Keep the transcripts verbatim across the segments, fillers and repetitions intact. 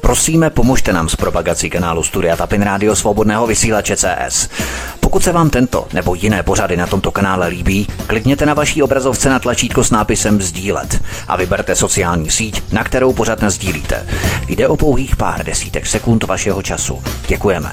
Prosíme, pomožte nám s propagací kanálu Studia Tapin Rádio Svobodného vysílače C S. Pokud se vám tento nebo jiné pořady na tomto kanále líbí, klikněte na vaší obrazovce na tlačítko s nápisem sdílet a vyberte sociální síť, na kterou pořad nasdílíte. Jde o pouhých pár desítek sekund vašeho času. Děkujeme.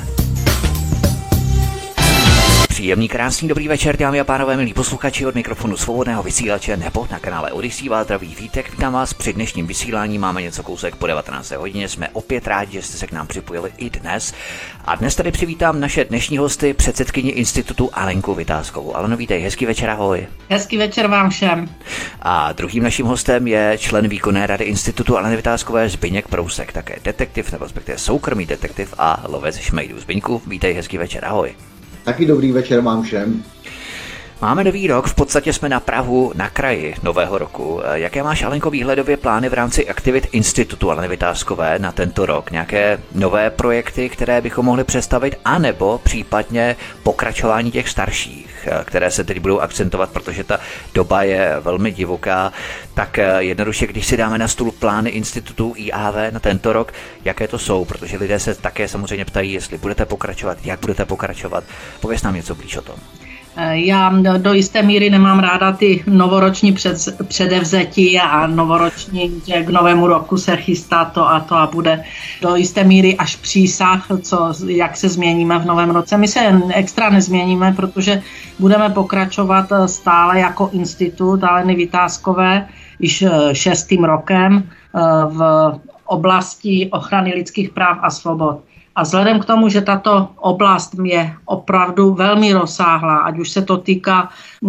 Příjemný, krásný, dobrý večer, dámy a pánové, milí posluchači, od mikrofonu Svobodného vysílače nebo na kanále Odyssey vás zdraví Vítek. Vítám vás při dnešním vysílání, máme něco kousek po devatenácté hodině, jsme opět rádi, že jste se k nám připojili i dnes. A dnes tady přivítám naše dnešní hosty, předsedkyni institutu Alenku Vitáskovou. Aleno, vítej, hezký večer, ahoj. Hezký večer vám všem. A druhým naším hostem je člen výkonné rady institutu Aleny Vitáskové Zbyněk Prousek, také detektiv, nebo respektive soukromý detektiv a lovec šmejdů. Zbyňku, vítej, hezký večer, ahoj. Taky dobrý večer vám všem. Máme nový rok, v podstatě jsme na prahu, na kraji nového roku. Jaké máš, Alenko, výhledově plány v rámci aktivit institutu Aleny Vitáskové na tento rok? Nějaké nové projekty, které bychom mohli představit, anebo případně pokračování těch starších, které se teď budou akcentovat, protože ta doba je velmi divoká. Tak jednoduše, když si dáme na stůl plány institutu I A V na tento rok, jaké to jsou? Protože lidé se také samozřejmě ptají, jestli budete pokračovat, jak budete pokračovat. Pověz nám něco blíž o tom. Já do jisté míry nemám ráda ty novoroční před, předevzetí a novoroční, že k novému roku se chystá to a to a bude do jisté míry až přísah, co, jak se změníme v novém roce. My se extra nezměníme, protože budeme pokračovat stále jako institut Aleny Vitáskové již šestým rokem v oblasti ochrany lidských práv a svobod. A vzhledem k tomu, že tato oblast je opravdu velmi rozsáhlá, ať už se to týká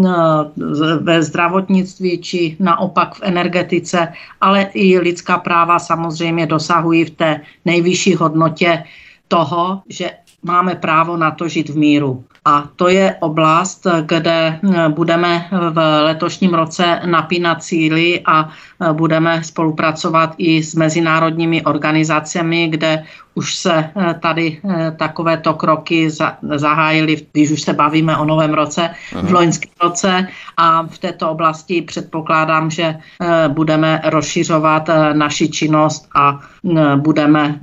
ve zdravotnictví, či naopak v energetice, ale i lidská práva samozřejmě dosahují v té nejvyšší hodnotě toho, že máme právo na to žít v míru. A to je oblast, kde budeme v letošním roce napínat síly a budeme spolupracovat i s mezinárodními organizacemi, kde už se tady takovéto kroky zahájily, když už se bavíme o novém roce, Aha. v loňském roce, a v této oblasti předpokládám, že budeme rozšiřovat naši činnost a budeme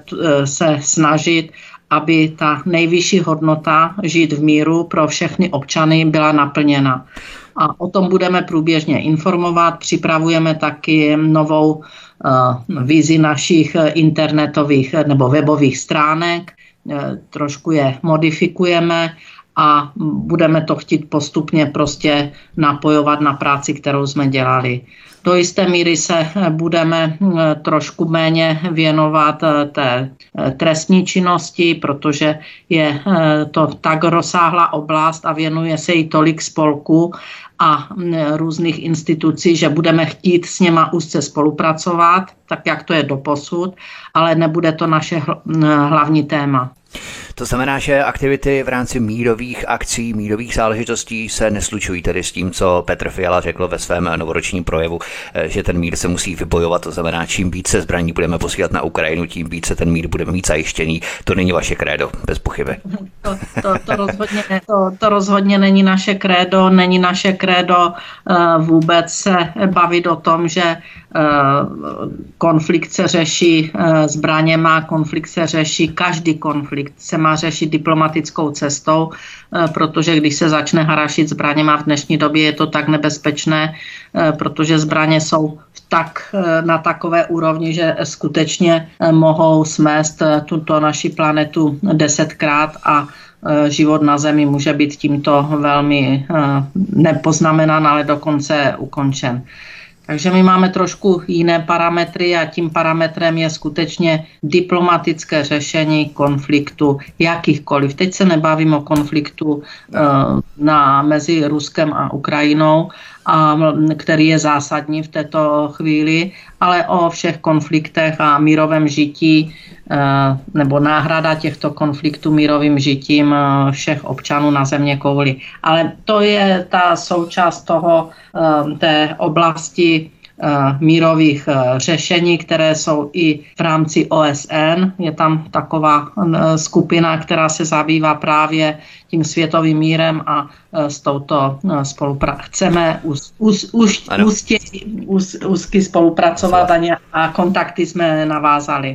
se snažit, aby ta nejvyšší hodnota žít v míru pro všechny občany byla naplněna. A o tom budeme průběžně informovat. Připravujeme taky novou uh, vizi našich internetových nebo webových stránek. Uh, trošku je modifikujeme a budeme to chtít postupně prostě napojovat na práci, kterou jsme dělali. Do jisté míry se budeme trošku méně věnovat té trestní činnosti, protože je to tak rozsáhlá oblast a věnuje se jí tolik spolků a různých institucí, že budeme chtít s něma úzce spolupracovat, tak jak to je doposud, ale nebude to naše hlavní téma. To znamená, že aktivity v rámci mírových akcí, mírových záležitostí se neslučují tedy s tím, co Petr Fiala řekl ve svém novoročním projevu, že ten mír se musí vybojovat, to znamená, čím více zbraní budeme posílat na Ukrajinu, tím více ten mír budeme mít zajištěný. To není vaše krédo, bez pochyby. To, to, to, rozhodně, to, to rozhodně není naše krédo, není naše krédo uh, vůbec se bavit o tom, že uh, konflikt se řeší uh, zbraněma, konflikt se řeší, každý konflikt se má řešit diplomatickou cestou, protože když se začne harašit zbraněma v dnešní době, je to tak nebezpečné, protože zbraně jsou tak na takové úrovni, že skutečně mohou smést tuto naši planetu desetkrát a život na Zemi může být tímto velmi nepoznamenán, ale dokonce ukončen. Takže my máme trošku jiné parametry a tím parametrem je skutečně diplomatické řešení konfliktu jakýchkoliv. Teď se nebavím o konfliktu uh, na, mezi Ruskem a Ukrajinou, a, který je zásadní v této chvíli, ale o všech konfliktech a mírovém žití uh, nebo náhrada těchto konfliktů mírovým žitím uh, všech občanů na země kouli. Ale to je ta součást toho, uh, té oblasti mírových řešení, které jsou i v rámci O S N. Je tam taková skupina, která se zabývá právě tím světovým mírem a s touto spoluprací chceme úz, úz, úz, úzky, úz, úzky spolupracovat a, a kontakty jsme navázali.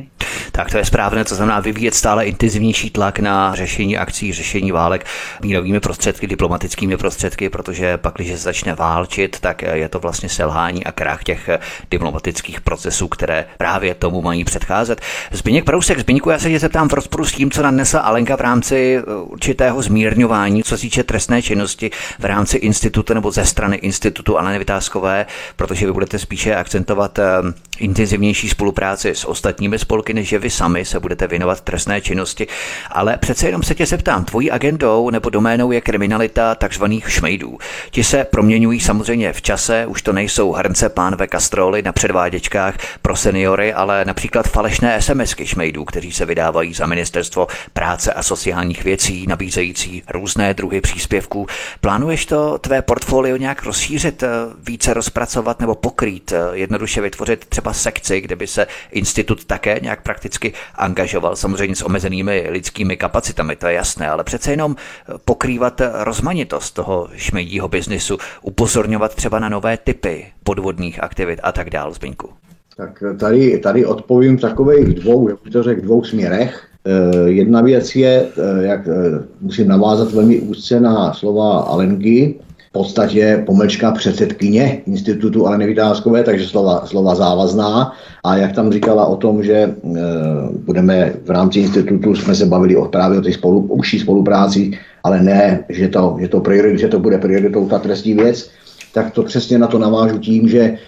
Tak to je správné, to znamená vyvíjet stále intenzivnější tlak na řešení akcí, řešení válek mírovými prostředky, diplomatickými prostředky, protože pak, když se začne válčit, tak je to vlastně selhání a krach těch diplomatických procesů, které právě tomu mají předcházet. Zbyněk Prousek, Zbyňku, já se tě zeptám v rozporu s tím, co nadnesla Alenka v rámci určitého zmírňování, co se týče trestné činnosti v rámci institutu nebo ze strany institutu Aleny Vitáskové, protože vy budete spíše akcentovat intenzivnější spolupráci s ostatními spolky, než že vy sami se budete věnovat trestné činnosti. Ale přece jenom se tě zeptám, tvojí agendou nebo doménou je kriminalita takzvaných šmejdů. Ti se proměňují samozřejmě v čase, už to nejsou hrnce pánve kastroly na předváděčkách pro seniory, ale například falešné SMSky šmejdů, kteří se vydávají za ministerstvo práce a sociálních věcí, nabízející různé druhy příspěvků. Plánuješ to tvé portfolio nějak rozšířit, více rozpracovat nebo pokrýt, jednoduše vytvořit třeba sekci, kde by se institut také nějak prakticky angažoval, samozřejmě s omezenými lidskými kapacitami, to je jasné, ale přece jenom pokrývat rozmanitost toho šmejdího biznisu, upozorňovat třeba na nové typy podvodných aktivit a tak dál, Zbyňku. Tak tady, tady odpovím v takových dvou, jak to řekl, dvou směrech. E, jedna věc je, jak musím navázat velmi úzce na slova Alenky, v podstatě pomlčka předsedkyně institutu Aleny Vitáskové, takže slova, slova závazná. A jak tam říkala o tom, že e, budeme v rámci institutu, jsme se bavili o právě o té spolu, užší spolupráci, ale ne, že to, že to, priorit, že to bude prioritou ta trestní věc, tak to přesně na to navážu tím, že e,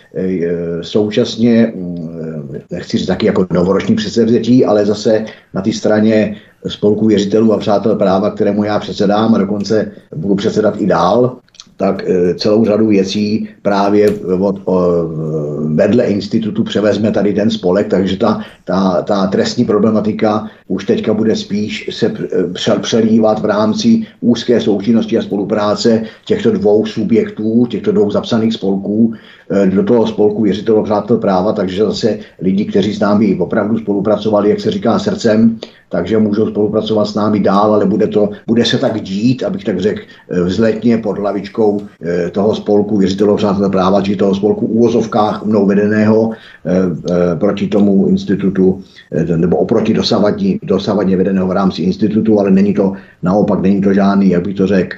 současně, nechci říct taky jako novoroční předsevzetí, ale zase na té straně spolku věřitelů a přátel práva, kterému já předsedám a dokonce budu předsedat i dál, tak celou řadu věcí právě od, o, vedle institutu převezme tady ten spolek, takže ta, ta, ta trestní problematika už teďka bude spíš se přelívat v rámci úzké součinnosti a spolupráce těchto dvou subjektů, těchto dvou zapsaných spolků do toho spolku věřitelů a přátel práva, takže zase lidi, kteří s námi opravdu spolupracovali, jak se říká, srdcem, takže můžou spolupracovat s námi dál, ale bude, to, bude se tak dít, abych tak řekl, vzletně pod hlavičkou toho spolku věřitelů a přátel práva, či toho spolku v úvozovkách mnou vedeného proti tomu institutu, nebo oproti dosavadní, dosavadně vedeného v rámci institutu, ale není to naopak, není to žádný, jak bych to řekl,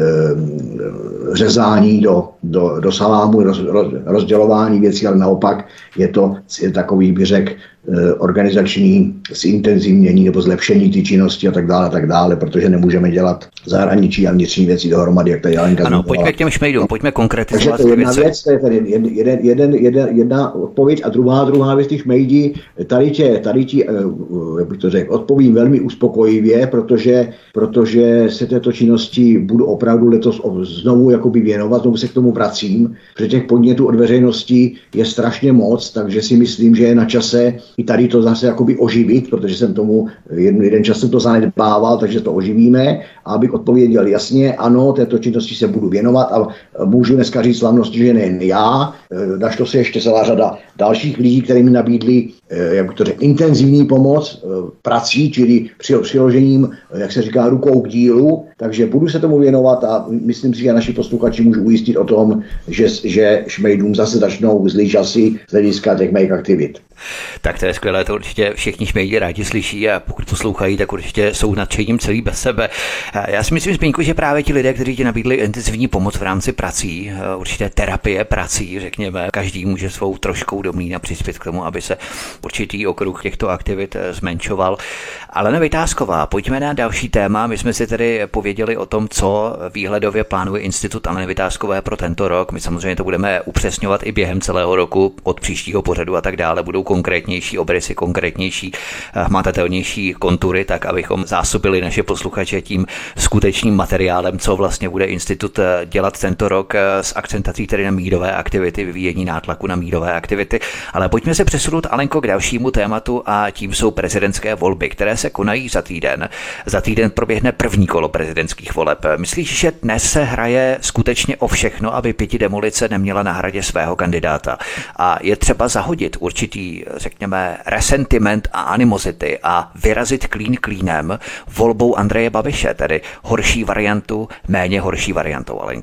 řezání do, do, do salámu, roz, roz, rozdělování věcí, ale naopak je to je takový, bych řekl, organizační zintenzivnění nebo zlepšení té činnosti a tak dále, a tak dále, protože nemůžeme dělat zahraničí a vnitřní věci dohromady, jak tady Alenka Ano, pojďme k těm šmejdům, pojďme konkretizovat. Takže to je jedna věc, to je tady jeden, jeden, jeden, jedna odpověď a druhá, druhá věc, ty šmejdi, tady tě, tady ti, jak bych to řekl, odpovím velmi uspokojivě, protože, protože se této činnosti budu opravdu letos znovu jakoby věnovat, znovu se k tomu vracím, protože těch podnětů od veřejnosti je strašně moc, takže si myslím, že je na čase i tady to zase jakoby oživit, protože jsem tomu jeden, jeden čas jsem to zanedbával, takže to oživíme. A abych odpověděl jasně, ano, této činnosti se budu věnovat a můžu dneska říct slavnosti, že nejen já, našlo se ještě celá řada dalších lidí, kteří mi nabídli, jak bych to řekl, intenzivní pomoc prací, čili přiložením, jak se říká, rukou k dílu, takže budu se tomu věnovat a myslím si, že naši posluchači můžu ujistit o tom, že, že šmejdům zase začnou zlý časy z hlediska těch mých aktivit. Tak to je skvělé, to určitě všichni šmejdi rádi slyší a pokud poslouchají, tak určitě jsou nadšením celý bez sebe. Já si myslím, Zbyňku, že právě ti lidé, kteří ti nabídli intenzivní pomoc v rámci prací, určité terapie prací, řekněme, každý může svou troškou do mlýna přispět k tomu, aby se určitý okruh těchto aktivit zmenšoval. Alena Vitásková, pojďme na další téma. My jsme si tedy pověděli o tom, co výhledově plánuje Institut Aleny Vitáskové pro tento rok. My samozřejmě to budeme upřesňovat i během celého roku, od příštího pořadu a tak dále. Budou konkrétnější obrysy, konkrétnější, hmatatelnější kontury, tak abychom zásobili naše posluchače tím skutečným materiálem, co vlastně bude institut dělat tento rok s akcentací tedy na mírové aktivity, vyvíjení nátlaku na mírové aktivity. Ale pojďme se přesunout, Alenko, k dalšímu tématu a tím jsou prezidentské volby, které se konají za týden. Za týden proběhne první kolo prezidentských voleb. Myslíš, že dnes se hraje skutečně o všechno, aby pěti demolice neměla na hradě svého kandidáta? A je třeba zahodit určitý, řekněme, resentiment a animozity a vyrazit klín klínem volbou Andreje Babiše, tedy horší variantu, méně horší variantou, Alenko?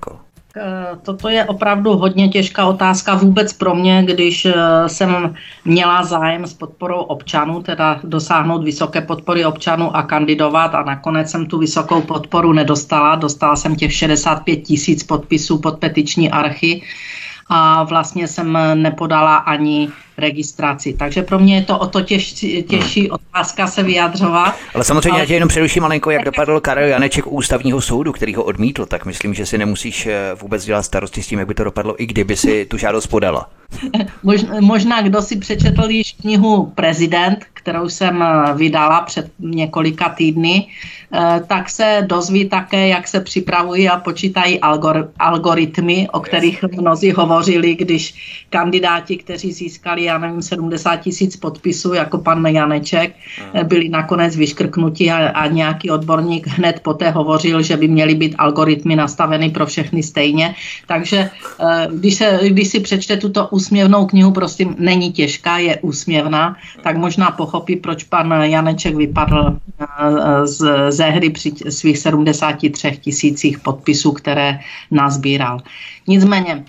Toto je opravdu hodně těžká otázka vůbec pro mě, když jsem měla zájem s podporou občanů, teda dosáhnout vysoké podpory občanů a kandidovat a nakonec jsem tu vysokou podporu nedostala. Dostala jsem těch šedesát pět tisíc podpisů pod petiční archy a vlastně jsem nepodala ani registraci. Takže pro mě je to o to těžší, těžší otázka se vyjadřovat. Ale samozřejmě ale... já tě jenom přeruším malinko, jak dopadl Karel Janeček u ústavního soudu, který ho odmítl, tak myslím, že si nemusíš vůbec dělat starosti s tím, jak by to dopadlo, i kdyby si tu žádost podala. Možná, kdo si přečetl již knihu Prezident, kterou jsem vydala před několika týdny, tak se dozví také, jak se připravují a počítají algor- algoritmy, o kterých mnozí hovořili, když kandidáti, kteří získali, já nevím, sedmdesát tisíc podpisů, jako pan Janeček, byli nakonec vyškrknuti a, a nějaký odborník hned poté hovořil, že by měly být algoritmy nastaveny pro všechny stejně. Takže když, se, když si přečte tuto úsměvnou knihu, prostě není těžká, je úsměvná, tak možná pochopí, proč pan Janeček vypadl z, ze hry při svých sedmdesáti třech tisících podpisů, které nazbíral. Nicméně,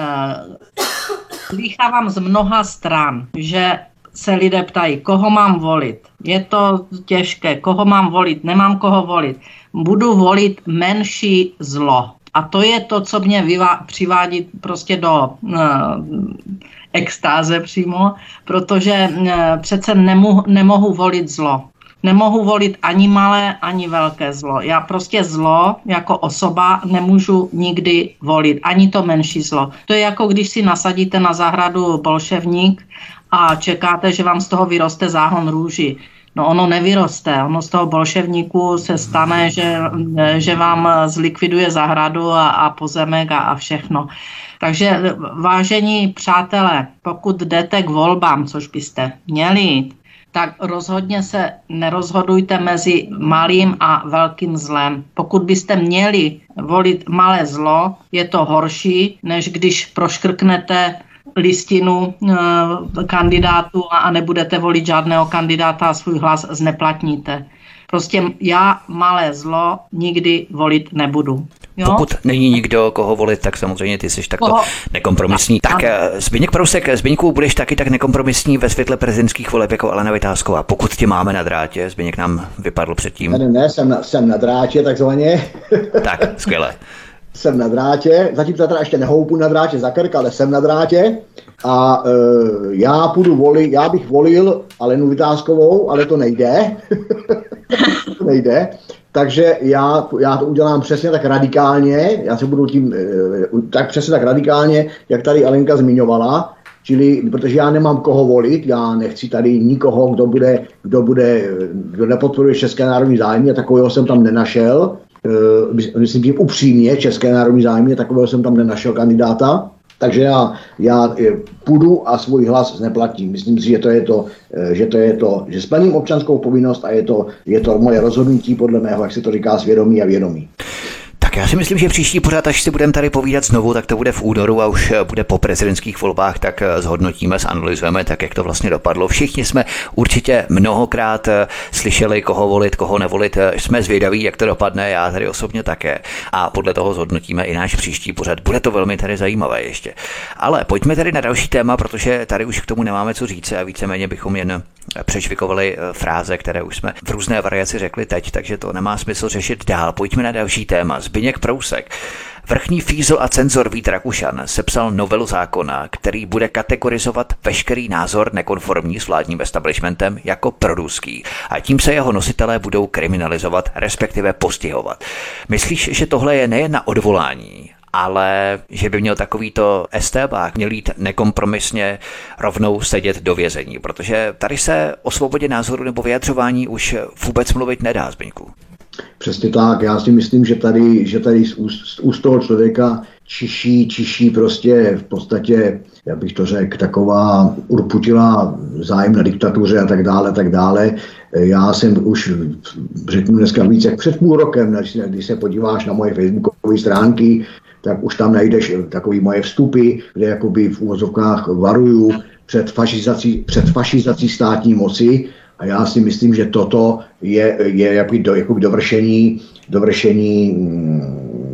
slychávám z mnoha stran, že se lidé ptají, koho mám volit. Je to těžké, koho mám volit, nemám koho volit. Budu volit menší zlo. A to je to, co mě vyvá- přivádí prostě do uh, extáze přímo, protože uh, přece nemu- nemohu volit zlo. Nemohu volit ani malé, ani velké zlo. Já prostě zlo jako osoba nemůžu nikdy volit, ani to menší zlo. To je jako když si nasadíte na zahradu bolševník a čekáte, že vám z toho vyroste záhon růží. No ono nevyroste, ono z toho bolševníku se stane, že, že vám zlikviduje zahradu a, a pozemek a, a všechno. Takže vážení přátelé, pokud jdete k volbám, což byste měli, tak rozhodně se nerozhodujte mezi malým a velkým zlem. Pokud byste měli volit malé zlo, je to horší, než když proškrknete listinu e, kandidátu a, a nebudete volit žádného kandidáta a svůj hlas zneplatníte. Prostě já malé zlo nikdy volit nebudu. Jo? Pokud není nikdo, koho volit, tak samozřejmě ty jsi takto koho? nekompromisní. Tak Zbyněk Prousek, Zbyňku, budeš taky tak nekompromisní ve světle prezidentských voleb jako Alena Vitásková. Pokud tě máme na drátě, Zbyněk nám vypadl předtím. Ne, ne, jsem na, jsem na drátě takzvaně. Tak, skvěle. Jsem na drátě, zatím to teda ještě nehoupu na drátě za krk, ale jsem na drátě a e, já půjdu volit, já bych volil Alenu Vitáskovou, ale to nejde. to nejde. Takže já, já to udělám přesně tak radikálně, já se budu tím, e, tak přesně tak radikálně, jak tady Alenka zmiňovala, čili, protože já nemám koho volit, já nechci tady nikoho, kdo bude, kdo bude, kdo nepodporuje české národní zájmy, a takového jsem tam nenašel. Uh, myslím tím upřímně, české národní zájmy, takového jsem tam nenašel kandidáta, takže já, já půjdu a svůj hlas zneplatím. Myslím si, že to je to, že to je to, že splním občanskou povinnost a je to, je to moje rozhodnutí podle mého, jak se to říká, svědomí a vědomí. Tak já si myslím, že příští pořad, až si budeme tady povídat znovu, tak to bude v únoru a už bude po prezidentských volbách, tak zhodnotíme, zanalyzujeme, tak jak to vlastně dopadlo. Všichni jsme určitě mnohokrát slyšeli, koho volit, koho nevolit. Jsme zvědaví, jak to dopadne, já tady osobně také. A podle toho zhodnotíme i náš příští pořad. Bude to velmi tady zajímavé ještě. Ale pojďme tady na další téma, protože tady už k tomu nemáme co říct a víceméně bychom jen přešvikovali fráze, které už jsme v různé variaci řekli teď, takže to nemá smysl řešit dál. Pojďme na další téma. Zbyněk Prousek. Vrchní fízl a cenzor Vít Rakušan sepsal novelu zákona, který bude kategorizovat veškerý názor nekonformní s vládním establishmentem jako proruský a tím se jeho nositelé budou kriminalizovat, respektive postihovat. Myslíš, že tohle je nejen na odvolání, ale že by měl takovýto estébák měl jít nekompromisně rovnou sedět do vězení, protože tady se o svobodě názoru nebo vyjadřování už vůbec mluvit nedá, Zbyňku. Přesně tak, já si myslím, že tady, že tady z úst, z úst toho člověka čiší, čiší prostě v podstatě, já bych to řekl, taková urputilá zájem na diktatuře a tak dále, tak dále. Já jsem už, řeknu dneska víc, jak před půl rokem, když se podíváš na moje facebookové stránky, tak už tam najdeš takový moje vstupy, kde jakoby v úvozovkách varuju před fašizací, před fašizací státní moci. A já si myslím, že toto je, je jakoby do, jakoby dovršení, dovršení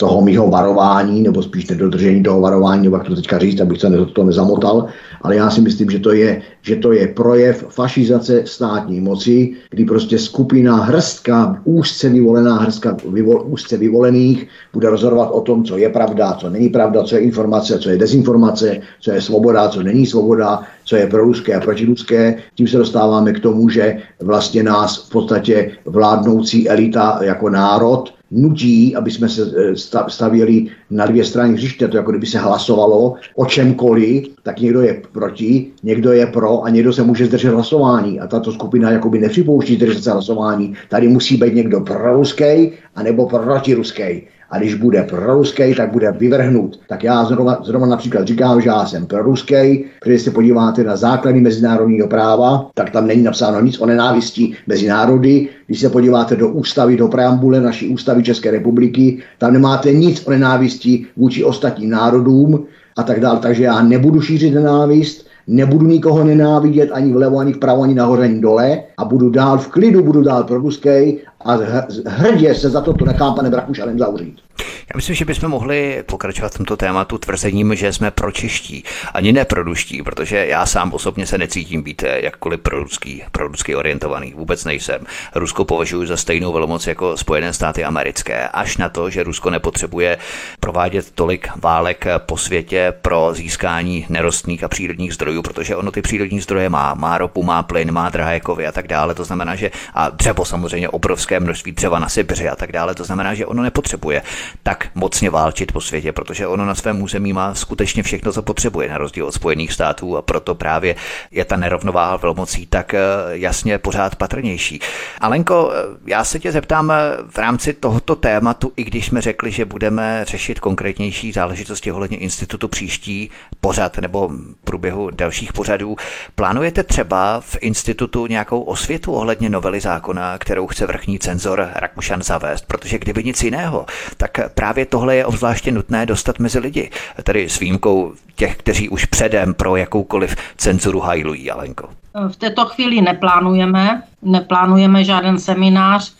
toho mýho varování, nebo spíš nedodržení toho varování, nebo jak to teďka říct, abych se to, to nezamotal, ale já si myslím, že to je, že to je projev fašizace státní moci, kdy prostě skupina hrstka, úzce vyvolená hrstka vyvol, úzce vyvolených bude rozhodovat o tom, co je pravda, co není pravda, co je informace, co je dezinformace, co je svoboda, co není svoboda, co je proruské a protiruské. Tím se dostáváme k tomu, že vlastně nás v podstatě vládnoucí elita jako národ nutí, aby jsme se stavěli na dvě strany hřiště, to jako kdyby se hlasovalo o čemkoliv, tak někdo je proti, někdo je pro a někdo se může zdržet hlasování. A tato skupina jakoby nepřipouští zdržet se hlasování. Tady musí být někdo proruský anebo protiruský. A když bude proruský, tak bude vyvrhnut. Tak já zrovna, zrovna například říkám, že já jsem proruský, protože se podíváte na základy mezinárodního práva, tak tam není napsáno nic o nenávisti mezi národy. Když se podíváte do ústavy, do preambule naší ústavy České republiky, tam nemáte nic o nenávisti vůči ostatním národům a tak dále. Takže já nebudu šířit nenávist, nebudu nikoho nenávidět ani vlevo, ani vpravo, ani nahoře, ani dole a budu dál v klidu, budu dál proruský a hrdě se za to nechám panem Rakušanem zavřít. Já myslím, že bychom mohli pokračovat v tomto tématu tvrzením, že jsme pročeští, ani ne proruští, protože já sám osobně se necítím být jakkoliv proruský, proruský orientovaný, vůbec nejsem. Rusko považuji za stejnou velmoc jako Spojené státy americké, až na to, že Rusko nepotřebuje provádět tolik válek po světě pro získání nerostných a přírodních zdrojů, protože ono ty přírodní zdroje má, má ropu, má plyn, má drahé kovy a tak dále, to znamená, že a dřevo samozřejmě obrovské množství dřeva na Sibiři a tak dále, to znamená, že ono nepotřebuje tak mocně válčit po světě, protože ono na svém území má skutečně všechno, co potřebuje, na rozdíl od Spojených států a proto právě je ta nerovnováha velmocí tak jasně pořád patrnější. Alenko, já se tě zeptám v rámci tohoto tématu, i když jsme řekli, že budeme řešit konkrétnější záležitosti ohledně institutu příští pořad nebo v průběhu dalších pořadů, plánujete třeba v institutu nějakou osvětu ohledně novely zákona, kterou chce vrchní cenzor Rakušan zavést, protože kdyby nic jiného, tak právě tohle je obzvláště nutné dostat mezi lidi, tedy s výjimkou těch, kteří už předem pro jakoukoliv cenzuru hajlují, Alenko. V této chvíli neplánujeme, neplánujeme žádný seminář.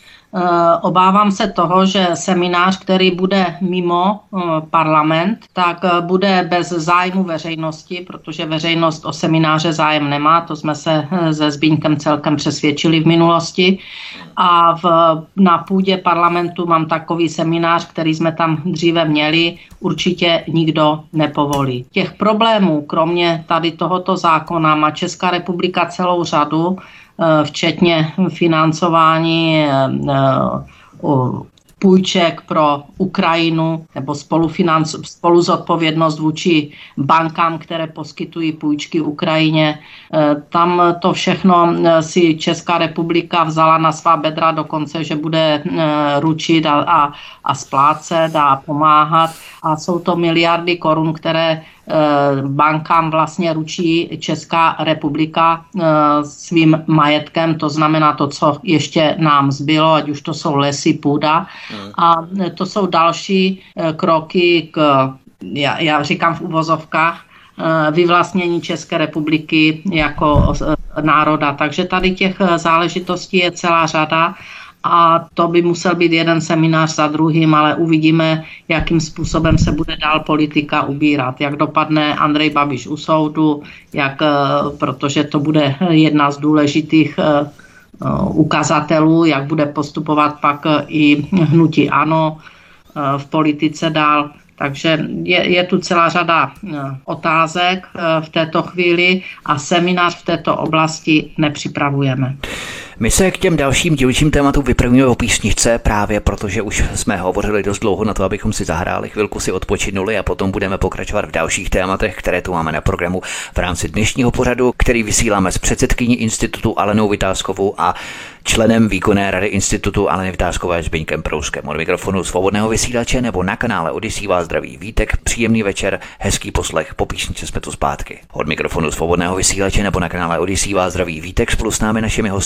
Obávám se toho, že seminář, který bude mimo parlament, tak bude bez zájmu veřejnosti, protože veřejnost o semináře zájem nemá, to jsme se se Zbyňkem celkem přesvědčili v minulosti. A v, na půdě parlamentu mám takový seminář, který jsme tam dříve měli, určitě nikdo nepovolí. Těch problémů, kromě tady tohoto zákona, má Česká republika celou řadu, včetně financování půjček pro Ukrajinu nebo spoluzodpovědnost vůči bankám, které poskytují půjčky Ukrajině. Tam to všechno si Česká republika vzala na svá bedra dokonce, že bude ručit a, a, a splácet a pomáhat. A jsou to miliardy korun, které bankám vlastně ručí Česká republika svým majetkem, to znamená to, co ještě nám zbylo, ať už to jsou lesy, půda. A to jsou další kroky k, já, já říkám v uvozovkách, vyvlastnění České republiky jako národa. Takže tady těch záležitostí je celá řada. A to by musel být jeden seminář za druhým, ale uvidíme, jakým způsobem se bude dál politika ubírat. Jak dopadne Andrej Babiš u soudu, jak, protože to bude jedna z důležitých ukazatelů, jak bude postupovat pak i hnutí ANO v politice dál. Takže je, je tu celá řada otázek v této chvíli a seminář v této oblasti nepřipravujeme. My se k těm dalším dílčím tématům vypravíme o písničce právě protože už jsme hovořili dost dlouho na to, abychom si zahráli, chvilku si odpočinuli a potom budeme pokračovat v dalších tématech, které tu máme na programu v rámci dnešního pořadu, který vysíláme s předsedkyní institutu Alenou Vitáskovou a členem výkonné rady institutu Aleny Vitáskové Zbyňkem Prouskem. Od mikrofonu Svobodného vysílače nebo na kanále Odyssey vás zdraví Vítek, příjemný večer, hezký poslech, po písničce jsme tu zpátky. Od mikrofonu Svobodného vysílače nebo na kanále Odyssey vás zdraví Vítek, spolu s námi našimi hosty zůstává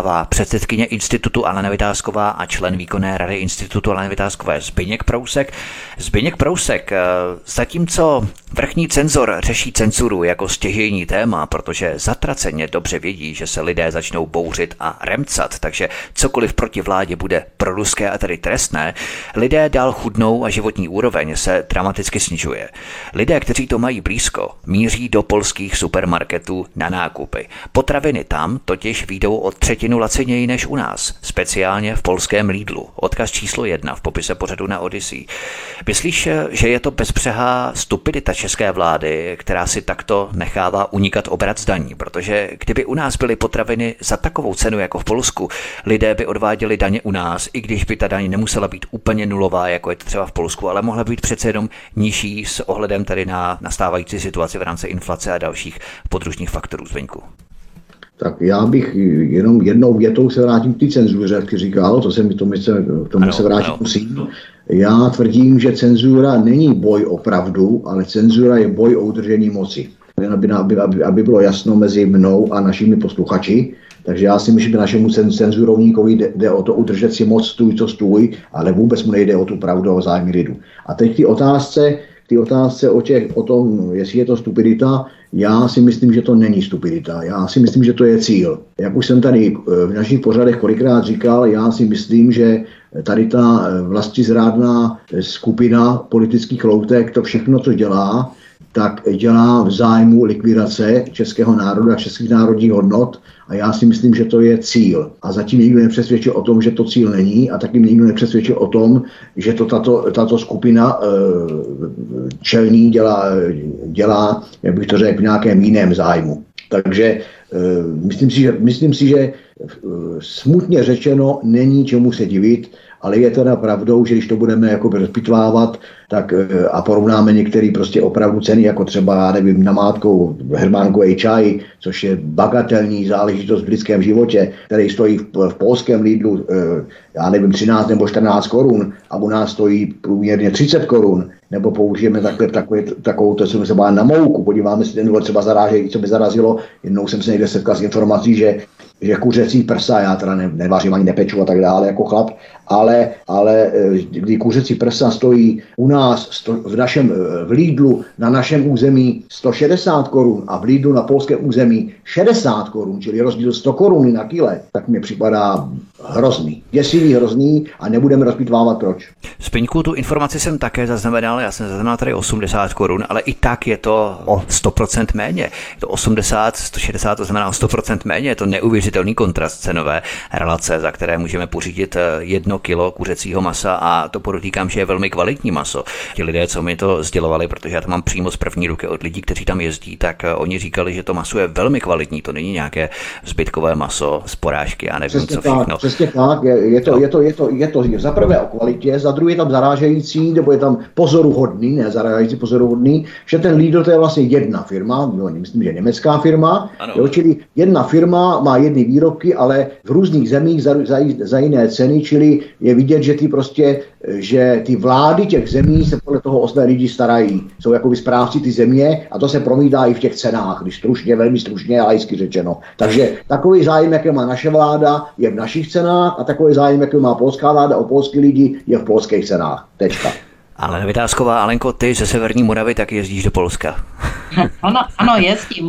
nechává předsedkyně institutu Alena Vitásková a člen výkonné rady institutu Aleny Vitáskové Zbyněk Prousek. Zbyněk Prousek, zatímco vrchní cenzor řeší cenzuru jako stěžejní téma, protože zatraceně dobře vědí, že se lidé začnou bouřit a remcat, takže cokoliv proti vládě bude proruské a tedy trestné, lidé dál chudnou a životní úroveň se dramaticky snižuje. Lidé, kteří to mají blízko, míří do polských supermarketů na nákupy. Potraviny tam totiž vyjdou o třetinu laciněji než u nás, speciálně v polském Lidlu. Odkaz číslo jedna v popise pořadu na Odyssey. Myslíš, že je to bezbřehá stupidita české vlády, která si takto nechává unikat obrat z daní? Protože kdyby u nás byly potraviny za takovou cenu jako v Polsku, lidé by odváděli daně u nás, i když by ta daň nemusela být úplně nulová, jako je to třeba v Polsku, ale mohla být přece jenom nižší s ohledem tady na nastávající situaci v rámci inflace a dalších podružných faktorů. Zbyňku. Tak já bych jenom jednou větou se vrátím k té cenzuře, jak ty říkal, to se mi tomu se, tomu ano, se vrátit ano. musím. Já tvrdím, že cenzura není boj o pravdu, ale cenzura je boj o udržení moci. Aby, aby, aby, aby bylo jasno mezi mnou a našimi posluchači. Takže já si myslím, že našemu cenzurovníkovi jde, jde o to udržet si moc stůj, co stůj, ale vůbec mu nejde o tu pravdu o zájmy lidu. A teď ty otázce, ty otázce o, těch, o tom, jestli je to stupidita, já si myslím, že to není stupidita. Já si myslím, že to je cíl. Jak už jsem tady v našich pořadech kolikrát říkal, já si myslím, že tady ta vlastizrádná skupina politických loutek, to všechno, co dělá, tak dělá v zájmu likvidace českého národa a českých národních hodnot a já si myslím, že to je cíl. A zatím nikdo nepřesvědčil o tom, že to cíl není a taky nikdo nepřesvědčil o tom, že to tato, tato skupina e, čelní dělá, dělá, jak bych to řekl, v nějakém jiném zájmu. Takže e, myslím si, že, myslím si, že e, smutně řečeno není čemu se divit, ale je teda pravdou, že když to budeme jako rozpitvávat tak, a porovnáme některé prostě opravdu ceny, jako třeba, já nevím, namátkou hermánkový čaj, což je bagatelní záležitost v lidském životě, který stojí v, v polském Lidlu, já nevím, třináct nebo čtrnáct korun a u nás stojí průměrně třicet korun, nebo použijeme takhle, takové, takovou, to jsem se bál na mouku, podíváme si ten důvod třeba zarážejí, co by zarazilo, jednou jsem se někde setkal s informací, že že kuřecí prsa, já teda ne, nevařím ani nepeču a tak dále jako chlap, ale, ale kdy kuřecí prsa stojí u nás sto, v našem v Lidlu na našem území sto šedesát korun a v Lidlu na polském území šedesát korun, čili rozdíl sto korun na kile, tak mi připadá hrozný. Děsivý, hrozný a nebudeme rozpitvávat proč. Zbyňku, tu informaci jsem také zaznamenal, já jsem zaznamenal tady osmdesát korun, ale i tak je to o sto procent méně. Je to osmdesát, sto šedesát, to znamená o sto procent méně, je to neuvěřitelný kontrast cenové relace, za které můžeme pořídit jedno kilo kuřecího masa a to podotýkám, že je velmi kvalitní maso. Ti lidé, co mi to sdělovali, protože já to mám přímo z první ruky od lidí, kteří tam jezdí, tak oni říkali, že to maso je velmi kvalitní, to není nějaké zbytkové maso z porážky, já nevím, přesně co všechno. Tak, přesně tak, je, je, to, je, to, je, to, je to za prvé o kvalitě, za druhé je tam zarážející, nebo je tam pozoruhodný, ne zarážející, pozoruhodný, že ten Lidl to je vlastně jedna firma, no, myslím, že německá firma, jo, čili jedna firma má jedny výrobky, ale v různých zemích za, za, za jiné ceny, čili je vidět, že ty prostě, že ty vlády těch zemí se podle toho o své lidi starají, jsou jakoby správci ty země a to se promítá i v těch cenách, když stručně, velmi stručně a laicky řečeno. Takže takový zájem, jaký má naše vláda, je v našich cenách a takový zájem, jaký má polská vláda o polský lidi, je v polských cenách. Tečka. Ale Vitásková, Alenko, ty ze Severní Moravy tak jezdíš do Polska. Ano, ano, jezdím.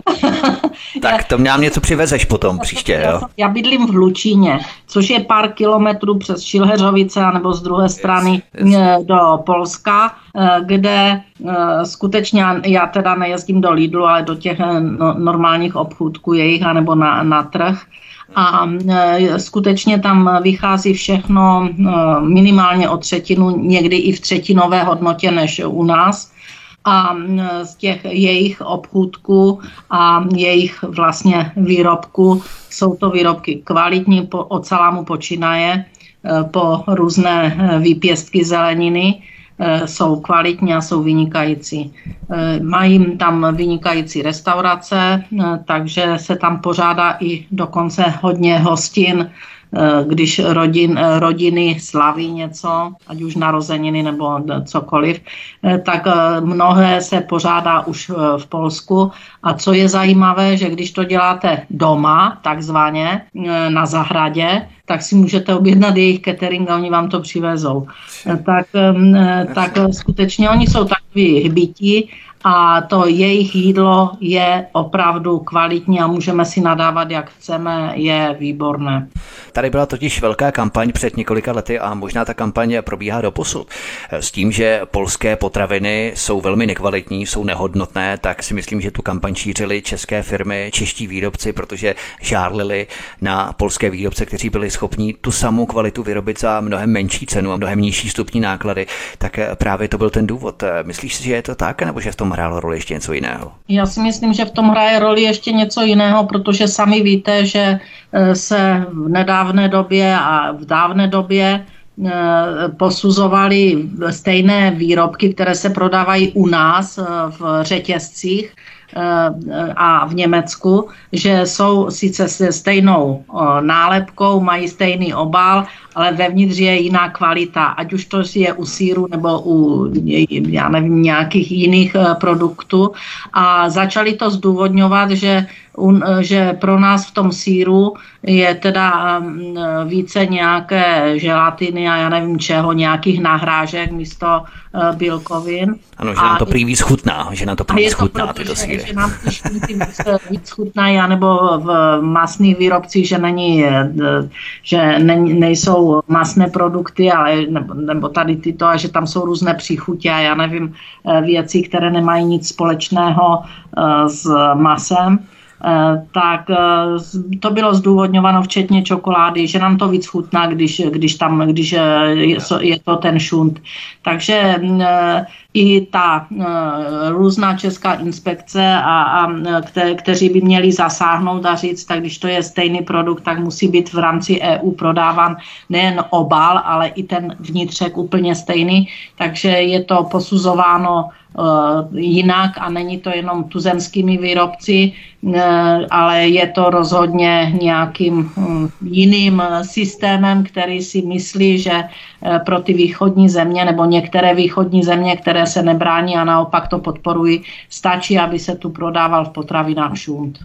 Tak to nám něco přivezeš potom příště, jo? Já bydlím v Hlučíně, což je pár kilometrů přes Šilheřovice, anebo z druhé strany yes, yes. do Polska, kde skutečně, já teda nejezdím do Lidlu, ale do těch normálních obchůdků jejich, anebo na, na trh. A e, skutečně tam vychází všechno e, minimálně o třetinu, někdy i v třetinové hodnotě než u nás. A e, z těch jejich obchůdků a jejich vlastně výrobků jsou to výrobky kvalitní, po, od salámu počínaje, e, po různé výpěstky zeleniny. Jsou kvalitní a jsou vynikající. Mají tam vynikající restaurace, takže se tam pořádá i dokonce hodně hostin když rodin, rodiny slaví něco, ať už narozeniny nebo cokoliv, tak mnohé se pořádá už v Polsku. A co je zajímavé, že když to děláte doma, takzvaně na zahradě, tak si můžete objednat jejich catering a oni vám to přivezou. Tak, tak skutečně oni jsou takový hbití a to jejich jídlo je opravdu kvalitní a můžeme si nadávat, jak chceme, je výborné. Tady byla totiž velká kampaň před několika lety a možná ta kampaň probíhá doposud. S tím, že polské potraviny jsou velmi nekvalitní, jsou nehodnotné, tak si myslím, že tu kampaň šířily české firmy, čeští výrobci, protože žárlili na polské výrobce, kteří byli schopni tu samou kvalitu vyrobit za mnohem menší cenu a mnohem nižší vstupní náklady. Tak právě to byl ten důvod. Myslíš si, že je to tak, nebo že v tom hrálo roli ještě něco jiného? Já si myslím, že v tom hraje roli ještě něco jiného, protože sami víte, že se v nedávné době a v dávné době posuzovali stejné výrobky, které se prodávají u nás v řetězcích a v Německu, že jsou sice se stejnou nálepkou, mají stejný obal, ale vevnitř je jiná kvalita, ať už to je u sýru nebo u, já nevím, nějakých jiných produktů. A začali to zdůvodňovat, že, že pro nás v tom sýru je teda více nějaké želatiny a já nevím čeho, nějakých nahrážek místo bílkovin. Ano, že nám to prý víc chutná, že nám to prý víc chutná tyto sýry. Že nám ty šunky víc chutnají, anebo v masných výrobcích, že není, že není, nejsou masné produkty, ale, nebo, nebo tady tyto, a že tam jsou různé příchutě a já nevím, věci, které nemají nic společného s masem. Tak to bylo zdůvodňováno včetně čokolády, že nám to víc chutná, když, když, tam, když je to ten šunt. Takže i ta různá česká inspekce, a, a kte, kteří by měli zasáhnout a říct, tak když to je stejný produkt, tak musí být v rámci E U prodáván nejen obal, ale i ten vnitřek úplně stejný. Takže je to posuzováno jinak a není to jenom tuzemskými výrobci, ale je to rozhodně nějakým jiným systémem, který si myslí, že pro ty východní země nebo některé východní země, které se nebrání a naopak to podporují, stačí, aby se tu prodával v potravinách šunt.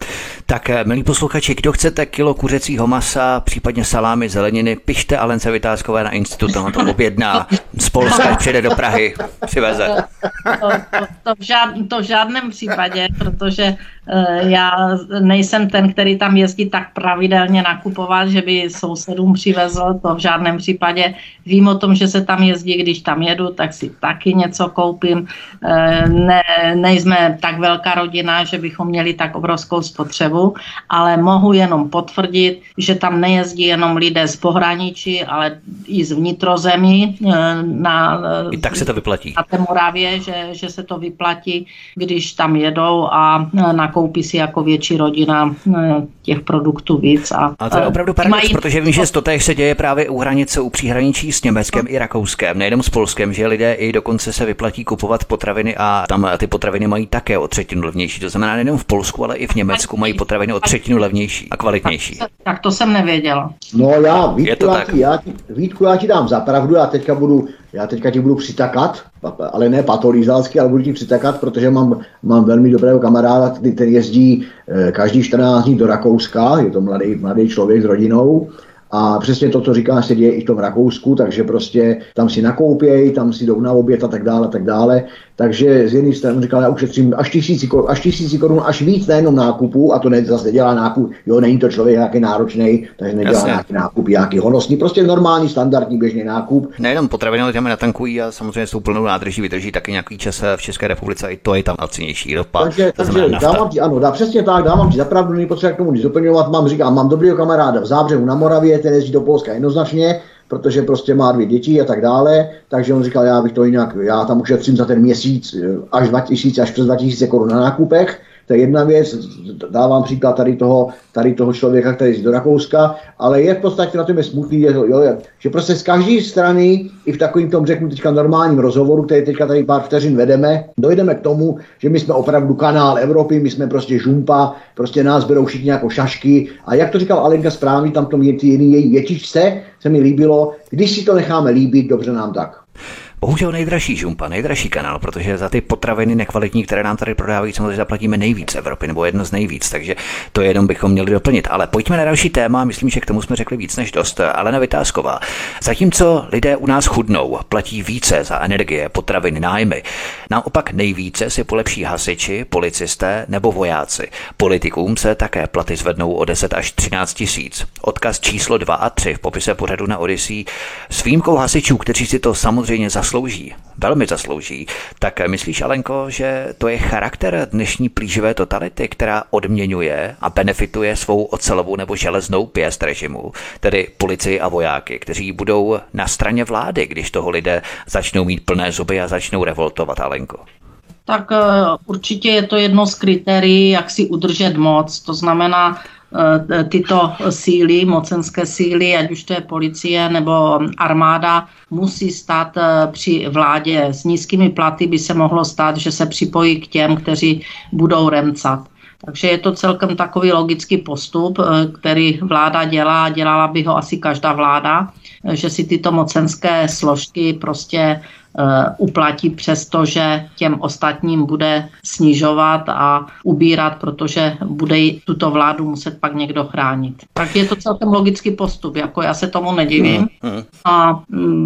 Tak, milí posluchači, kdo chcete kilo kuřecího masa, případně salámy, zeleniny, pište Alence Vytázkové na institut, ona to objedná z Polska, přijde do Prahy, přiveze. To, to, to, v žád, to v žádném případě, protože uh, já nejsem ten, který tam jezdí tak pravidelně nakupovat, že by sousedům přivezl, to v žádném případě. Vím o tom, že se tam jezdí, když tam jedu, tak si taky něco koupím. Uh, ne, nejsme tak velká rodina, že bychom měli tak obrovskou spotřebu, ale mohu jenom potvrdit, že tam nejezdí jenom lidé z pohraničí, ale i z vnitrozemí. Na, I tak se to vyplatí. Na té Moravě, že, že se to vyplatí, když tam jedou a nakoupí si jako větší rodina těch produktů víc. A, a to je opravdu paradox, mají... protože vím, že to též se děje právě u hranice, u příhraničí s Německem no. i Rakouskem, nejenom s Polskem, že lidé i dokonce se vyplatí kupovat potraviny a tam ty potraviny mají také o třetinu levnější. To znamená nejenom v Polsku, ale i v Německu mají potraviny o třetinu levnější a kvalitnější. Tak, tak to jsem nevěděla. No já, Vítku, já ti, já ti, Vítku, já ti dám za pravdu, já teďka budu, já teďka ti budu přitakat, ale ne patolízálsky, ale budu ti přitakat, protože mám, mám velmi dobrého kamaráda, který jezdí každý čtrnáct dní do Rakouska, je to mladý, mladý člověk s rodinou. A přesně to, co říká, se děje i v tom Rakousku, takže prostě tam si nakoupěj, tam si jdou na oběd a tak dále, tak dále. Takže z jedné strany říkal, já ušetřím až tisíci korun, až tisíci korun, až víc nejenom nákupu, a to ne, zase nedělá nákup, jo, není to člověk nějaký náročný, takže nedělá Jasně. nějaký nákup, nějaký honosný, prostě normální, standardní, běžný nákup. Nejenom potraviny, ale tam natankují a samozřejmě s tou plnou nádrží vydrží taky nějaký čas v České republice, i to je tam lacinější ropa. Takže, takže dávám ti, ano, dá přesně tak, dávám ti zapravdu, není potřeba k tomu nic doplňovat, mám, říkám, mám dobrýho kamaráda v Zábřehu na Moravě, ten jezdí do Polska jednoznačně, protože prostě má dvě děti a tak dále, takže on říkal, já bych to jinak, já tam ušetřím za ten měsíc až dva tisíce, až přes dva tisíce korun na nákupech, To je jedna věc, dávám příklad tady toho, tady toho člověka, který je do Rakouska, ale je v podstatě na tom je smutný, že, jo, že prostě z každé strany, i v takovým tom řeknu teďka normálním rozhovoru, který teďka tady pár vteřin vedeme, dojdeme k tomu, že my jsme opravdu kanál Evropy, my jsme prostě žumpa, prostě nás berou všichni jako šašky a jak to říkal Alenka správně, tam tom je ty její větičce, se mi líbilo, když si to necháme líbit, dobře nám tak. Bohužel nejdražší žumpa, nejdražší kanál, protože za ty potraviny nekvalitní, které nám tady prodávají, samozřejmě zaplatíme nejvíc Evropy, nebo jedno z nejvíc, takže to jenom bychom měli doplnit. Ale pojďme na další téma, myslím, že k tomu jsme řekli víc než dost. Alena Vytázková. Zatímco lidé u nás chudnou, platí více za energie, potraviny, nájmy, naopak nejvíce si polepší hasiči, policisté nebo vojáci. Politikům se také platy zvednou o deset až třináct tisíc. Odkaz číslo dva a tři v popise pořadu na Odyssey. S výjimkou hasičů, kteří si to samozřejmě zaslouží, velmi zaslouží, tak myslíš, Alenko, že to je charakter dnešní plíživé totality, která odměňuje a benefituje svou ocelovou nebo železnou pěst režimu, tedy policii a vojáky, kteří budou na straně vlády, když toho lidé začnou mít plné zuby a začnou revoltovat, Alenko? Tak určitě je to jedno z kritérií, jak si udržet moc, to znamená, tyto síly, mocenské síly, ať už to je policie nebo armáda, musí stát při vládě. S nízkými platy by se mohlo stát, že se připojí k těm, kteří budou remcat. Takže je to celkem takový logický postup, který vláda dělá, dělala by ho asi každá vláda, že si tyto mocenské složky prostě uplatí přesto, že těm ostatním bude snižovat a ubírat, protože bude tuto vládu muset pak někdo chránit. Tak je to celkem logický postup, jako já se tomu nedivím. A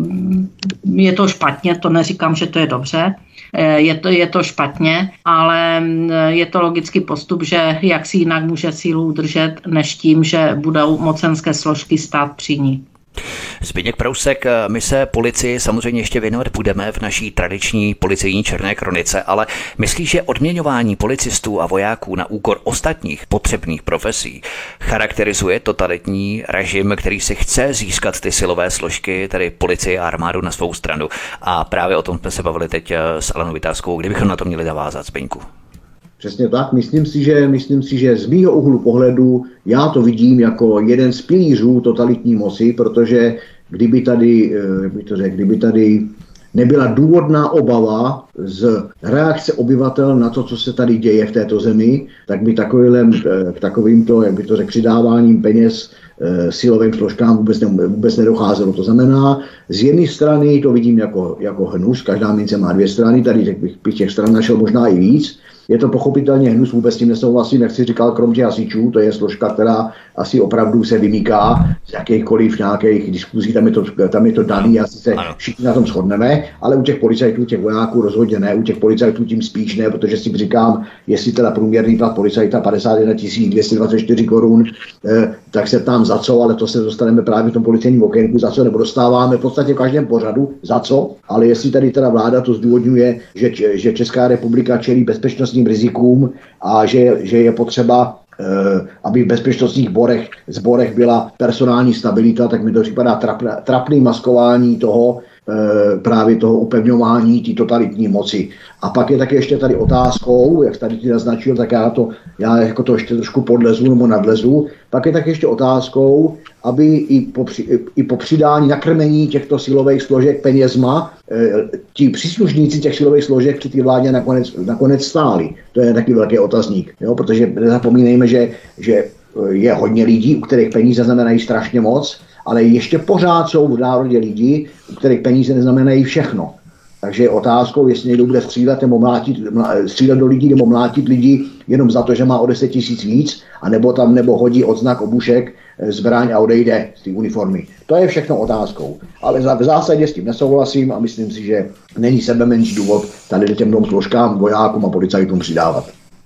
je to špatně, to neříkám, že to je dobře. Je to, je to špatně, ale je to logický postup, že jak si jinak může sílu udržet, než tím, že budou mocenské složky stát při ní. Zbyněk Prousek, my se policii samozřejmě ještě věnovat budeme v naší tradiční policejní černé kronice, ale myslíš, že odměňování policistů a vojáků na úkor ostatních potřebných profesí charakterizuje totalitní režim, který si chce získat ty silové složky, tedy policii a armádu na svou stranu? A právě o tom jsme se bavili teď s Alenou Vytázkovou, kdybychom na to měli navázat, Zbyňku. Přesně tak, myslím si, že, myslím si, že z mýho úhlu pohledu já to vidím jako jeden z pilířů totalitní moci, protože kdyby tady, jak bych to řekl, kdyby tady nebyla důvodná obava z reakce obyvatel na to, co se tady děje v této zemi, tak by takovým, takovýmto, jak by to řekl, přidáváním peněz silovým složkám vůbec, ne, vůbec nedocházelo. To znamená, z jedné strany to vidím jako, jako hnus, každá mince má dvě strany, tady bych těch stran našel možná i víc. Je to pochopitelně hnus, vůbec s tím nesouhlasím, jak jsi říkal, kromě hasičů, to je složka, která asi opravdu se vymýká z jakýchkoliv nějakých diskuzí, tam je to, tam je to daný, asi se všichni na tom shodneme, ale u těch policajtů, těch vojáků rozhodně ne, u těch policajtů tím spíš ne, protože si říkám, jestli teda průměrný plat policajta padesát jedna tisíc dvě stě dvacet čtyři korun, eh, tak se tam za co, ale to se dostaneme právě v tom policejním okénku, za co, nebo dostáváme v podstatě v každém pořadu, za co, ale jestli tady teda vláda to zdůvodňuje, že, že Česká republika čelí bezpečnostním rizikům a že, že je potřeba, aby v bezpečnostních borech, zborech byla personální stabilita, tak mi to připadá trapné, trapné maskování toho, právě toho upevňování té totalitní moci. A pak je taky ještě tady otázkou, jak tady ty naznačil, tak já, to, já jako to ještě trošku podlezu nebo nadlezu, pak je taky ještě otázkou, aby i po, i po přidání nakrmení těchto silových složek penězma, ti příslušníci těch silových složek při té vládě nakonec, nakonec stáli. To je taky velký otazník, jo? Protože nezapomínejme, že, že je hodně lidí, u kterých peníze znamenají strašně moc, ale ještě pořád jsou v národě lidi, u kterých peníze neznamenají všechno. Takže je otázkou, jestli někdo bude střílet, nebo mlátit, střílet do lidí nebo mlátit lidi jenom za to, že má o deset tisíc víc, anebo tam nebo hodí odznak obušek, zbraň a odejde z té uniformy. To je všechno otázkou. Ale v zásadě s tím nesouhlasím a myslím si, že není sebe menší důvod tady těm dvou složkám, vojákům a policajtům přidávat.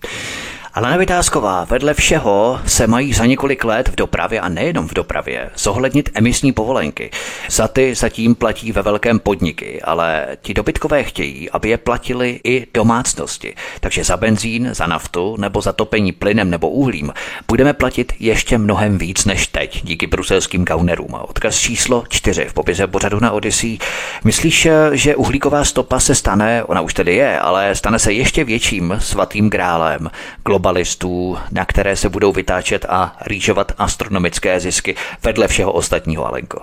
Alena Vytázková, vedle všeho se mají za několik let v dopravě a nejenom v dopravě zohlednit emisní povolenky. Za ty zatím platí ve velkém podniky, ale ti dobytkové chtějí, aby je platili i domácnosti. Takže za benzín, za naftu nebo za topení plynem nebo uhlím budeme platit ještě mnohem víc než teď díky bruselským gaunerům. Odkaz číslo čtyři v popise pořadu na Odyssey. Myslíš, že uhlíková stopa se stane, ona už tedy je, ale stane se ještě větším svatým grálem globální globalistů, na které se budou vytáčet a rýžovat astronomické zisky vedle všeho ostatního, Alenko?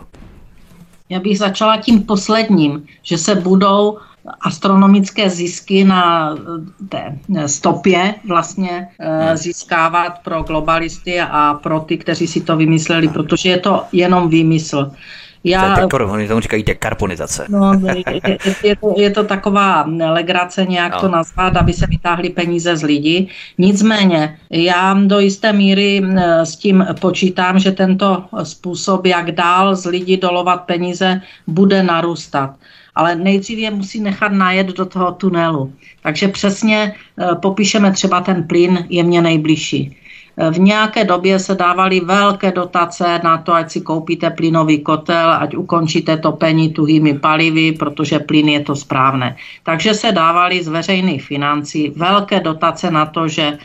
Já bych začala tím posledním, že se budou astronomické zisky na té stopě vlastně získávat pro globalisty a pro ty, kteří si to vymysleli, protože je to jenom výmysl. Já, to je oni tomu říkají dekarbonizace. No, je, je, je, to, je to taková legrace nějak no. to nazvat, aby se vytáhly peníze z lidí. Nicméně já do jisté míry s tím počítám, že tento způsob, jak dál z lidí dolovat peníze, bude narůstat. Ale nejdřív je musí nechat najet do toho tunelu. Takže přesně popíšeme třeba ten plyn, je mně nejbližší. V nějaké době se dávaly velké dotace na to, ať si koupíte plynový kotel, ať ukončíte topení tuhými palivy, protože plyn je to správné. Takže se dávaly z veřejných financí velké dotace na to, že e,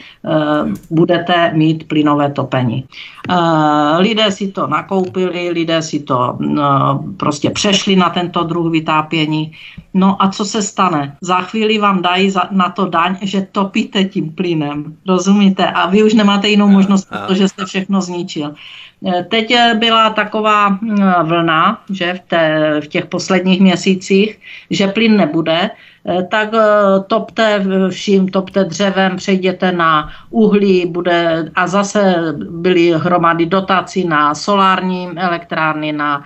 budete mít plynové topení. E, lidé si to nakoupili, lidé si to e, prostě přešli na tento druh vytápění. No a co se stane? Za chvíli vám dají za, na to daň, že topíte tím plynem. Rozumíte? A vy už nemáte jinou možnost, protože jste všechno zničil. Teď byla taková vlna, že v, té, v těch posledních měsících, že plyn nebude, tak topte vším, topte dřevem, přejděte na uhlí, bude, a zase byly hromady dotací na solární elektrárny, na,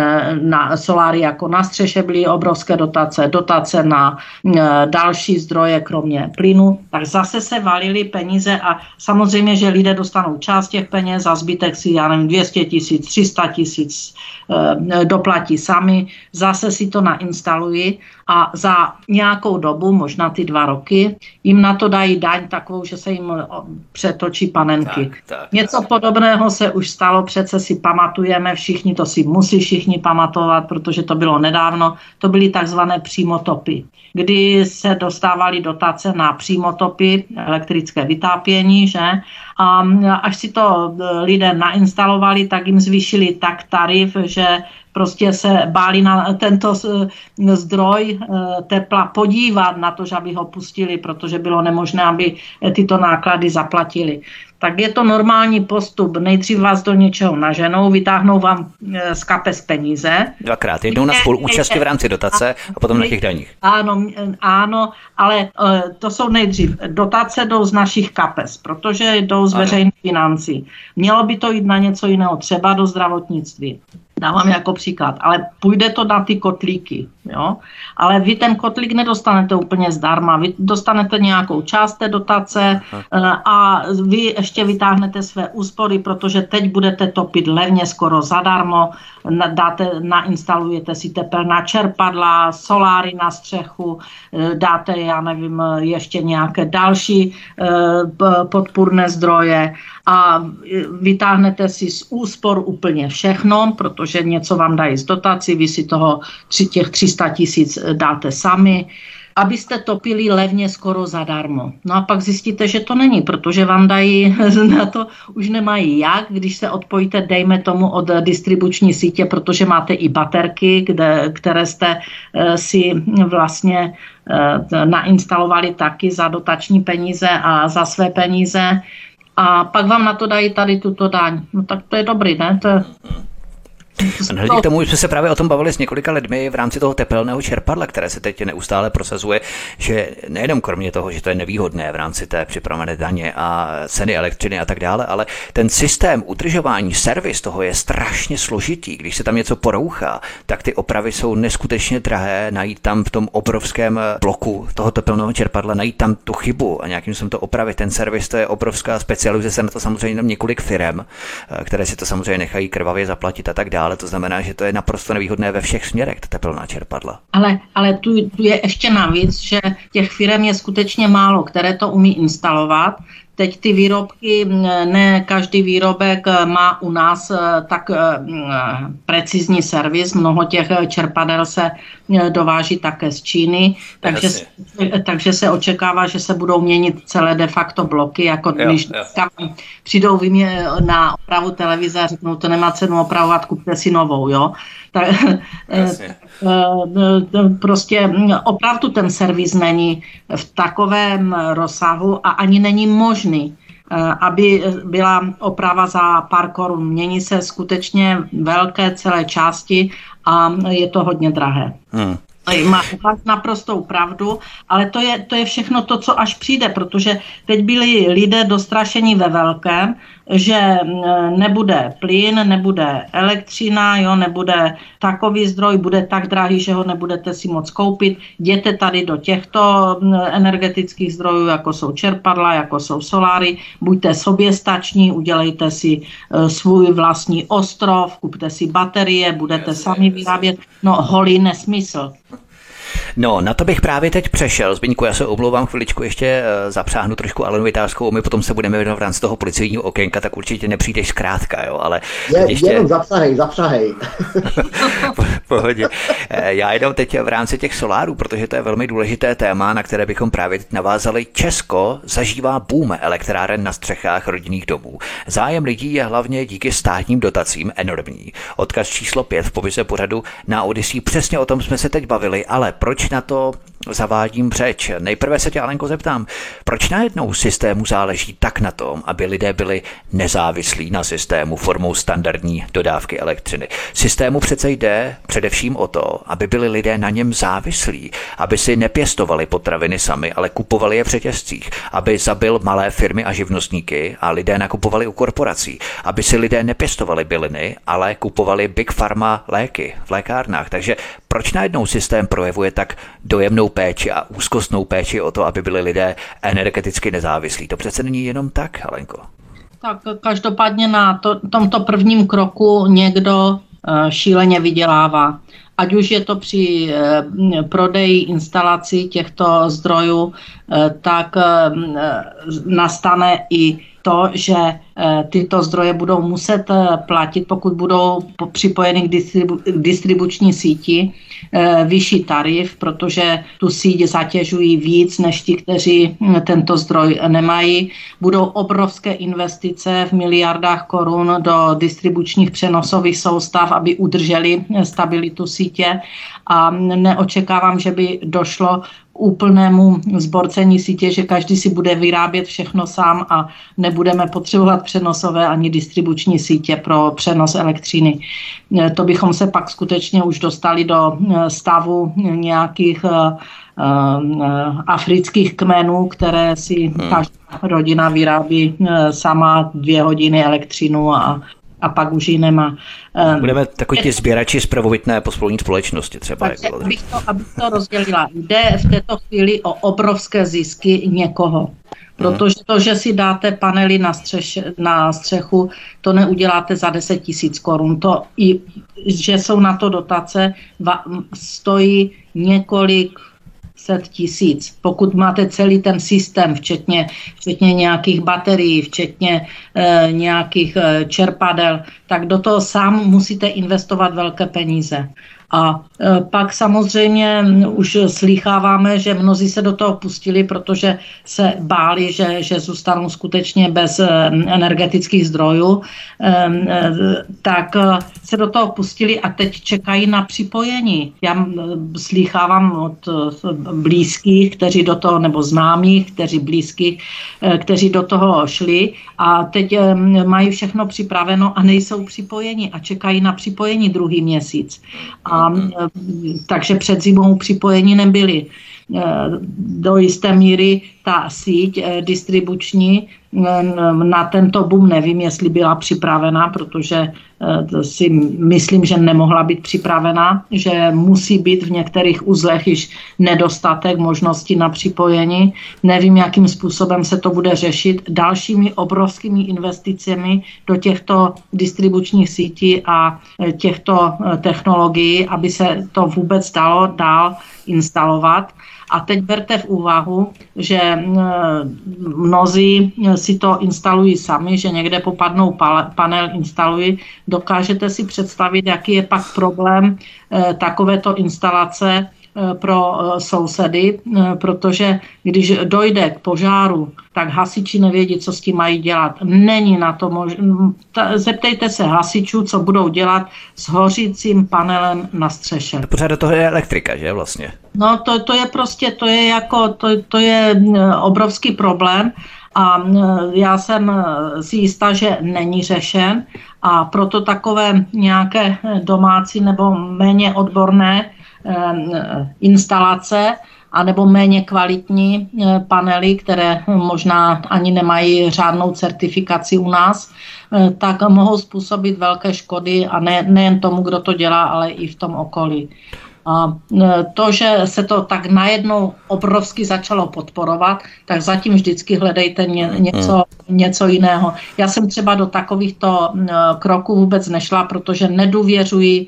na soláry jako na střeše byly obrovské dotace, dotace na další zdroje, kromě plynu, tak zase se valily peníze a samozřejmě, že lidé dostanou část těch peněz a zbytek si, já nevím, dvě stě tisíc, tři sta tisíc doplatí sami, zase si to nainstalují a za nějakou dobu, možná ty dva roky, jim na to dají daň takovou, že se jim přetočí panenky. Tak, tak, Něco tak. podobného se už stalo, přece si pamatujeme, všichni to si musí všichni pamatovat, protože to bylo nedávno, to byly takzvané přímotopy, kdy se dostávaly dotace na přímotopy, elektrické vytápění, že? A až si to lidé nainstalovali, tak jim zvýšili tak tarif, že prostě se báli na tento zdroj tepla podívat na to, že aby ho pustili, protože bylo nemožné, aby tyto náklady zaplatili. Tak je to normální postup. Nejdřív vás do něčeho naženou, vytáhnou vám z kapes peníze. Dvakrát. Jednou na spoluúčasti v rámci dotace a potom na těch daních. Ano, ano, ale to jsou nejdřív. Dotace jdou z našich kapes, protože jdou z veřejných financí. Mělo by to jít na něco jiného, třeba do zdravotnictví. Dávám jako příklad, ale půjde to na ty kotlíky, jo? Ale vy ten kotlík nedostanete úplně zdarma, vy dostanete nějakou část té dotace a vy ještě vytáhnete své úspory, protože teď budete topit levně, skoro zadarmo, dáte, nainstalujete si tepelná čerpadla, soláry na střechu, dáte, já nevím, ještě nějaké další podpůrné zdroje a vytáhnete si z úspor úplně všechno, protože něco vám dají z dotací, vy si toho těch tři sta tisíc dáte sami, abyste topili levně skoro zadarmo. No a pak zjistíte, že to není, protože vám dají, na to už nemají jak, když se odpojíte, dejme tomu, od distribuční sítě, protože máte i baterky, kde, které jste si vlastně nainstalovali taky za dotační peníze a za své peníze. A pak vám na to dají tady tuto daň. No tak to je dobrý, ne? To je... K tomu jsme se právě o tom bavili s několika lidmi v rámci toho tepelného čerpadla, které se teď neustále prosazuje, že nejenom kromě toho, že to je nevýhodné v rámci té připravené daně a ceny elektřiny a tak dále, ale ten systém udržování, servis toho je strašně složitý. Když se tam něco porouchá, tak ty opravy jsou neskutečně drahé, najít tam v tom obrovském bloku toho tepelného čerpadla, najít tam tu chybu a nějakým způsobem to opravit. Ten servis, to je obrovská, specializuje se na to samozřejmě tam několik firem, které si to samozřejmě nechají krvavě zaplatit a tak dále. Ale to znamená, že to je naprosto nevýhodné ve všech směrech, ta tepelná čerpadla. Ale, ale tu, tu je ještě navíc, že těch firem je skutečně málo, které to umí instalovat. Teď ty výrobky, ne každý výrobek má u nás tak precizní servis. Mnoho těch čerpadel se dováží také z Číny, takže, takže se očekává, že se budou měnit celé de facto bloky, jako jo, když jo. přijdou vymě na opravu televize a řeknou, to nemá cenu opravovat, kupte si novou, jo. Tak, prostě opravdu ten servis není v takovém rozsahu a ani není možný, aby byla oprava za pár korun. Mění se skutečně velké celé části a je to hodně drahé. Hmm. Má naprostou pravdu, ale to je, to je všechno to, co až přijde, protože teď byli lidé dostrašení ve velkém, že nebude plyn, nebude elektřina, jo, nebude takový zdroj, bude tak drahý, že ho nebudete si moc koupit. Jděte tady do těchto energetických zdrojů, jako jsou čerpadla, jako jsou soláry, buďte soběstační, udělejte si svůj vlastní ostrov, kupte si baterie, budete sami vyrábět. No, holý nesmysl. No, na to bych právě teď přešel. Zbyňku, já se omlouvám, chviličku ještě uh, zapřáhnu trošku Alenu Vytázkovou, my potom se budeme věnovat v rámci toho policejního okénka, tak určitě nepřijdeš zkrátka, jo, ale... Je, ještě... Jenom zapřahej, zapřahej. Pohodě. Já jenom teď v rámci těch solárů, protože to je velmi důležité téma, na které bychom právě teď navázali. Česko zažívá boom elektráren na střechách rodinných domů. Zájem lidí je hlavně díky státním dotacím enormní. Odkaz číslo pět v popise pořadu na Odyssey, přesně o tom jsme se teď bavili, ale proč na to zavádím řeč? Nejprve se tě, Alenko, zeptám, proč najednou systému záleží tak na tom, aby lidé byli nezávislí na systému formou standardní dodávky elektřiny? Systému přece jde především o to, aby byli lidé na něm závislí, aby si nepěstovali potraviny sami, ale kupovali je v řetězcích, aby zabil malé firmy a živnostníky a lidé nakupovali u korporací, aby si lidé nepěstovali byliny, ale kupovali Big Pharma léky v lékárnách. Takže proč najednou systém projevuje tak dojemnou péči a úzkostnou péči o to, aby byli lidé energeticky nezávislí? To přece není jenom tak, Alenko. Tak každopádně na to, tomto prvním kroku někdo uh, šíleně vydělává. Ať už je to při uh, prodeji instalací těchto zdrojů, uh, tak uh, nastane i to, že tyto zdroje budou muset platit, pokud budou připojeny k, distribu- k distribuční síti, vyšší tarif, protože tu síť zatěžují víc než ti, kteří tento zdroj nemají. Budou obrovské investice v miliardách korun do distribučních přenosových soustav, aby udrželi stabilitu sítě, a neočekávám, že by došlo úplnému zborcení sítě, že každý si bude vyrábět všechno sám a nebudeme potřebovat přenosové ani distribuční sítě pro přenos elektřiny. To bychom se pak skutečně už dostali do stavu nějakých uh, uh, afrických kmenů, které si každá rodina vyrábí uh, sama dvě hodiny elektřinu a a pak už ji nemá. Budeme takový ti sběrači z pravovitné pospolní společnosti třeba. Takže, abych, to, abych to rozdělila. Jde v této chvíli o obrovské zisky někoho. Protože to, že si dáte panely na, střeš, na střechu, to neuděláte za deset tisíc korun. To, i, že jsou na to dotace, va, stojí několik set tisíc. Pokud máte celý ten systém, včetně, včetně nějakých baterií, včetně e, nějakých e, čerpadel, tak do toho sám musíte investovat velké peníze. A e, pak samozřejmě už slýcháváme, že mnozí se do toho pustili, protože se báli, že, že zůstanou skutečně bez e, energetických zdrojů, e, e, tak e, se do toho pustili a teď čekají na připojení. Já e, slýchávám od e, blízkých, kteří do toho, nebo známých, kteří blízkých, e, kteří do toho šli a teď e, mají všechno připraveno a nejsou připojeni a čekají na připojení druhý měsíc. A A, takže před zimou připojení nebyli. Do jisté míry ta síť distribuční na tento boom nevím, jestli byla připravená, protože si myslím, že nemohla být připravená, že musí být v některých uzlech již nedostatek možností na připojení. Nevím, jakým způsobem se to bude řešit dalšími obrovskými investicemi do těchto distribučních sítí a těchto technologií, aby se to vůbec dalo dál instalovat. A teď berte v úvahu, že mnozí si to instalují sami, že někde popadnou panel, instalují. Dokážete si představit, jaký je pak problém takovéto instalace pro sousedy, protože když dojde k požáru, tak hasiči nevědí, co s tím mají dělat. Není na to možné. Zeptejte se hasičů, co budou dělat s hořícím panelem na střeše. Pořád do toho je elektrika, že vlastně? No to, to je prostě, to je jako, to, to je obrovský problém a já jsem si jistá, že není řešen a proto takové nějaké domácí nebo méně odborné instalace anebo méně kvalitní panely, které možná ani nemají řádnou certifikaci u nás, tak mohou způsobit velké škody a ne, nejen tomu, kdo to dělá, ale i v tom okolí. A to, že se to tak najednou obrovsky začalo podporovat, tak zatím vždycky hledejte ně, něco, něco jiného. Já jsem třeba do takovýchto kroků vůbec nešla, protože nedůvěřuji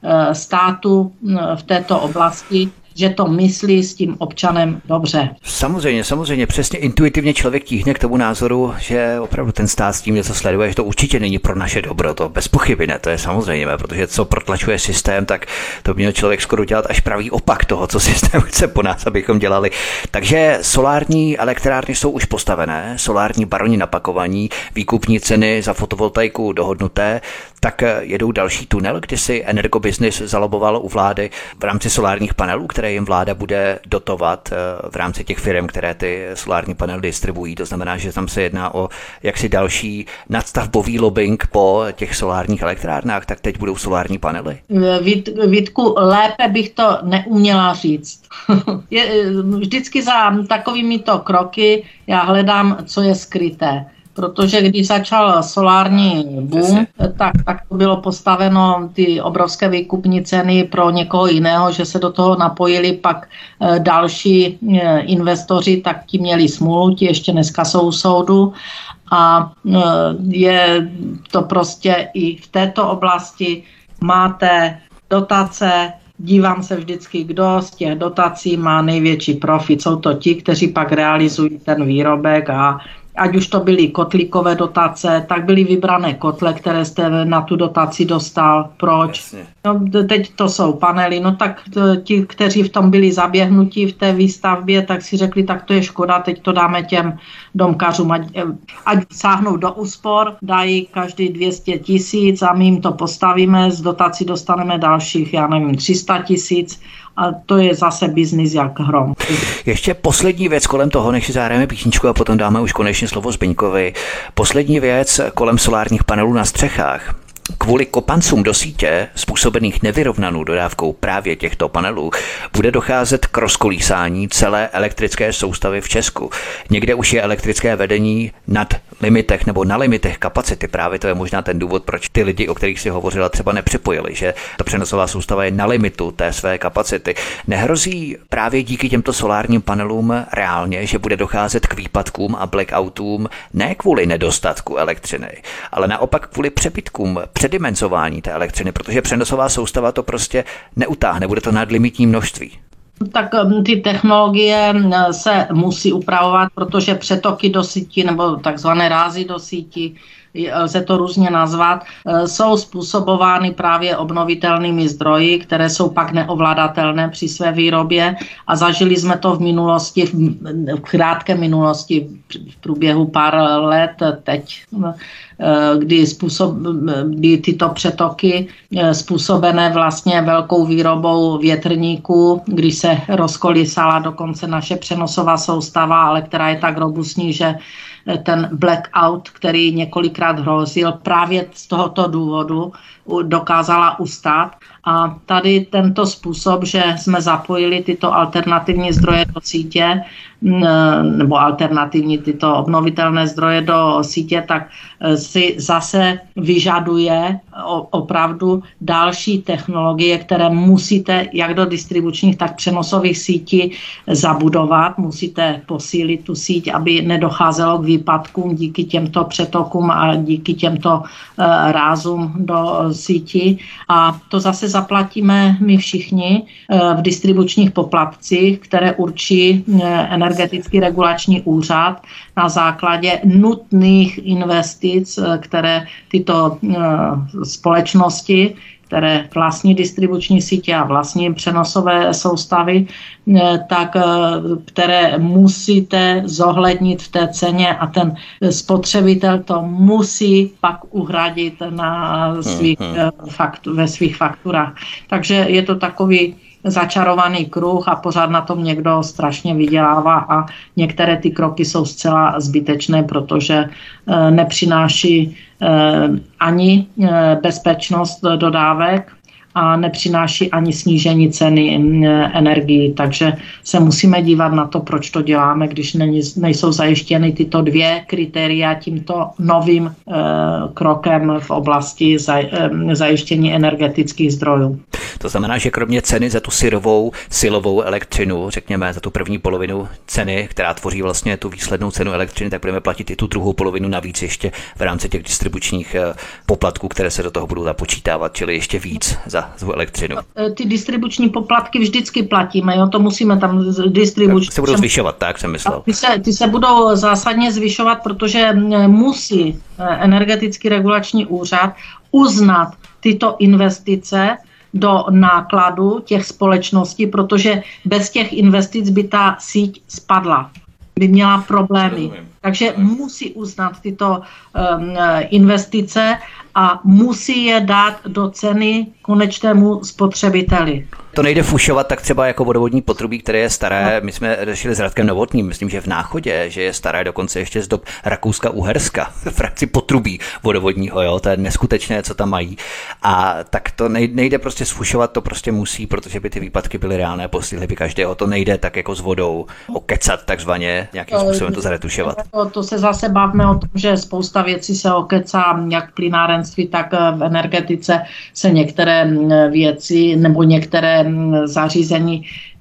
státu v této oblasti, že to myslí s tím občanem dobře. Samozřejmě, samozřejmě, přesně intuitivně člověk tíhne k tomu názoru, že opravdu ten stát s tím něco sleduje, že to určitě není pro naše dobro, to bez pochyby ne, to je samozřejmě, protože co protlačuje systém, tak to by měl člověk skoro dělat až pravý opak toho, co systém chce po nás, abychom dělali. Takže solární elektrárny jsou už postavené, solární baroni napakovaní, výkupní ceny za fotovoltaiku dohodnuté, tak jedou další tunel, kdy si Energobiznis zaloboval u vlády v rámci solárních panelů, které jim vláda bude dotovat v rámci těch firm, které ty solární panely distribuují. To znamená, že tam se jedná o jaksi další nadstavbový lobbying po těch solárních elektrárnách, tak teď budou solární panely. Vít, Vítku, lépe bych to neuměla říct. Je, vždycky za takovými to kroky já hledám, co je skryté. Protože když začal solární boom, tak, tak to bylo postaveno ty obrovské výkupní ceny pro někoho jiného, že se do toho napojili pak další investoři, tak ti měli smůlu, ti ještě dneska jsou u soudu. A je to prostě i v této oblasti máte dotace. Dívám se vždycky, kdo z těch dotací má největší profit. Jsou to ti, kteří pak realizují ten výrobek a ať už to byly kotlíkové dotace, tak byly vybrané kotle, které jste na tu dotaci dostal. Proč? No, teď to jsou panely, no tak ti, kteří v tom byli zaběhnutí v té výstavbě, tak si řekli, tak to je škoda, teď to dáme těm domkařům, ať, ať sáhnou do úspor, dají každý dvě stě tisíc a my jim to postavíme, z dotací dostaneme dalších, já nevím, tři sta tisíc. A to je zase biznis jak hrom. Ještě poslední věc kolem toho, než si zahrajeme písničku a potom dáme už konečně slovo Zbyňkovi. Poslední věc kolem solárních panelů na střechách. Kvůli kopancům do sítě, způsobených nevyrovnanou dodávkou právě těchto panelů, bude docházet k rozkolísání celé elektrické soustavy v Česku. Někde už je elektrické vedení nad limitech nebo na limitech kapacity. Právě to je možná ten důvod, proč ty lidi, o kterých si hovořila, třeba nepřipojili, že ta přenosová soustava je na limitu té své kapacity. Nehrozí právě díky těmto solárním panelům reálně, že bude docházet k výpadkům a blackoutům ne kvůli nedostatku elektřiny, ale naopak kvůli přebytkům, předimenzování té elektřiny, protože přenosová soustava to prostě neutáhne, bude to nadlimitní množství. Tak ty technologie se musí upravovat, protože přetoky do sítí nebo takzvané rázy do sítí, lze to různě nazvat, jsou způsobovány právě obnovitelnými zdroji, které jsou pak neovladatelné při své výrobě a zažili jsme to v minulosti, v krátké minulosti, v průběhu pár let teď, kdy, způsob, kdy tyto přetoky způsobené vlastně velkou výrobou větrníků, když se rozkolísala dokonce naše přenosová soustava, ale která je tak robustní, že ten blackout, který několikrát hrozil, právě z tohoto důvodu dokázala ustát. A tady tento způsob, že jsme zapojili tyto alternativní zdroje do sítě, nebo alternativní tyto obnovitelné zdroje do sítě, tak si zase vyžaduje opravdu další technologie, které musíte jak do distribučních, tak přenosových sítí zabudovat. Musíte posílit tu síť, aby nedocházelo k výpadkům díky těmto přetokům a díky těmto rázům do sítí. A to zase zaplatíme my všichni v distribučních poplatcích, které určí Energetický regulační úřad na základě nutných investic, které tyto společnosti, které vlastní distribuční sítě a vlastní přenosové soustavy, tak které musíte zohlednit v té ceně a ten spotřebitel to musí pak uhradit na svých, faktu, ve svých fakturách. Takže je to takový začarovaný kruh a pořád na tom někdo strašně vydělává a některé ty kroky jsou zcela zbytečné, protože nepřináší ani bezpečnost dodávek a nepřináší ani snížení ceny energii. Takže se musíme dívat na to, proč to děláme, když nejsou zajištěny tyto dvě kritéria tímto novým eh, krokem v oblasti zaj, eh, zajištění energetických zdrojů. To znamená, že kromě ceny za tu syrovou silovou elektřinu, řekněme za tu první polovinu ceny, která tvoří vlastně tu výslednou cenu elektřiny, tak budeme platit i tu druhou polovinu navíc ještě v rámci těch distribučních poplatků, které se do toho budou započítávat, čili ještě víc za tu elektřinu. Ty distribuční poplatky vždycky platíme, jo, to musíme tam distribučně. Se budou zvyšovat, tak jsem myslel. Ty se, ty se budou zásadně zvyšovat, protože musí Energetický regulační úřad uznat tyto investice do nákladu těch společností, protože bez těch investic by ta síť spadla, by měla problémy. Takže musí uznat tyto um, investice a musí je dát do ceny konečnému spotřebiteli. To nejde fušovat tak třeba jako vodovodní potrubí, které je staré. My jsme řešili s Radkem Novotným, myslím, že v Náchodě, že je staré dokonce ještě z dob Rakouska-Uherska, v rámci potrubí vodovodního, jo, to je neskutečné, co tam mají. A tak to nejde prostě sfušovat, to prostě musí, protože by ty výpadky byly reálné, postihly by každého. To nejde tak jako s vodou okecat takzvaně, nějakým způsobem to zaretušovat. To, to se zase bavíme o tom, že spousta věcí se okecá, jak v plynárenství, tak v energetice se některé věci nebo některé zařízení,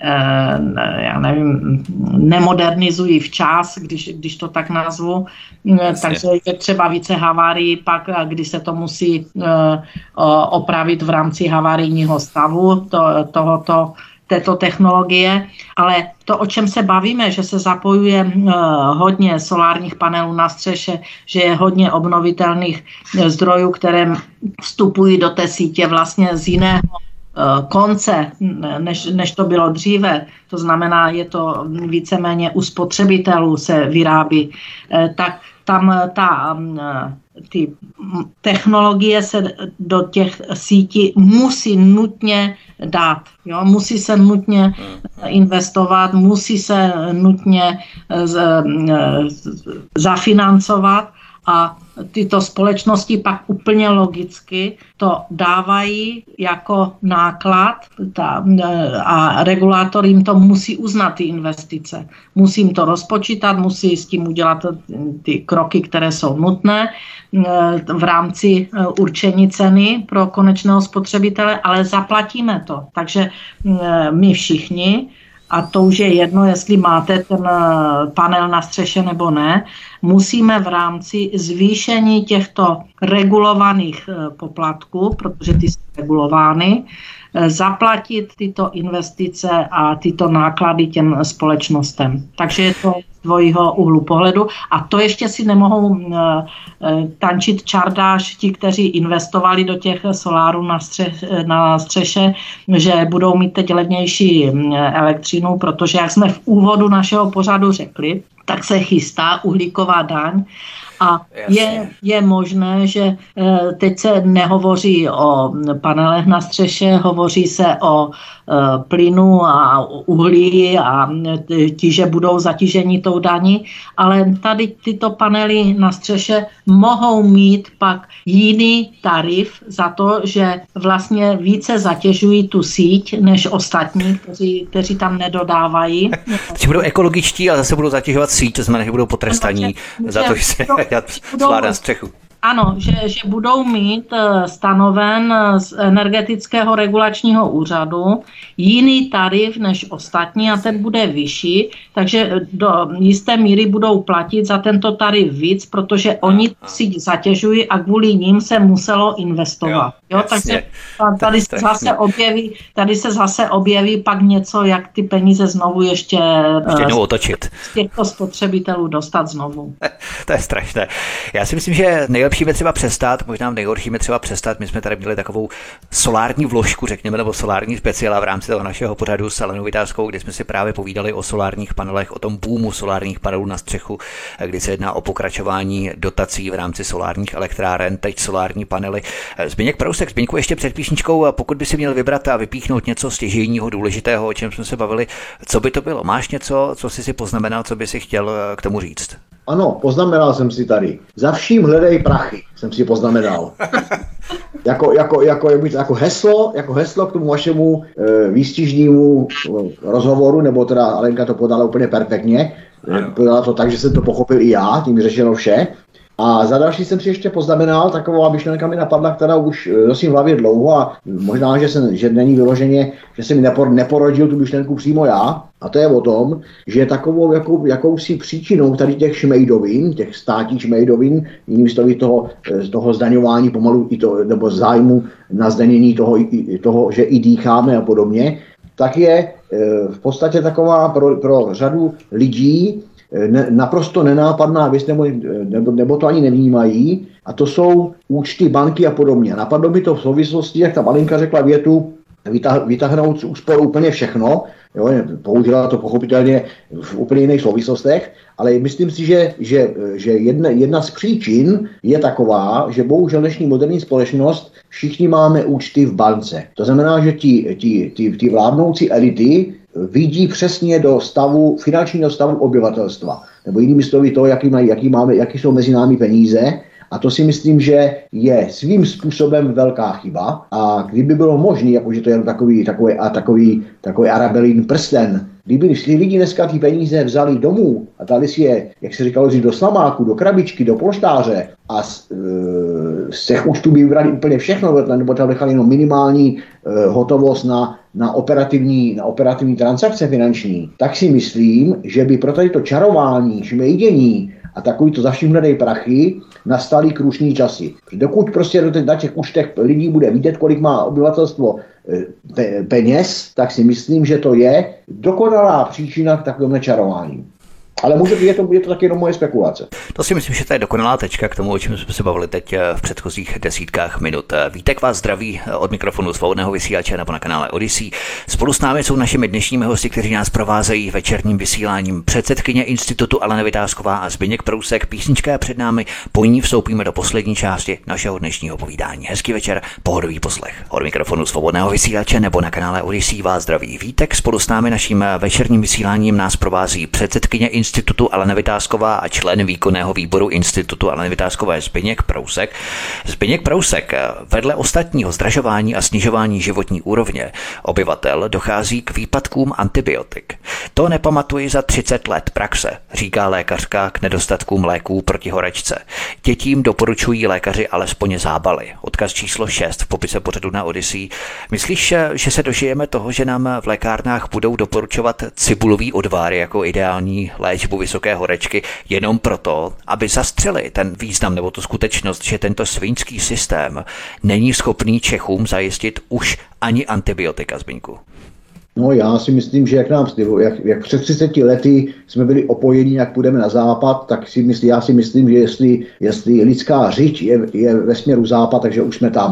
já nevím, nemodernizují včas, když, když to tak nazvu. Jasně. Takže je třeba více havárií, pak když se to musí opravit v rámci havarijního stavu to, tohoto této technologie, ale to, o čem se bavíme, že se zapojuje uh, hodně solárních panelů na střeše, že je hodně obnovitelných zdrojů, které vstupují do té sítě vlastně z jiného uh, konce, než, než to bylo dříve, to znamená, je to víceméně u spotřebitelů se vyrábí, uh, tak tam ta, um, ty technologie se do těch sítí musí nutně dát. Jo? Musí se nutně investovat, musí se nutně z, z, zafinancovat a tyto společnosti pak úplně logicky to dávají jako náklad ta, a regulátor jim to musí uznat, ty investice. Musí jim to rozpočítat, musí s tím udělat ty kroky, které jsou nutné v rámci určení ceny pro konečného spotřebitele, ale zaplatíme to. Takže my všichni, a to už je jedno, jestli máte ten panel na střeše nebo ne, musíme v rámci zvýšení těchto regulovaných poplatků, protože ty jsou regulovány, zaplatit tyto investice a tyto náklady těm společnostem. Takže je to z dvojího úhlu pohledu a to ještě si nemohou uh, tančit čardáš ti, kteří investovali do těch solárů na, střech, na střeše, že budou mít teď levnější elektřinu, protože jak jsme v úvodu našeho pořadu řekli, tak se chystá uhlíková daň A je, je možné, že teď se nehovoří o panelech na střeše, hovoří se o plynu a uhlí a ti, že budou zatíženi tou daní, ale tady tyto panely na střeše mohou mít pak jiný tarif za to, že vlastně více zatěžují tu síť než ostatní, kteří, kteří tam nedodávají. Že budou ekologičtí a zase budou zatěžovat síť, to znamená, že budou potrestaní ano, za to, že se zvládá střechu. Ano, že, že budou mít stanoven z energetického regulačního úřadu jiný tarif než ostatní a ten bude vyšší, takže do jisté míry budou platit za tento tarif víc, protože oni si zatěžují a kvůli ním se muselo investovat. Jo, jo, takže tady se zase objeví, tady se zase objeví pak něco, jak ty peníze znovu ještě, ještě uh, otočit. Z těchto spotřebitelů dostat znovu. To je strašné. Já si myslím, že nejlepší je třeba přestat, možná nejhorší je třeba přestat. My jsme tady měli takovou solární vložku, řekněme, nebo solární speciál v rámci toho našeho pořadu s Alenou Vytázkou, kde jsme si právě povídali o solárních panelech, o tom boomu solárních panelů na střechu, kdy se jedná o pokračování dotací v rámci solárních elektráren, teď solární panely. Zbyněk Prousek, Zbyňku, ještě před písničkou, pokud by si měl vybrat a vypíchnout něco stěžejního, důležitého, o čem jsme se bavili, co by to bylo? Máš něco, co jsi si poznamenal, co by si chtěl k tomu říct? Ano, poznamenal jsem si tady. Za vším hledej prachy, jsem si poznamenal. jako, jako, jako, jako, heslo, jako heslo k tomu vašemu e, výstižnímu rozhovoru, nebo teda Alenka to podala úplně perfektně. Podala to tak, že jsem to pochopil i já, tím řešeno vše. A za další jsem si ještě poznamenal, taková myšlenka mi napadla, která už nosím v hlavě dlouho a možná, že, jsem, že není vyloženě, že jsem nepor, neporodil tu myšlenku přímo já. A to je o tom, že takovou jakou, jakousi příčinou tady těch šmejdovin, těch státních šmejdovin, jinými slovy toho, toho zdaňování pomalu, i to, nebo zájmu na zdanění toho, i, toho, že i dýcháme a podobně, tak je v podstatě taková pro, pro řadu lidí Ne, naprosto nenápadná věc, nebo, nebo, nebo to ani nevnímají, a to jsou účty, banky a podobně. Napadlo mi to v souvislosti, jak ta malinka řekla větu, vytah, vytáhnout z úspor úplně všechno, jo, použila to pochopitelně v úplně jiných souvislostech, ale myslím si, že, že, že jedna, jedna z příčin je taková, že bohužel dnešní moderní společnost všichni máme účty v bance. To znamená, že ti, ti, ti, ti vládnoucí elity vidí přesně do stavu, finančního stavu obyvatelstva. Nebo jinými slovy to, jaký, mají, jaký, máme, jaký jsou mezi námi peníze. A to si myslím, že je svým způsobem velká chyba. A kdyby bylo možné, jakože to je takový, takový, a takový, takový arabelín prsten, kdyby si lidi dneska ty peníze vzali domů a dali si je, jak se říkalo, do slamáku, do krabičky, do polštáře a z, e, z těch účtů by vybrali úplně všechno, nebo tam nechali jenom minimální e, hotovost na, na, operativní, na operativní transakce finanční, tak si myslím, že by pro tady to čarování, šmejdění a takový to za vším hledej prachy nastaly krušní časy. Dokud prostě na těch účtech lidí bude vidět, kolik má obyvatelstvo peněz, tak si myslím, že to je dokonalá příčina k takovému čarování. Ale může být, je to, je to taky jenom moje spekulace. To si myslím, že to je dokonalá tečka k tomu, o čem jsme se bavili teď v předchozích desítkách minut. Vítek vás zdraví od mikrofonu Svobodného vysílače nebo na kanále Odyssey. Spolu s námi jsou našimi dnešními hosti, kteří nás provázejí večerním vysíláním, předsedkyně Institutu Alena Vytázková a Zbyněk Prousek. Písnička je před námi, po ní vstoupíme do poslední části našeho dnešního povídání. Hezký večer, pohodový poslech. Od mikrofonu Svobodného vysílače nebo na kanále Odyssey vás zdraví Vítek. Spolu s námi naším večerním vysíláním nás provází předsedkyně Institutu Alena Vytázková a člen výkonného výboru Institutu Aleny Vytázkové Zbyněk Prousek. Zbyněk Prousek, vedle ostatního zdražování a snižování životní úrovně obyvatel dochází k výpadkům antibiotik. To nepamatuji za třicet let praxe, říká lékařka k nedostatkům léků proti horečce. Dětím doporučují lékaři alespoň zábaly. Odkaz číslo šest v popise pořadu na Odyssey. Myslíš, že se dožijeme toho, že nám v lékárnách budou doporučovat cibulový odvár jako ideální léčbu vysoké horečky jenom proto, aby zastřeli ten význam nebo tu skutečnost, že tento svinský systém není schopný Čechům zajistit už ani antibiotika, Zbyňku? No já si myslím, že jak nám jak, jak před třiceti lety jsme byli opojeni, jak půjdeme na západ, tak si myslím, já si myslím, že jestli, jestli lidská řiď je, je ve směru západ, takže už jsme tam.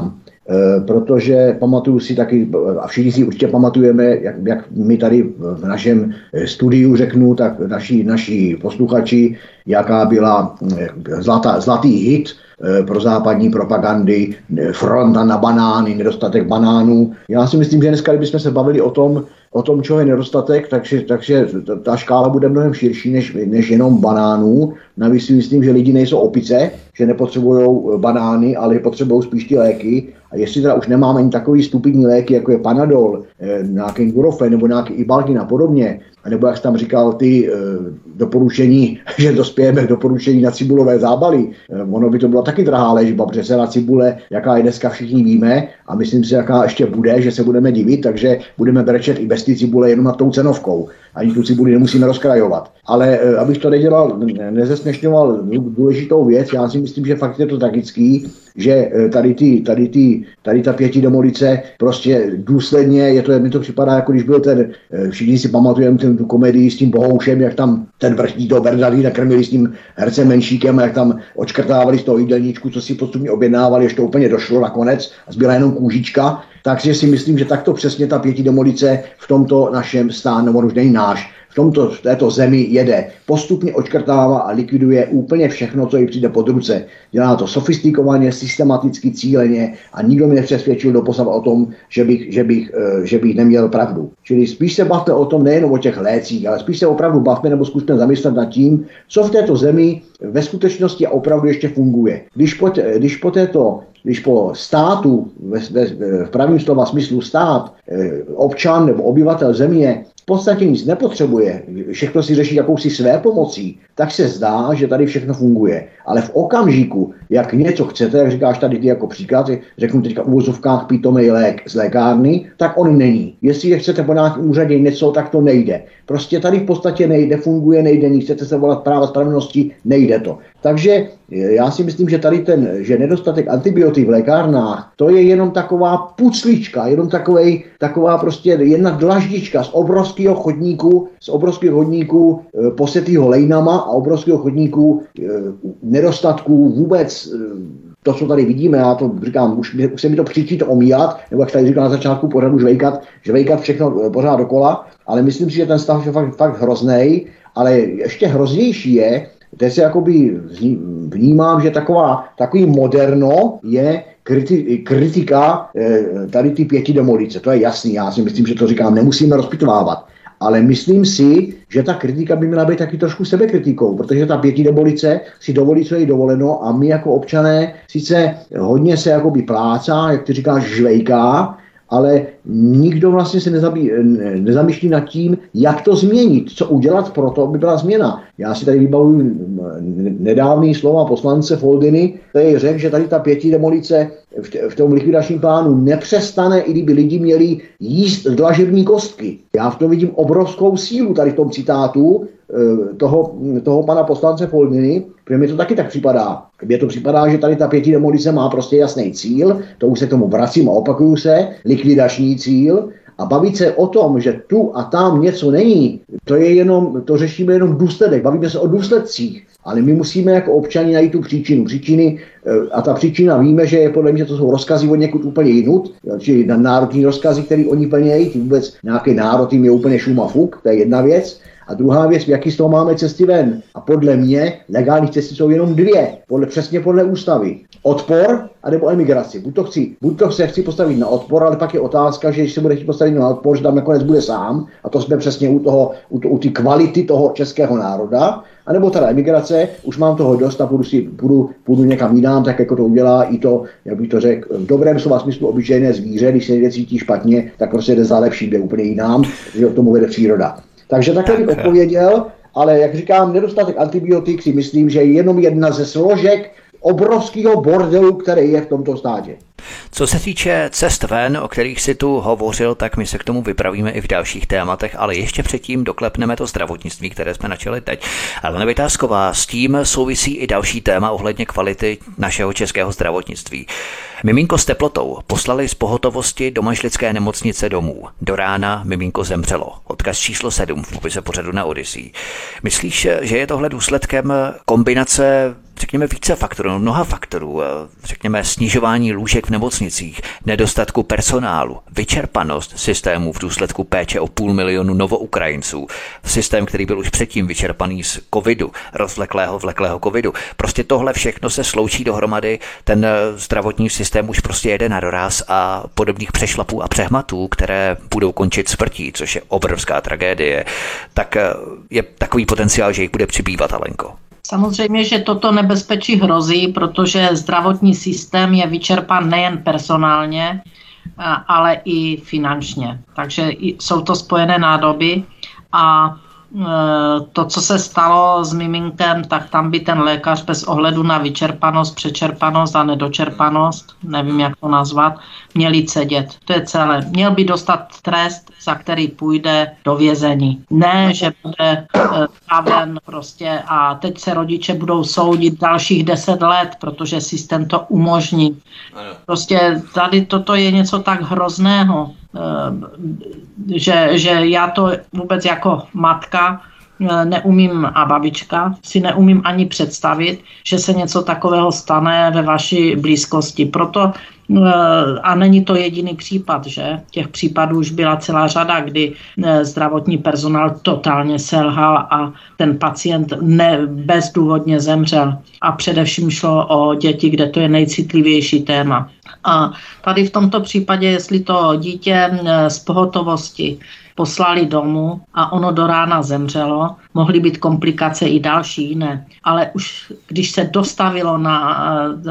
protože pamatuju si taky, a všichni si určitě pamatujeme, jak, jak my tady v našem studiu řeknu, tak naši, naši posluchači, jaká byla zlatá, zlatý hit pro západní propagandy, fronta na banány, nedostatek banánů. Já si myslím, že dneska, kdybychom se bavili o tom, o tom, čeho je nedostatek, takže, takže ta škála bude mnohem širší než, než jenom banánů. Navíc si myslím, že lidi nejsou opice, že nepotřebují banány, ale potřebují spíš ty léky. A jestli teda už nemáme ani takový stupidní léky, jako je Panadol, nějaký Nurofen nebo nějaký Ibalgin a podobně, nebo jak jsi tam říkal ty doporučení, že dospějeme k doporučení na cibulové zábaly. Ono by to byla taky drahá léčba, protože se na cibule, jaká je dneska, všichni víme, a myslím si, jaká ještě bude, že se budeme divit, takže budeme brečet i bez ty cibule jenom nad tou cenovkou. Ani tu cibuli nemusíme rozkrajovat. Ale abych to nedělal, nezesměšňoval důležitou věc, já si myslím, že fakt je to tragický, že tady, ty, tady, ty, tady ta pětidemolice prostě důsledně, je to, mi to připadá, jako když byl ten, všichni si pamatujeme ten, tu komedii s tím Bohoušem, jak tam ten vrchní do Bernardí nakrmili s tím hercem Menšíkem, jak tam očkrtávali z toho jídelníčku, co si postupně objednávali, ještě to úplně došlo nakonec a zbyla jenom kůžička. Takže si myslím, že takto přesně ta pětidemolice v tomto našem stánu, nebo už není náš, v tomto, v této zemi jede. Postupně očkrtává a likviduje úplně všechno, co jí přijde pod ruce. Dělá to sofistikovaně, systematicky, cíleně a nikdo mě nepřesvědčil doposud o tom, že bych, že, bych, že bych neměl pravdu. Čili spíš se bavme o tom nejenom o těch lécích, ale spíš se opravdu bavme nebo zkusme zamyslet nad tím, co v této zemi ve skutečnosti opravdu ještě funguje. Když po, když po této Když po státu, ve, ve, v pravém slova smyslu stát, občan nebo obyvatel země v podstatě nic nepotřebuje, všechno si řeší jakousi své pomocí, tak se zdá, že tady všechno funguje. Ale v okamžiku, jak něco chcete, jak říkáš tady ty jako příklad, řeknu teďka v uvozovkách pitomej lék z lékárny, tak on není. Jestli chcete po nějakém úřadě něco, tak to nejde. Prostě tady v podstatě nejde, funguje, nejde, nic, chcete se volat práva spravedlnosti, nejde to. Takže já si myslím, že tady ten, že nedostatek antibiotik v lékárnách, to je jenom taková puclička, jenom takovej, taková prostě jedna dlaždička z obrovského chodníku, z obrovského chodníku e, posetýho lejnama a obrovského chodníku e, nedostatků vůbec e, to, co tady vidíme, já to říkám, už, už se mi to přičí to omílat, nebo jak tady říkal na začátku pořadu, žvejkat, žvejkat všechno pořád dokola, ale myslím si, že ten stav je fakt, fakt hroznej, ale ještě hroznější je, teď se jakoby vnímám, že taková, takový moderno je kriti, kritika tady ty pětidemolice. To je jasný, já si myslím, že to říkám, nemusíme rozpitvávat. Ale myslím si, že ta kritika by měla být taky trošku sebekritikou, protože ta pětidemolice si dovolí, co je dovoleno, a my jako občané sice hodně se jakoby plácá, jak ty říkáš, žvejká, ale nikdo vlastně se nezabí, nezamýšlí nad tím, jak to změnit, co udělat pro to, aby byla změna. Já si tady vybavuju nedávný slova poslance Foldiny, který řekl, že tady ta pětidemolice v tom likvidačním plánu nepřestane, i kdyby lidi měli jíst dlažební kostky. Já v tom vidím obrovskou sílu tady v tom citátu toho, toho pana poslance Foldiny, protože mi to taky tak připadá. Mně to připadá, že tady ta pětidemolice má prostě jasný cíl, to už se k tomu vracím a opakuju se, likvidační cíl, a bavit se o tom, že tu a tam něco není, to je jenom, to řešíme jenom důsledek, bavíme se o důsledcích. Ale my musíme jako občani najít tu příčinu. Příčiny, a ta příčina víme, že je podle mě to jsou rozkazy od někud úplně jinut, či národní rozkazy, které oni plnějí, ty vůbec nějaký národ jim je úplně šum a fuk, to je jedna věc. A druhá věc, jaký z toho máme cesty ven. A podle mě legální cesty jsou jenom dvě, podle, přesně podle ústavy. Odpor anebo emigraci. Buď to, chci, buď to se chci postavit na odpor, ale pak je otázka, že když se bude chtít postavit na odpor, že tam nakonec bude sám, a to jsme přesně u toho, u, to, u ty kvality toho českého národa, anebo teda emigrace, už mám toho dost a půjdu, si, půjdu, půjdu někam jinam, tak jako to udělá i to, jak bych to řekl, v dobrém slova smyslu obyčejné zvíře, když se někde cítí špatně, tak prostě jde za lepším, jde úplně jinam, že k tomu vede příroda. Takže takhle bych odpověděl, ale jak říkám, nedostatek antibiotik si myslím, že je jenom jedna ze složek obrovského bordelu, který je v tomto státě. Co se týče cest ven, o kterých si tu hovořil, tak my se k tomu vypravíme i v dalších tématech, ale ještě předtím doklepneme to zdravotnictví, které jsme načali teď. Alena Vytázková, s tím souvisí i další téma ohledně kvality našeho českého zdravotnictví. Miminko s teplotou poslali z pohotovosti do Mažlické nemocnice domů. Do rána miminko zemřelo. Odkaz číslo sedm v popise pořadu na Odyssey. Myslíš, že je tohle důsledkem kombinace řekněme, více faktorů, mnoha faktorů, řekněme, snižování lůžek v nemocnicích, nedostatku personálu, vyčerpanost systému v důsledku péče o půl milionu novoukrajinců, systém, který byl už předtím vyčerpaný z covidu, rozvleklého, vleklého covidu. Prostě tohle všechno se sloučí dohromady, ten zdravotní systém už prostě jede na doraz a podobných přešlapů a přehmatů, které budou končit smrtí, což je obrovská tragédie, tak je takový potenciál, že jich bude přibývat, Alenko. Samozřejmě, že toto nebezpečí hrozí, protože zdravotní systém je vyčerpán nejen personálně, ale i finančně. Takže jsou to spojené nádoby a to, co se stalo s miminkem, tak tam by ten lékař bez ohledu na vyčerpanost, přečerpanost a nedočerpanost, nevím, jak to nazvat, měl jít sedět. To je celé. Měl by dostat trest, za který půjde do vězení. Ne, že bude staven prostě a teď se rodiče budou soudit dalších deset let, protože systém to umožní. Prostě tady toto je něco tak hrozného, že, že já to vůbec jako matka neumím a babička si neumím ani představit, že se něco takového stane ve vaší blízkosti. Proto a není to jediný případ, že? Těch případů už byla celá řada, kdy zdravotní personál totálně selhal a ten pacient ne, bezdůvodně zemřel. A především šlo o děti, kde to je nejcitlivější téma. A tady v tomto případě, jestli to dítě z pohotovosti poslali domů a ono do rána zemřelo, mohly být komplikace i další jiné. Ale už když se dostavilo na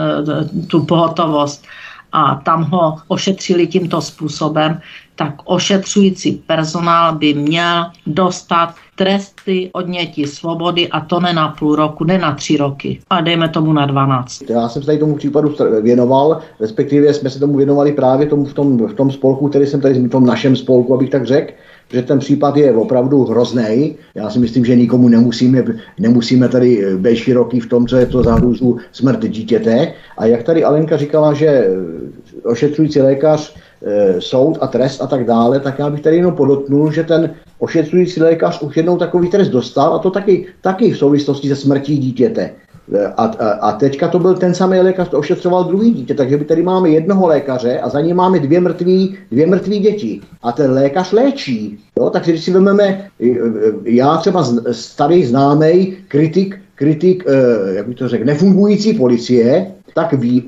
tu pohotovost a tam ho ošetřili tímto způsobem, tak ošetřující personál by měl dostat tresty odnětí svobody a to ne na půl roku, ne na tři roky, ale dejme tomu na dvanáct. Já jsem se tady tomu případu věnoval, respektive jsme se tomu věnovali právě tomu v tom, v tom spolku, který jsem tady v tom našem spolku, abych tak řekl, že ten případ je opravdu hrozný. Já si myslím, že nikomu nemusíme, nemusíme tady být široký v tom, co je to za hrůzu smrt dítěte. A jak tady Alenka říkala, že ošetřující lékař, soud a trest a tak dále, tak já bych tady jenom podotknul, že ten ošetřující lékař už jednou takový trest dostal a to taky, taky v souvislosti se smrtí dítěte. A, a, a teďka to byl ten samý lékař, to ošetřoval druhý dítě, takže my tady máme jednoho lékaře a za ním máme dvě mrtví, dvě mrtví děti. A ten lékař léčí. Jo? Takže když si vezmeme, já třeba starý známý kritik, kritik, jak bych to řekl, nefungující policie, tak ví,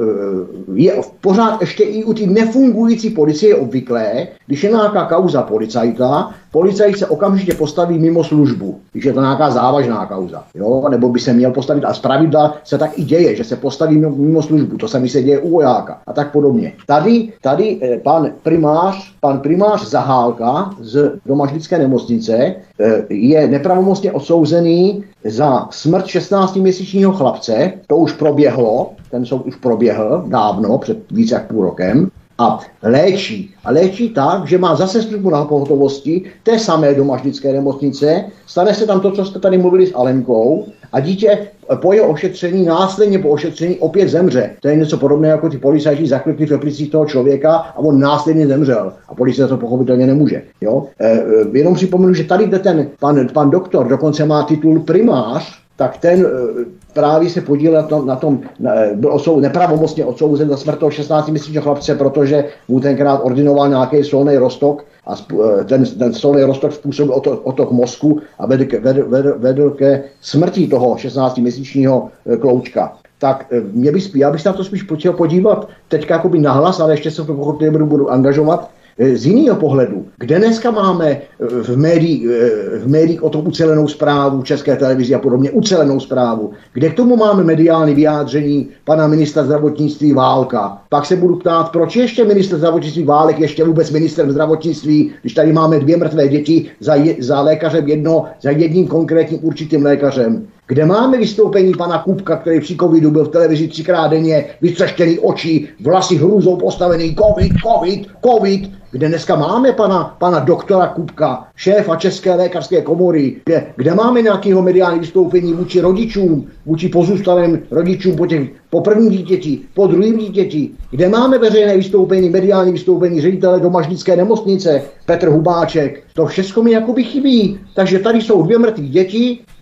je pořád ještě i u té nefungující policie je obvyklé, když je nějaká kauza policajta, policajt se okamžitě postaví mimo službu, když je to nějaká závažná kauza, jo? Nebo by se měl postavit, a zpravidla se tak i děje, že se postaví mimo, mimo službu, to samé se děje u vojáka a tak podobně. Tady, tady pan primář, pan primář Zahálka z Domažlické nemocnice je nepravomocně odsouzený za smrt šestnáctiměsíčního chlapce, to už proběhlo, ten soud už proběhl dávno, před více jak půl rokem, a léčí. A léčí tak, že má zase službu na pohotovosti té samé Domažlické nemocnice, stane se tam to, co jste tady mluvili s Alenkou, a dítě po jeho ošetření, následně po ošetření opět zemře. To je něco podobného, jako ty policajti zaklipli v replicích toho člověka a on následně zemřel. A policie to pochopitelně nemůže. Jo? E, e, jenom připomenu, že tady, kde ten pan, pan doktor dokonce má titul primář, tak ten právě se podílel na tom, na tom byl osou, nepravomocně odsouzen za smrt toho šestnáctiměsíčního chlapce, protože mu tenkrát ordinoval nějaký solný roztok a ten, ten solný roztok způsobil otok, otok mozku a vedl, vedl, vedl, vedl ke smrti toho šestnáctiměsíčního kloučka. Tak mě by spí, já bych se na to spíš chtěl podívat teďka jakoby nahlas, ale ještě se to pochopitelně budu, budu angažovat. Z jiného pohledu, kde dneska máme v médiích, v médiích o tom ucelenou zprávu, České televizi a podobně, ucelenou zprávu, kde k tomu máme mediální vyjádření pana ministra zdravotnictví Válka. Pak se budu ptát, proč ještě ministr zdravotnictví Válek ještě vůbec ministrem zdravotnictví, když tady máme dvě mrtvé děti za, je, za lékařem jedno, za jedním konkrétním určitým lékařem. Kde máme vystoupení pana Kupka, který při covidu byl v televizi třikrát denně, vytřeštěný oči, vlasy hrůzou postavený, covid, covid, covid. Kde dneska máme pana, pana doktora Kupka, šéfa České lékařské komory, kde, kde máme nějakého mediální vystoupení vůči rodičům, vůči pozůstalým rodičům po, těch, po prvním dítěti, po druhém dítěti, kde máme veřejné vystoupení, mediální vystoupení ředitele Domažlické nemocnice, Petr Hubáček. To všechno mi jakoby chybí. Takže tady jsou dvě mrtvé děti,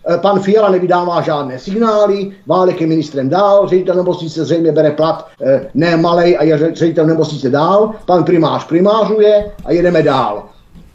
pan Fiala nevydává žádné signály, Válek je ministrem dál, ředitel nemocnice zřejmě bere plat ne malej a je ředitel nemocnice dál, pan primář primářuje a jedeme dál.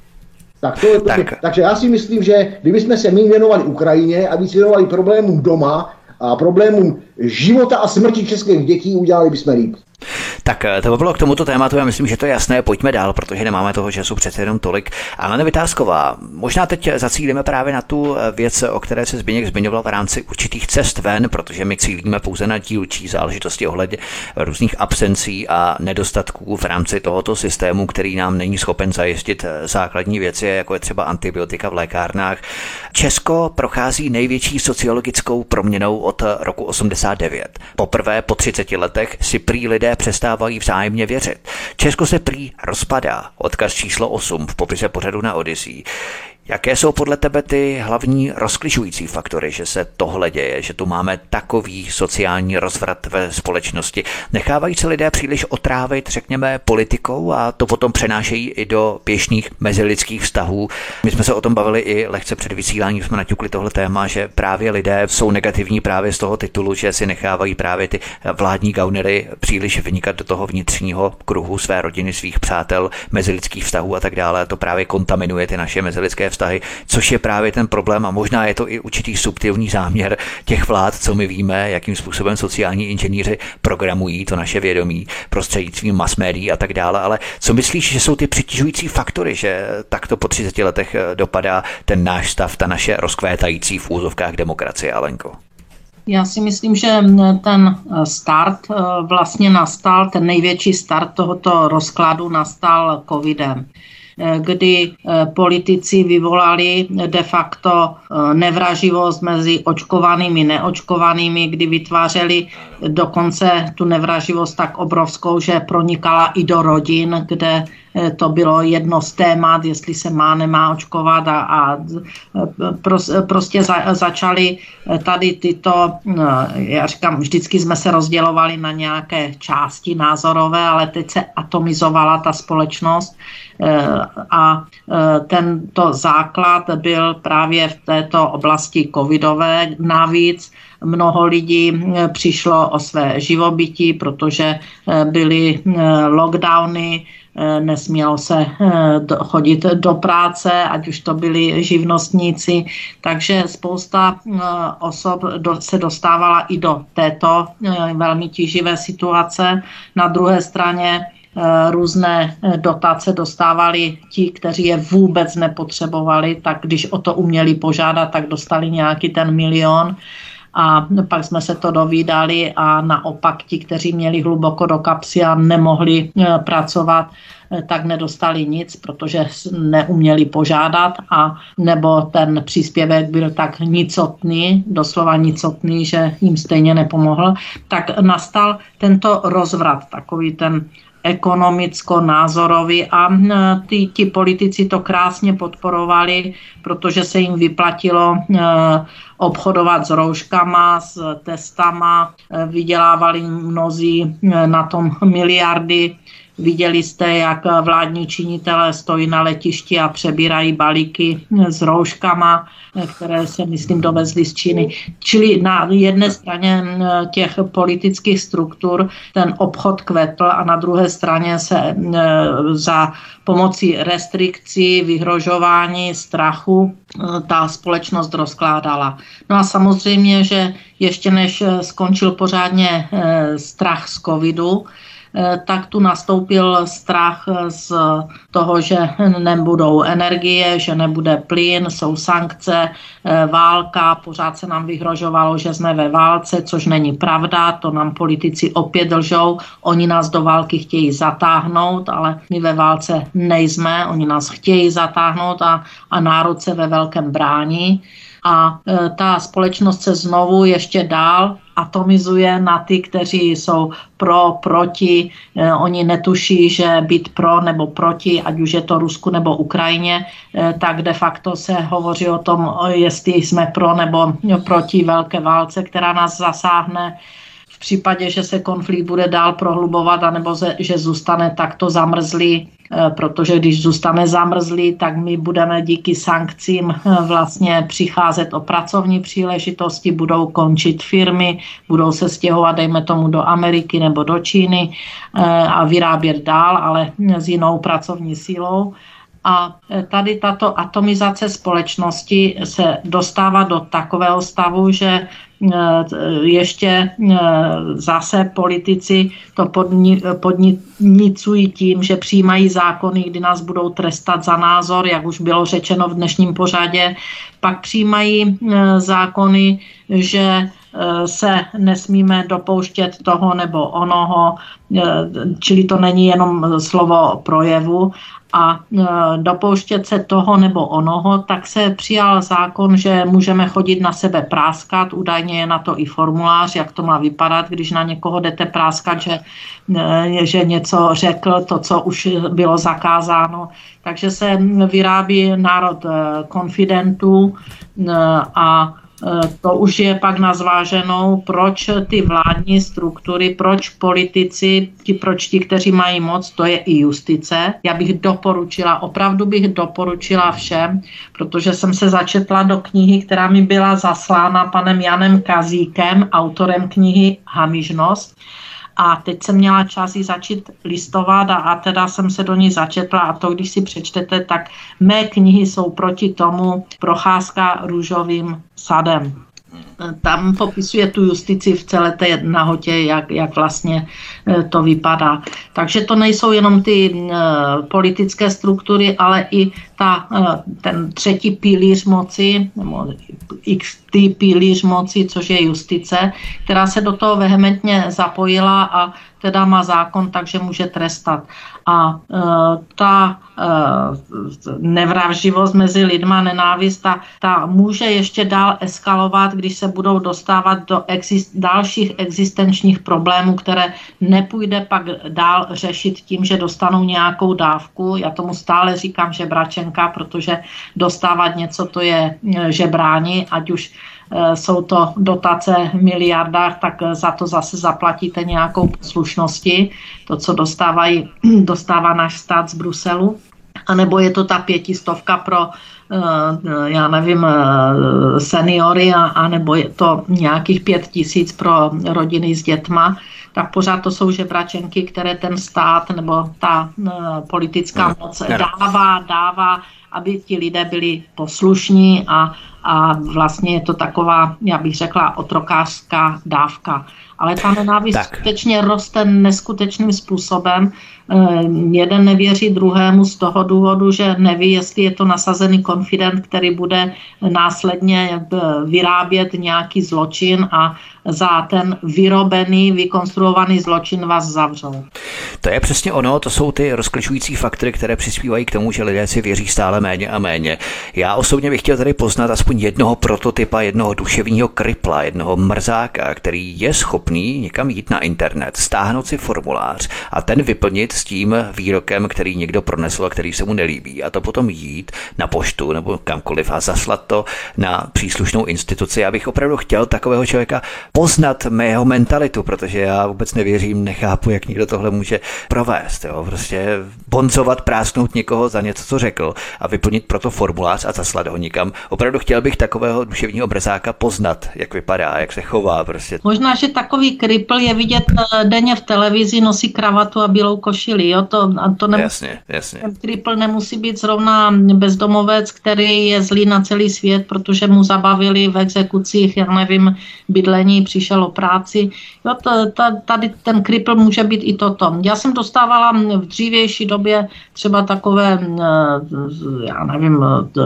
Tak to, tak. Takže já si myslím, že kdybychom se méně věnovali Ukrajině a víc věnovali problémům doma a problémům života a smrti českých dětí, udělali bychom líp. Tak to by bylo k tomuto tématu, já myslím, že to je jasné, pojďme dál, protože nemáme toho času přece jenom tolik. Alena Vitásková, možná teď zacílíme právě na tu věc, o které se Zbyněk zmiňoval v rámci určitých cest ven, protože my cílíme pouze na dílčí záležitosti ohledně různých absencí a nedostatků v rámci tohoto systému, který nám není schopen zajistit základní věci, jako je třeba antibiotika v lékárnách. Česko prochází největší sociologickou proměnou od roku osmdesát devět. Poprvé po třiceti letech si prý lidé přestávají vzájemně věřit. Česko se prý rozpadá. Odkaz číslo osm v popise pořadu na Odyssey. Jaké jsou podle tebe ty hlavní rozkližující faktory, že se tohle děje, že tu máme takový sociální rozvrat ve společnosti? Nechávají se lidé příliš otrávit, řekněme, politikou a to potom přenášejí i do běžných mezilidských vztahů? My jsme se o tom bavili i lehce před vysíláním, jsme naťukli tohle téma, že právě lidé jsou negativní právě z toho titulu, že si nechávají právě ty vládní gaunery příliš vynikat do toho vnitřního kruhu své rodiny, svých přátel, mezilidských vztahů a tak dále. To právě kontaminuje ty naše mezilidské vztahy, což je právě ten problém a možná je to i určitý subtilní záměr těch vlád, co my víme, jakým způsobem sociální inženýři programují to naše vědomí prostřednictvím mass médií a tak dále, ale co myslíš, že jsou ty přitěžující faktory, že takto po třiceti letech dopadá ten náš stav, ta naše rozkvétající v úzovkách demokracie, Alenko? Já si myslím, že ten start vlastně nastal, ten největší start tohoto rozkladu nastal covidem, kdy politici vyvolali de facto nevraživost mezi očkovanými, neočkovanými, kdy vytvářeli dokonce tu nevraživost tak obrovskou, že pronikala i do rodin, kde to bylo jedno z témat, jestli se má, nemá očkovat a, a prostě za, začali tady tyto, já říkám, vždycky jsme se rozdělovali na nějaké části názorové, ale teď se atomizovala ta společnost a tento základ byl právě v této oblasti covidové. Navíc mnoho lidí přišlo o své živobytí, protože byly lockdowny, nesmělo se chodit do práce, ať už to byli živnostníci, takže spousta osob se dostávala i do této velmi tíživé situace. Na druhé straně různé dotace dostávali ti, kteří je vůbec nepotřebovali, tak když o to uměli požádat, tak dostali nějaký ten milion. A pak jsme se to dovídali a naopak ti, kteří měli hluboko do kapsy a nemohli pracovat, tak nedostali nic, protože neuměli požádat a nebo ten příspěvek byl tak nicotný, doslova nicotný, že jim stejně nepomohl, tak nastal tento rozvrat, takový ten ekonomicko-názorový a ty, ti politici to krásně podporovali, protože se jim vyplatilo e, obchodovat s rouškama, s testama, e, vydělávali mnozí e, na tom miliardy. Viděli jste, jak vládní činitelé stojí na letišti a přebírají balíky s rouškama, které se, myslím, dovezly z Číny. Čili na jedné straně těch politických struktur ten obchod kvetl a na druhé straně se za pomocí restrikcí, vyhrožování, strachu ta společnost rozkládala. No a samozřejmě, že ještě než skončil pořádně strach z covidu, tak tu nastoupil strach z toho, že nebudou energie, že nebude plyn, jsou sankce, válka, pořád se nám vyhrožovalo, že jsme ve válce, což není pravda, to nám politici opět lžou, oni nás do války chtějí zatáhnout, ale my ve válce nejsme, oni nás chtějí zatáhnout a, a národ se ve velkém brání. A e, ta společnost se znovu ještě dál atomizuje na ty, kteří jsou pro, proti. E, oni netuší, že být pro nebo proti, ať už je to Rusku nebo Ukrajině, e, tak de facto se hovoří o tom, jestli jsme pro nebo proti velké válce, která nás zasáhne. v případě, že se konflikt bude dál prohlubovat, anebo že zůstane takto zamrzlý, protože když zůstane zamrzlý, tak my budeme díky sankcím vlastně přicházet o pracovní příležitosti, budou končit firmy, budou se stěhovat, dejme tomu, do Ameriky nebo do Číny a vyrábět dál, ale s jinou pracovní sílou. A tady tato atomizace společnosti se dostává do takového stavu, že ještě zase politici to podni, podnicují tím, že přijímají zákony, kdy nás budou trestat za názor, jak už bylo řečeno v dnešním pořadě. Pak přijímají zákony, že se nesmíme dopouštět toho nebo onoho, čili to není jenom slovo projevu, a dopouštět se toho nebo onoho, tak se přijal zákon, že můžeme chodit na sebe práskat, údajně je na to i formulář, jak to má vypadat, když na někoho jdete práskat, že, že něco řekl, to, co už bylo zakázáno. Takže se vyrábí národ konfidentů a to už je pak na zváženou, proč ty vládní struktury, proč politici, ti, proč ti, kteří mají moc, to je i justice. Já bych doporučila, opravdu bych doporučila všem, protože jsem se začetla do knihy, která mi byla zaslána panem Janem Kazíkem, autorem knihy Hamižnost. A teď jsem měla čas ji začít listovat a, a teda jsem se do ní začetla a to, když si přečtete, tak mé knihy jsou proti tomu Procházka růžovým sadem. Tam popisuje tu justici v celé té nahotě, jak, jak vlastně to vypadá. Takže to nejsou jenom ty uh, politické struktury, ale i ta, uh, ten třetí pilíř moci, nebo x pilíř moci, což je justice, která se do toho vehementně zapojila a teda má zákon, takže může trestat. A uh, ta uh, nevraživost mezi lidma, nenávist, ta, ta může ještě dál eskalovat, když se budou dostávat do exist, dalších existenčních problémů, které nepůjde pak dál řešit tím, že dostanou nějakou dávku. Já tomu stále říkám žebračenka, protože dostávat něco, to je žebrání, ať už jsou to dotace v miliardách, tak za to zase zaplatíte nějakou poslušnosti, to, co dostávají, dostává náš stát z Bruselu. A nebo je to ta pětistovka pro, já nevím, seniory, a, a nebo je to nějakých pět tisíc pro rodiny s dětma, tak pořád to jsou žebračenky, které ten stát nebo ta politická moc dává, dává, aby ti lidé byli poslušní a, a vlastně je to taková, já bych řekla, otrokářská dávka. Ale ta nenávist tak skutečně roste neskutečným způsobem. Jeden nevěří druhému z toho důvodu, že neví, jestli je to nasazený konfident, který bude následně vyrábět nějaký zločin a za ten vyrobený, vykonstruovaný zločin vás zavřou. To je přesně ono, to jsou ty rozkličující faktory, které přispívají k tomu, že lidé si věří stále méně a méně. Já osobně bych chtěl tady poznat aspoň jednoho prototypa, jednoho duševního kripla, jednoho mrzáka, který je schopný někam jít na internet, stáhnout si formulář a ten vyplnit s tím výrokem, který někdo pronesl a který se mu nelíbí, a to potom jít na poštu nebo kamkoliv a zaslat to na příslušnou instituci. Já bych opravdu chtěl takového člověka poznat mého mentalitu, protože já vůbec nevěřím, nechápu, jak někdo tohle může provést. Jo? Prostě bonzovat, prásknout někoho za něco, co řekl a vyplnit proto formulář a zaslat ho nikam. Opravdu chtěl bych takového duševního mrzáka poznat, jak vypadá, jak se chová. Prostě. Možná, že takový kripl je vidět denně v televizi, nosí kravatu a bílou košili. Jo? To, to nemusí, jasně, jasně. Ten kripl nemusí být zrovna bezdomovec, který je zlý na celý svět, protože mu zabavili v exekucích, já nevím, bydlení, přišel o práci. Jo, to, ta, tady ten kripl může být i toto. Já jsem dostávala v dřívější době třeba takové, já nevím,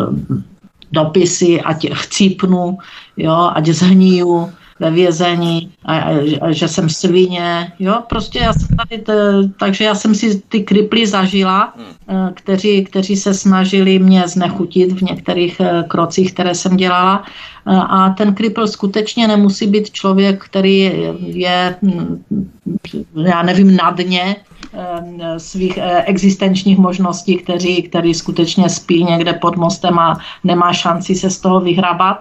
dopisy, ať chcípnu, jo, ať zhniju ve vězení, a, a, a že jsem svině, jo, prostě já jsem tady, t, takže já jsem si ty kriply zažila, kteří, kteří se snažili mě znechutit v některých krocích, které jsem dělala, a ten kripl skutečně nemusí být člověk, který je, já nevím, na dně svých existenčních možností, který, který skutečně spí někde pod mostem a nemá šanci se z toho vyhrabat.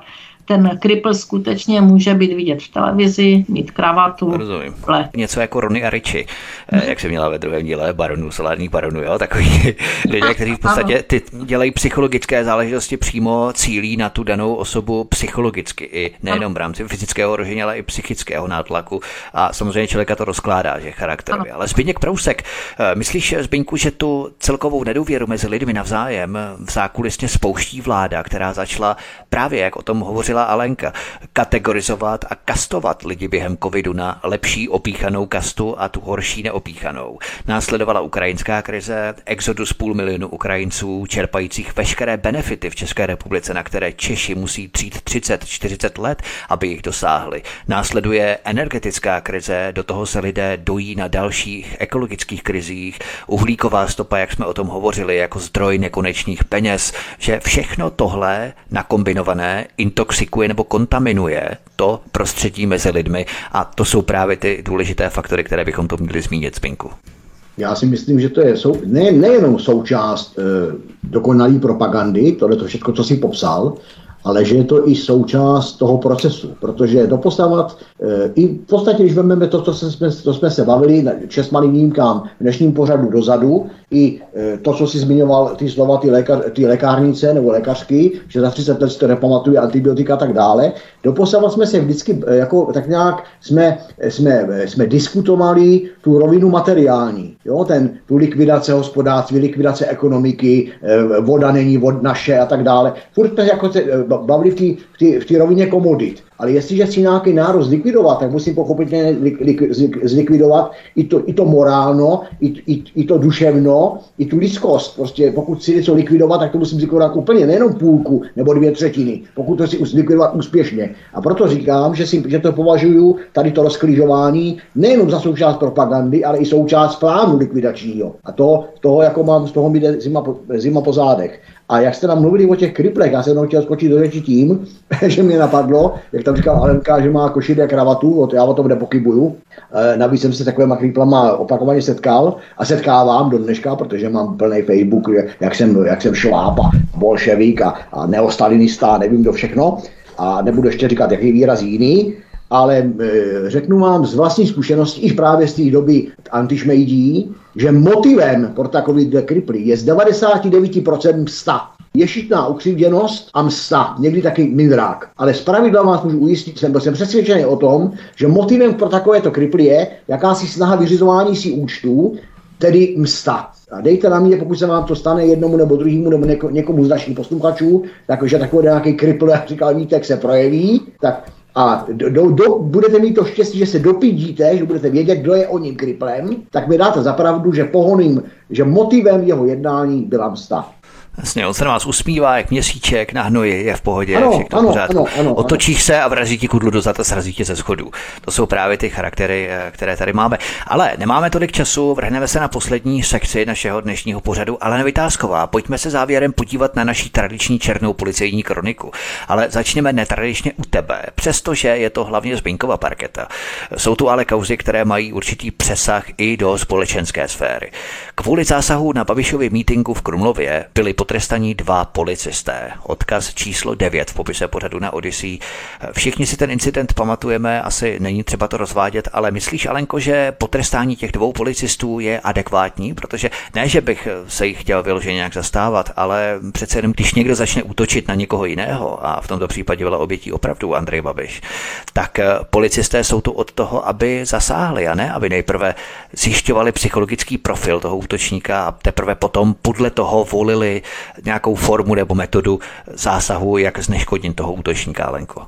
ten kripl skutečně může být vidět v televizi, mít kravatu. Rozumím. Něco jako Ronny a Richie, jak se měla ve druhém díle baronů, solárních baronů, jo? Takový lidé, kteří v podstatě ty dělají psychologické záležitosti, přímo cílí na tu danou osobu psychologicky, i nejenom v rámci fyzického ohrožení, ale i psychického nátlaku. A samozřejmě člověka to rozkládá, že charakterově. Ale Zbyněk Prousek, myslíš, Zbyňku, že tu celkovou nedůvěru mezi lidmi navzájem v zákulisně spouští vláda, která začala právě, jak o tom hovořila Alenka, kategorizovat a kastovat lidi během covidu na lepší opíchanou kastu a tu horší neopíchanou. Následovala ukrajinská krize, exodus půl milionu Ukrajinců, čerpajících veškeré benefity v České republice, na které Češi musí třít třicet čtyřicet let, aby jich dosáhli. Následuje energetická krize, do toho se lidé dojí na dalších ekologických krizích, uhlíková stopa, jak jsme o tom hovořili, jako zdroj nekonečných peněz, že všechno tohle nakombinované intoxikuje nebo kontaminuje to prostředí mezi lidmi a to jsou právě ty důležité faktory, které bychom to měli zmínit, Zbyňku. Já si myslím, že to je sou, ne, nejenom součást e, dokonalé propagandy, tohle to všechno, co si popsal, ale že je to i součást toho procesu, protože doposavat, e, i v podstatě, když vezmeme to, co jsme, to jsme se bavili, čest malým výjimkám v dnešním pořadu dozadu, i e, to, co si zmiňoval, ty slova, ty, lékař, ty lékárnice nebo lékařky, že za třicet let si to nepamatuje, antibiotika a tak dále, doposavat jsme se vždycky, e, jako tak nějak jsme, jsme, jsme diskutovali tu rovinu materiální, jo, ten, tu likvidace hospodářství, likvidace ekonomiky, e, voda není vod naše a tak dále. Furt jsme jako se, bavili v té rovině komodit. Ale jestliže chci nějaký národ zlikvidovat, tak musím pochopitelně zlikvidovat i to, i to morálno, i, i, i to duševno, i tu lidskost. Prostě pokud chci něco likvidovat, tak to musím zlikvidovat úplně, nejenom půlku nebo dvě třetiny, pokud to chci zlikvidovat úspěšně. A proto říkám, že, si, že to považuji tady to rozklížování nejenom za součást propagandy, ale i součást plánu likvidačního. A to, toho, jako mám, z toho mi jde zima po, zima po zádech. A jak jste nám mluvili o těch kriplech, já jsem jenom chtěl skočit do řeči tím, že mě napadlo, jak tam říkal Alenka, že má košík a kravatu, já o tom nepochybuju. E, navíc jsem se takovýma kriplama opakovaně setkal a setkávám do dneška, protože mám plný Facebook, jak jsem, jak jsem šláp a bolševik a, a neostalinista, nevím do všechno. A nebudu ještě říkat, jaký výraz jiný, ale e, řeknu vám z vlastní zkušenosti, i právě z té doby antišmejdí, že motivem pro takovýhle kriply je z devadesát devět procent msta. Ješitná ukřivděnost a msta, někdy taky mindrák. Ale zpravidla vás můžu ujistit, jsem, jsem přesvědčený o tom, že motivem pro takovéto kriply je jakási snaha vyřizování si účtů, tedy msta. A dejte na mě, pokud se vám to stane jednomu nebo druhému nebo něko, někomu z našich posluchačů, takže takový nějaký kripl, jak říkal Vítek, se projeví, tak a do, do, budete mít to štěstí, že se dopídíte, že budete vědět, kdo je o ním kriplem, tak mi dáte za pravdu, že pohoným, že motivem jeho jednání byla msta. Jasně, on se na vás usmívá, jak měsíček na hnoji, je v pohodě, ano, všechno ano, v pořádku. Ano, ano, Otočíš se a vrazí ti kudlu do zad a srazí tě ze schodů. To jsou právě ty charaktery, které tady máme. Ale nemáme tolik času, vrhneme se na poslední sekci našeho dnešního pořadu. Alena Vitásková, pojďme se závěrem podívat na naší tradiční černou policejní kroniku. Ale začněme netradičně u tebe, přestože je to hlavně Zbyňkova parketa. Jsou tu ale kauzy, které mají určitý přesah i do společenské sféry. Kvůli zásahu na Babišově mítinku v Krumlově byli potrestaní dva policisté. Odkaz číslo devět v popise pořadu na Odyssey. Všichni si ten incident pamatujeme, asi není třeba to rozvádět, ale myslíš, Alenko, že potrestání těch dvou policistů je adekvátní? Protože ne, že bych se jich chtěl vyloženě nějak zastávat, ale přece jenom, když někdo začne útočit na někoho jiného, a v tomto případě byla obětí opravdu Andrej Babiš, tak policisté jsou tu od toho, aby zasáhli, a ne, aby nejprve zjišťovali psychologický profil toho útočníka a teprve potom podle toho volili nějakou formu nebo metodu zásahu, jak zneškodnit toho útočníka, Alenko.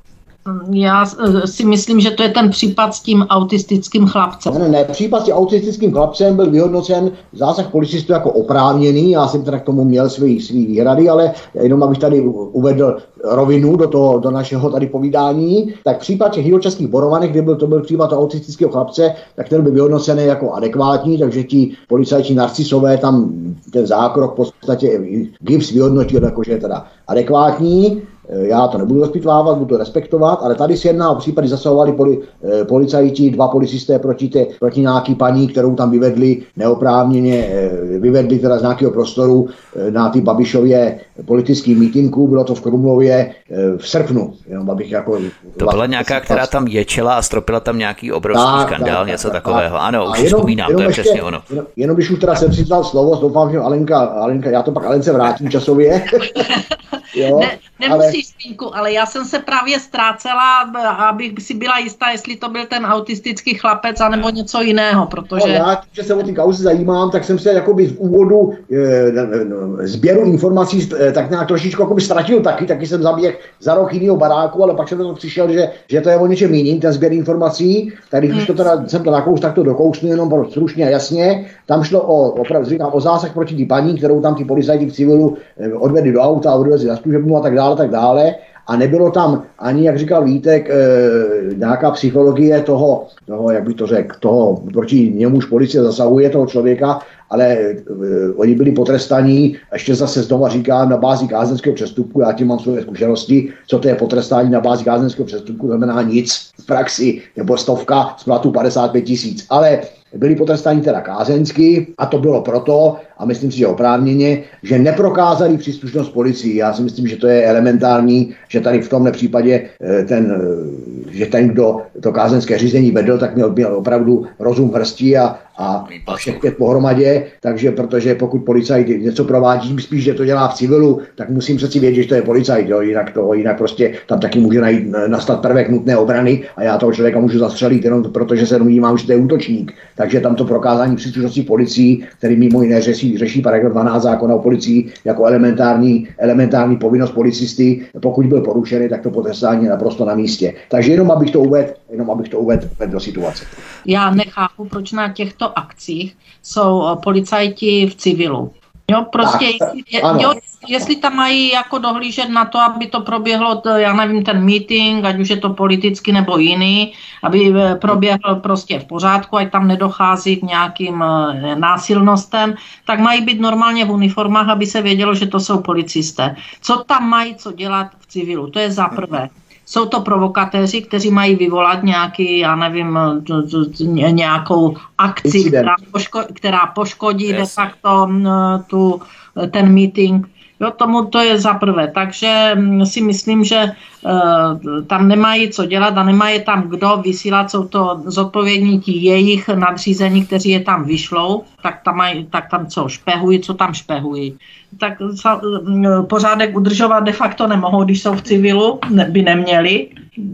Já si myslím, že to je ten případ s tím autistickým chlapcem. Ne, ne, případ s tím autistickým chlapcem byl vyhodnocen zásah policistů jako oprávněný, já jsem teda k tomu měl svý, svý výhrady, ale jenom abych tady uvedl rovinu do, toho, do našeho tady povídání, tak případ těch jihočeských Borovanech, kde byl to byl případ autistického chlapce, tak ten byl vyhodnocený jako adekvátní, takže ti policajti narcisové tam ten zákrok v podstatě Gibbs vyhodnotil jako, že je teda adekvátní. já to nebudu rozpitvávat, budu to respektovat, ale tady se jedná o případy, zasahovali poli, policajti, dva policisté proti, te, proti nějaký paní, kterou tam vyvedli neoprávněně, vyvedli teda z nějakého prostoru na ty Babišově politický mítinku, bylo to v Krumlově v srpnu, jenom abych jako... To byla nějaká, která tam ječela a stropila tam nějaký obrovský tak, skandál, tak, něco tak, takového. Tak. Ano, už si vzpomínám, jenom to je ještě, přesně ono. Jenom, jenom když už teda jsem si vzal slovo, doufám, že Alenka, Alenka, já to pak Alence vrátím časově. Jo, ne, nemusíš, Spínku, ale já jsem se právě ztrácela, abych si byla jistá, jestli to byl ten autistický chlapec, anebo něco jiného, protože... No, já, že se o ty kauzy zajímám, tak jsem se jakoby v úvodu e, sběru informací e, tak nějak trošičku jakoby ztratil taky, taky jsem zaběhl za rok jinýho baráku, ale pak jsem to přišel, že, že to je o něčem jiným, ten sběr informací, tak když hmm. to teda, jsem to nakous, tak to dokousnu jenom pro stručně a jasně, tam šlo o, opravdu, říkám, o zásah proti té paní, kterou tam ty policajti v civilu e, odvedli do auta a odvezli na služebnu a tak dále, tak dále. A nebylo tam ani, jak říkal Vítek, e, nějaká psychologie toho, toho, jak by to řekl, toho, proti němuž policie zasahuje toho člověka, ale e, oni byli potrestaní, ještě zase znova říkám, na bázi kázeňského přestupku, já tím mám své zkušenosti, co to je potrestání na bázi kázeňského přestupku, znamená nic v praxi, nebo stovka z platu padesát pět tisíc, ale byli potrestáni teda kázeňsky a to bylo proto, a myslím si, že oprávněně, že neprokázali příslušnost policii. Já si myslím, že to je elementární, že tady v tomhle případě ten, že ten, kdo to kázeňské řízení vedl, tak měl, měl opravdu rozum v hrsti a, a, a všech pět pohromadě, takže protože pokud policajt něco provádí, spíš, že to dělá v civilu, tak musím přeci vědět, že to je policajt, jo, jinak, to, jinak prostě tam taky může najít, nastat prvek nutné obrany a já toho člověka můžu zastřelit jenom protože se domnívám, že to je útočník. Takže tam to prokázání příslušnosti policii, který mimo jiné řeší, řeší paragraf dvanáct zákona o policii jako elementární, elementární povinnost policisty, pokud byl porušený, tak to potrestání je naprosto na místě. Takže jenom abych to uvedl, jenom abych to uvedl do situace. Já nechápu, proč na těchto akcích jsou policajti v civilu. Jo, prostě tak, jestli, jo, jestli tam mají jako dohlížet na to, aby to proběhlo, to, já nevím, ten meeting, ať už je to politicky nebo jiný, aby proběhl prostě v pořádku, ať tam nedochází k nějakým násilnostem, tak mají být normálně v uniformách, aby se vědělo, že to jsou policisté. Co tam mají co dělat v civilu, to je za prvé. Jsou to provokatéři, kteří mají vyvolat nějaký, já nevím, nějakou akci, která, poško, která poškodí yes. de facto tu, ten meeting. Jo, tomu to je za prvé. Takže si myslím, že uh, tam nemají co dělat a nemají tam kdo vysílat, jsou to zodpovědní ti jejich nadřízení, kteří je tam vyšlou, tak tam, mají, tak tam co špehují, co tam špehují. Tak uh, pořádek udržovat de facto nemohou, když jsou v civilu, ne, by neměli.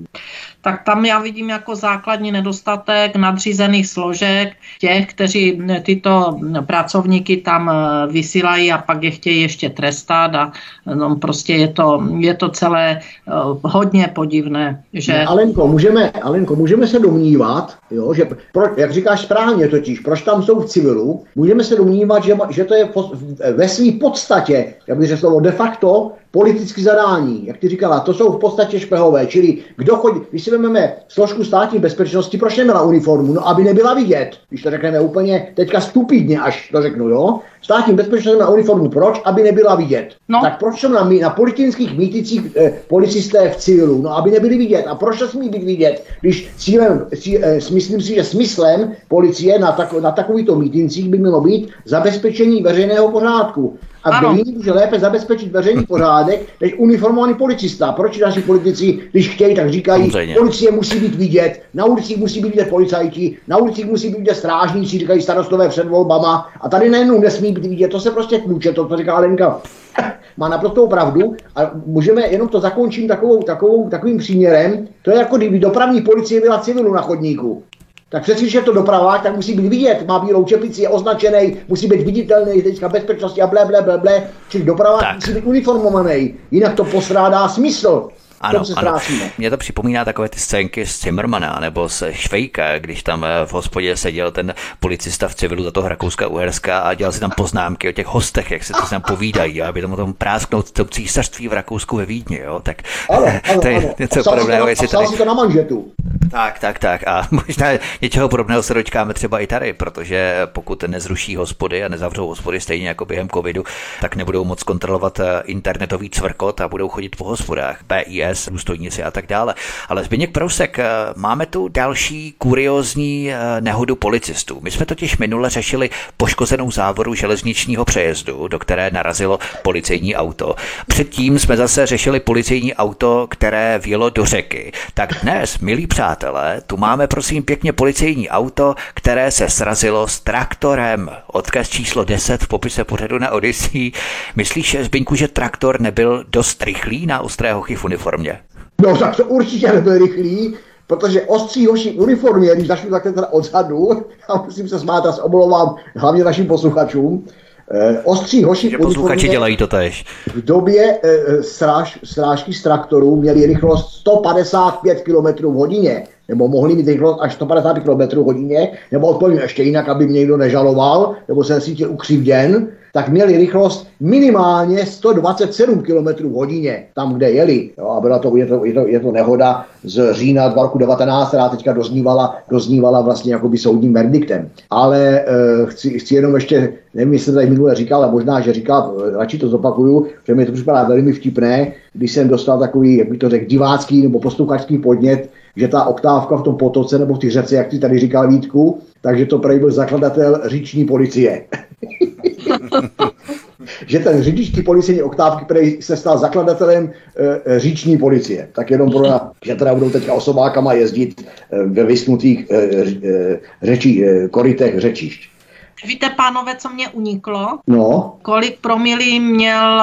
Tak tam já vidím jako základní nedostatek nadřízených složek, těch, kteří tyto pracovníky tam vysílají a pak je chtějí ještě trestat a no, prostě je to, je to celé uh, hodně podivné. Že... No, Alenko, můžeme, Alenko, můžeme se domnívat, jo, že pro, jak říkáš správně totiž, proč tam jsou v civilu, můžeme se domnívat, že, že to je po, ve své podstatě, jak bych řekl slovo, de facto politické zadání, jak ty říkala, to jsou v podstatě špehové, čili kdo chodí, když si vezmeme složku státní bezpečnosti, proč neměla uniformu? No, aby nebyla vidět, když to řekneme úplně teďka stupidně, až to řeknu, jo? Státní bezpečnost má uniformu, proč? Aby nebyla vidět. No. Tak proč jsou na, na politických míticích eh, policisté v civilu? No, aby nebyli vidět. A proč to smí být vidět, když cílem, cí, eh, myslím si, že smyslem policie na, tak, na takovýchto mítincích by mělo být zabezpečení veřejného pořádku. A kdo jiný může lépe zabezpečit veřejný pořádek než uniformovaný policista. Proč naši politici, když chtějí, tak říkají, Samozřejmě. Policie musí být vidět, na ulicích musí být vidět policajti, na ulicích musí být vidět strážníci, říkají starostové před volbama. A tady nejenom nesmí být vidět, to se prostě tluče, to, co říká Alenka. Má naprostou pravdu a můžeme, jenom to zakončím takovou, takovou, takovým příměrem, to je jako kdyby dopravní policie byla civilu na chodníku. Tak přeci, když je to doprava, tak musí být vidět, má bílou čepici, je označený, musí být viditelný, teďka bezpečnosti a ble, ble, ble, ble, čili doprava tak. musí být uniformovaný, jinak to postrádá smysl. Ano, ano. Mě to připomíná takové ty scénky z Zimmermana nebo z Švejka, když tam v hospodě seděl ten policista v civilu za toho Rakouska-Uherska a dělal si tam poznámky o těch hostech, jak se to tam povídají, aby tomu tom prásknout to císařství v Rakousku ve Vídni, jo, tak ano, ano, to je ano. něco podobného. A psal si to na manžetu. Tak, tak, tak. A možná něčeho podobného se dočkáme třeba i tady, protože pokud nezruší hospody a nezavřou hospody stejně jako během covidu, tak nebudou moc kontrolovat internetový cvrkot a budou chodit po hospodách, B I S, důstojníci a tak dále. Ale Zbyněk Prousek, máme tu další kuriózní nehodu policistů. My jsme totiž minule řešili poškozenou závoru železničního přejezdu, do které narazilo policejní auto. Předtím jsme zase řešili policejní auto, které vjelo do řeky. Tak dnes, milí přátelé, tu máme prosím pěkně policejní auto, které se srazilo s traktorem. Odkaz číslo deset v popise pořadu na Odyssey. Myslíš, Zbyňku, že traktor nebyl dost rychlý na ostré hochy v uniformě? No tak to určitě nebyl rychlý, protože ostří hoši v uniformě, když začnu takhle teda odzadu, a musím se smát a se omlouvám hlavně našim posluchačům, eh, ostří hoši v uniformě dělají to tež. V době eh, sráž, srážky z traktorů měli rychlost sto padesát pět kilometrů v hodině, nebo mohli mít rychlost až sto padesát pět kilometrů v hodině, nebo odpovím ještě jinak, aby mě někdo nežaloval, nebo se cítil ukřivděn, tak měli rychlost minimálně sto dvacet sedm kilometrů v hodině, tam, kde jeli. Jo, a byla to, je, to, je, to, je to nehoda z října dva roku devatenáct, která teďka doznívala, doznívala vlastně jakoby soudním verdiktem. Ale uh, chci, chci jenom ještě, nevím, jestli jsem tady minule říkal, ale možná, že říkal, radši to zopakuju, že mi to připadá velmi vtipné, když jsem dostal takový, jak bych to řekl, divácký nebo posluchačský podnět, že ta oktávka v tom potoce nebo v těch řece, jak ty tady říkal Vítku, takže to prej byl zakladatel říční policie. Že ten řidič policejní oktávky, který se stal zakladatelem e, říční policie. Tak jenom pro na, že teda budou teďka osobákama jezdit e, ve vysnutých e, e, řečí, e, korytech řečišť. Víte, pánové, co mě uniklo? No. Kolik promilí měl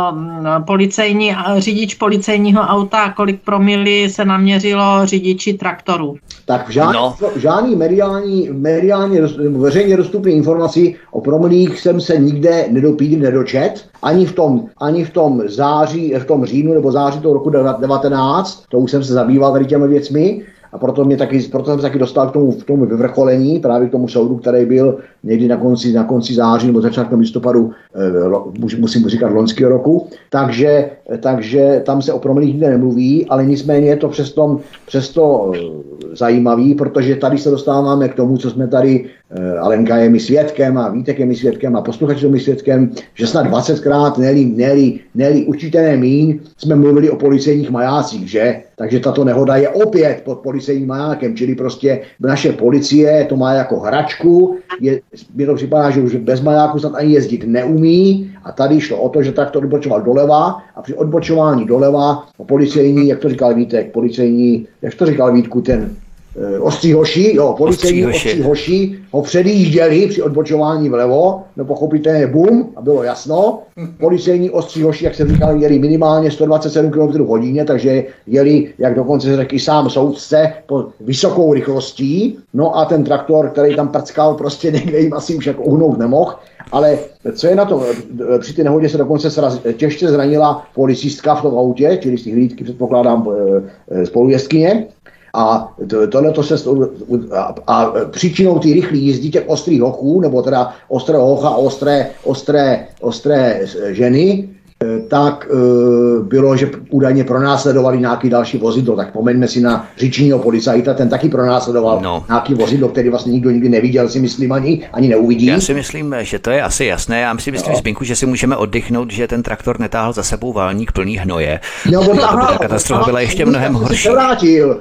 policejní, řidič policejního auta a kolik promilí se naměřilo řidiči traktoru? Tak žádný, no. žádný mediální, mediální veřejně dostupné informací o promilích jsem se nikde nedopídil, nedočet. Ani v tom, ani v tom září, v tom říjnu nebo září toho roku devatenáct, to už jsem se zabýval tady těmi věcmi. A proto, mě taky, proto jsem se taky dostal k tomu, k tomu vyvrcholení, právě k tomu soudu, který byl někdy na konci, na konci září nebo začátkem listopadu, eh, musím říkat, loňského roku. Takže, takže tam se o promilích nikde nemluví, ale nicméně je to přesto, přesto zajímavý, protože tady se dostáváme k tomu, co jsme tady, eh, Alenka je mi svědkem a Vítek je mi svědkem a posluchač je mi svědkem, že snad dvacetkrát, ne-li, ne-li, ne-li určitě ne míň, jsme mluvili o policejních majácích, že? Takže tato nehoda je opět pod policejním majákem, čili prostě naše policie to má jako hračku, je, mě to připadá, že už bez majáku snad ani jezdit neumí a tady šlo o to, že tak to odbočoval doleva a při odbočování doleva policejní, jak to říkal Vítek, policejní, jak to říkal Vítku, ten e, ostří hoši, jo, policejní ostří, ostří hoši ho předjížděli při odbočování vlevo, no pochopitelně bum a bylo jasno. Policejní ostří hoši, jak jsem říkal, jeli minimálně sto dvacet sedm kilometrů v hodině, takže jeli, jak dokonce se řekl i sám soudce, po vysokou rychlostí. No a ten traktor, který tam prckal, prostě někde jim asi už jako uhnout nemohl. Ale co je na to, při té nehodě se dokonce sraz, těžce zranila policistka v tom autě, čili z těch hlídky předpokládám spolujezdkyně. A tohleto se a, a příčinou ty rychlé jízdy těch ostrých hochů, nebo teda ostrého hocha a ostré, ostré, ostré ženy, tak e, bylo, že údajně pronásledovali nějaký další vozidlo. Tak pomeňme si na říčního policajta, ten taky pronásledoval no. nějaký vozidlo, který vlastně nikdo nikdy neviděl, si myslím, ani, ani neuvidí. Já si myslím, že to je asi jasné. Já si myslím, no. Zbyňku, že si můžeme oddychnout, že ten traktor netáhl za sebou válník plný hnoje. No, on táhl, ta katastrofa byla ještě mnohem horší. Se vrátil.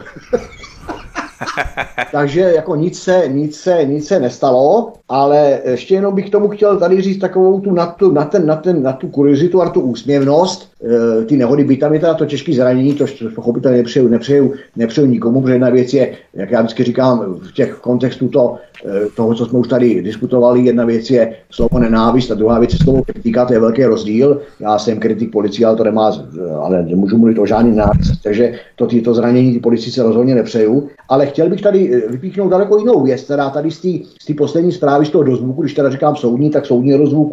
Takže jako nic se, nic, se, nic se nestalo, ale ještě jenom bych tomu chtěl tady říct takovou tu na, tu, na, ten, na, ten, na tu kuriozitu a tu úsměvnost. E, ty nehody, by tam je teda to těžké zranění, to pochopitelně nepřeju, nepřeju, nepřeju nikomu, protože jedna věc je, jak já vždycky říkám, v těch kontextu to, toho, co jsme už tady diskutovali, jedna věc je slovo nenávist a druhá věc je slovo kritika, to je velký rozdíl. Já jsem kritik policie, ale to nemá, ale nemůžu mluvit o žádný nenávist, takže to, to zranění ty policii se rozhodně nepřeju. Ale chtěl bych tady vypíchnout daleko jinou věc, teda tady z té poslední zprávy z toho dozvuku, když teda říkám soudní, tak soudní rozvuku,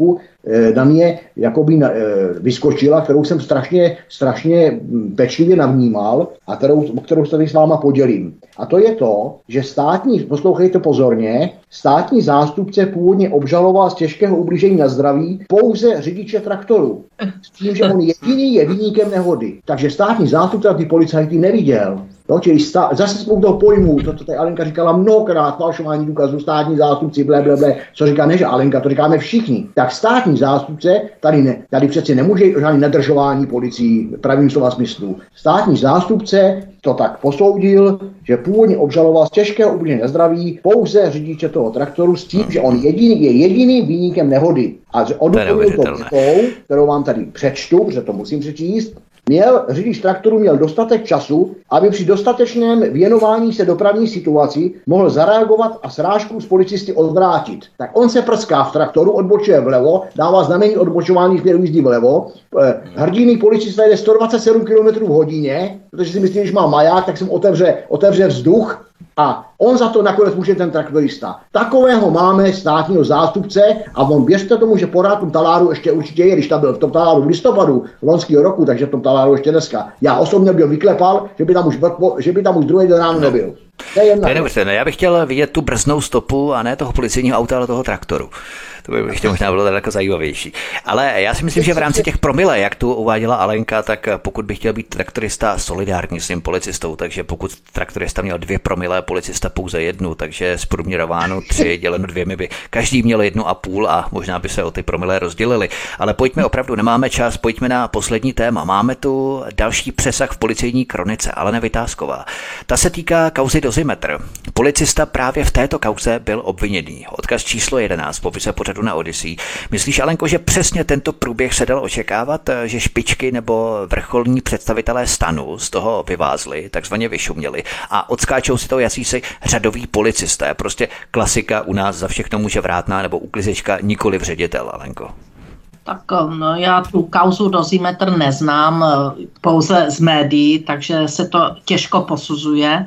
na mě jakoby vyskočila, kterou jsem strašně, strašně pečlivě navnímal a kterou, kterou se tady s váma podělím. A to je to, že státní, poslouchejte pozorně, státní zástupce původně obžaloval z těžkého ublížení na zdraví pouze řidiče traktoru. S tím, že on jediný je viníkem nehody. Takže státní zástupce ty policajty neviděl. No, čili stá, zase spolu toho pojmu, to, co tady Alenka říkala mnohokrát, falšování důkazů, státní zástupci, ble, ble, ble, co říká ne, že Alenka, to říkáme všichni. Tak státní zástupce, tady, ne, tady přece nemůže žádný nadržování policií, pravým slova smyslu. Státní zástupce to tak posoudil, že původně obžaloval z těžkého ublížení na zdraví pouze řidiče toho traktoru s tím, že on jediný, je jediným viníkem nehody. A odůvodnil to větou, kterou vám tady přečtu, protože to musím přečíst. Měl, řidič traktoru měl dostatek času, aby při dostatečném věnování se dopravní situaci mohl zareagovat a srážku z policisty odvrátit. Tak on se prská v traktoru, odbočuje vlevo, dává znamení odbočování směru jízdy vlevo. Hrdinný policista jede sto dvacet sedm kilometrů v hodině, protože si myslím, že má maják, tak se mu otevře, otevře vzduch a on za to nakonec může ten traktorista. Takového máme státního zástupce a on věřte tomu, že pořád v tom taláru ještě určitě je, když tam byl v tom taláru v listopadu loňského roku, takže v tom taláru ještě dneska. Já osobně byl vyklepal, že by tam už, že by tam už druhý den ráno nebyl. To je neuvěřitelné. Já bych chtěl vidět tu brznou stopu a ne toho policejního auta, ale toho traktoru. To by ještě možná bylo daleko zajímavější. Ale já si myslím, že v rámci těch promile, jak tu uváděla Alenka, tak pokud by chtěl být traktorista solidární s tím policistou, takže pokud traktorista měl dvě promile, policista pouze jednu, takže zprůměrováno tři děleno dvěmi by každý měl jednu a půl a možná by se o ty promile rozdělili. Ale pojďme opravdu, nemáme čas, pojďme na poslední téma. Máme tu další přesah v policejní kronice, Alena Vytázková. Ta se týká kauzy Dozimetr. Policista právě v této kauze byl obviněný. Odkaz číslo jedenáct, popise pořadu na Odyssey. Myslíš, Alenko, že přesně tento průběh se dal očekávat, že špičky nebo vrcholní představitelé stanu z toho vyvázli, takzvaně vyšuměli a odskáčou si to jasísi řadoví policisté. Prostě klasika u nás za všechno může vrátná nebo uklizečka, nikoliv ředitel, Alenko. Tak no, já tu kauzu Dozimetr neznám, pouze z médií, takže se to těžko posuzuje.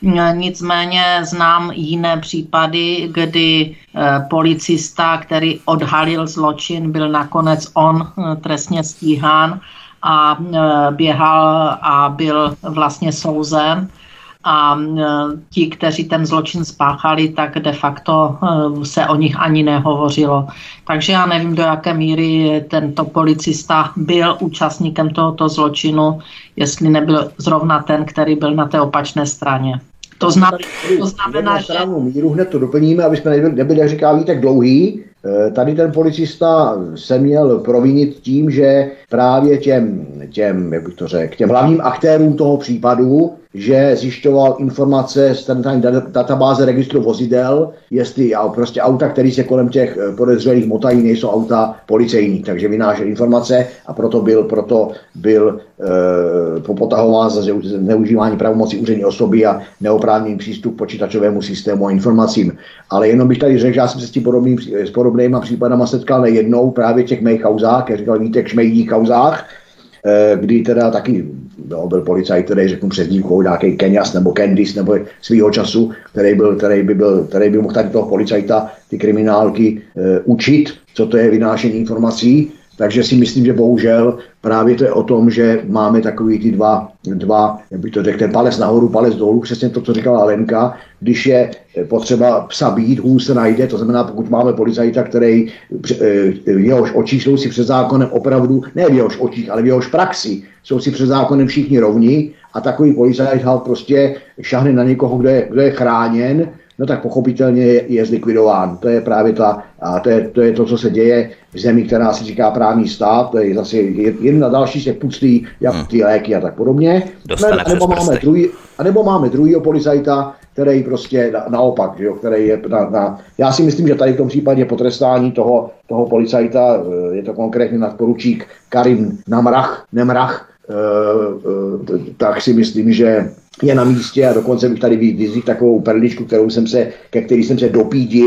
Nicméně znám jiné případy, kdy policista, který odhalil zločin, byl nakonec on trestně stíhán a běhal a byl vlastně souzen. A ti, kteří ten zločin spáchali, tak de facto se o nich ani nehovořilo. Takže já nevím, do jaké míry tento policista byl účastníkem tohoto zločinu, jestli nebyl zrovna ten, který byl na té opačné straně. To znamená, to znamená že... míru hned to doplníme, aby jsme nebyli, jak říká, tak dlouhý. Tady ten policista se měl provinit tím, že právě těm, těm, jak bych to řekl, těm hlavním aktérům toho případu, že zjišťoval informace z centrální databáze registru vozidel, jestli prostě auta, které se kolem těch podezřelých motají, nejsou auta policejní, takže vynášel informace a proto byl, proto byl e, popotahován za zneužívání pravomocí úřední osoby a neoprávněný přístup k počítačovému systému a informacím. Ale jenom bych tady řekl, že já jsem se s tím podobným, s podobnýma případama setkal nejednou právě v těch mých kauzách, jak říkal Vítek, šmejdích kauzách, kdy teda taky no, byl policajt, který řeknu přezdívkou nějaký Kenyas nebo Candice nebo svýho času, který, byl, který, by byl, který by mohl tady toho policajta, ty kriminálky e, učit, co to je vynášení informací. Takže si myslím, že bohužel právě to je o tom, že máme takový ty dva, dva jak bych to řekl, ten palec nahoru, palec dolů, přesně to, co říkala Alenka. Když je potřeba psa být, hůl se najde, to znamená, pokud máme policajta, který v jehož očích jsou si před zákonem opravdu, ne v jehož očích, ale v jehož praxi jsou si před zákonem všichni rovni a takový policajt prostě šahne na někoho, kdo je, kdo je chráněn, no tak pochopitelně je, je zlikvidován. To je právě ta, a to je, to je to, co se děje v zemi, která se říká právní stát, to je zase jedna další se puclí, jak ty léky a tak podobně. Dostane a nebo máme druhý, a nebo máme druhýho policajta, který prostě na, naopak, že jo, který je na, na, já si myslím, že tady v tom případě potrestání toho, toho policajta, je to konkrétně nadporučík Karim Namrach, Nemrach, e, e, tak si myslím, že je na místě a dokonce bych tady vyzvihl takovou perličku, kterou jsem se, ke který jsem se dopídil,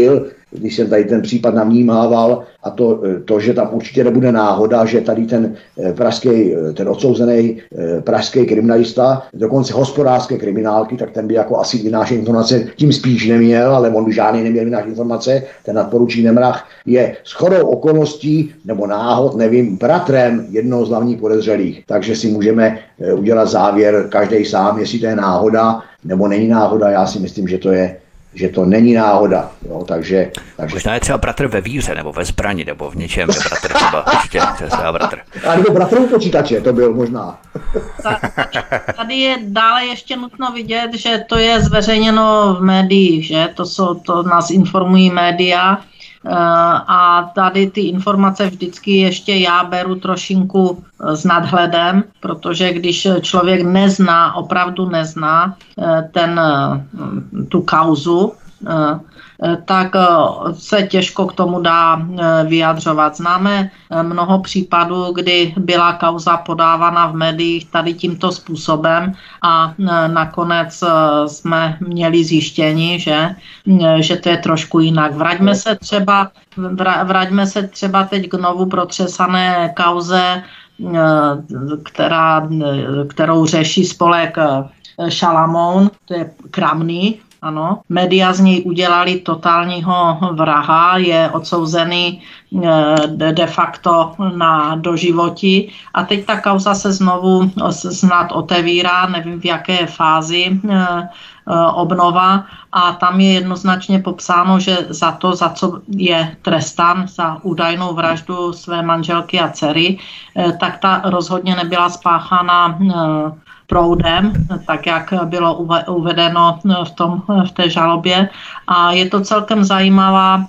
když jsem tady ten případ navnímával, a to, to, že tam určitě nebude náhoda, že tady ten pražský, ten odsouzený pražský kriminalista, dokonce hospodářské kriminálky, tak ten by jako asi vynášet informace tím spíš neměl, ale on by žádný neměl vynášet informace, ten nadporučík Nemrach je shodou okolností nebo náhod, nevím, bratrem jednoho z hlavních podezřelých. Takže si můžeme udělat závěr každý sám, jestli to je náhoda nebo není náhoda. Já si myslím, že to je že to není náhoda. Jo, takže, takže... Možná je třeba bratr ve víře, nebo ve zbrani, nebo v něčem, je bratr třeba, určitě, třeba bratr. A nebo bratr u počítače, to byl možná. Tady je dále ještě nutno vidět, že to je zveřejněno v médiích, že to, jsou, to nás informují média, a tady ty informace vždycky ještě já beru trošinku s nadhledem, protože když člověk nezná, opravdu nezná ten, tu kauzu, tak se těžko k tomu dá vyjadřovat. Známe mnoho případů, kdy byla kauza podávána v médiích tady tímto způsobem a nakonec jsme měli zjištění, že, že to je trošku jinak. Vraťme se třeba, vraťme se třeba teď k novu protřesané kauze, která, kterou řeší spolek Šalamoun, to je Kramný. Ano, média z něj udělali totálního vraha, je odsouzený de facto na doživotí a teď ta kauza se znovu snad otevírá, nevím v jaké fázi obnova a tam je jednoznačně popsáno, že za to, za co je trestán, za údajnou vraždu své manželky a dcery, tak ta rozhodně nebyla spáchána proudem, tak jak bylo uvedeno v, tom, v té žalobě. A je to celkem zajímavá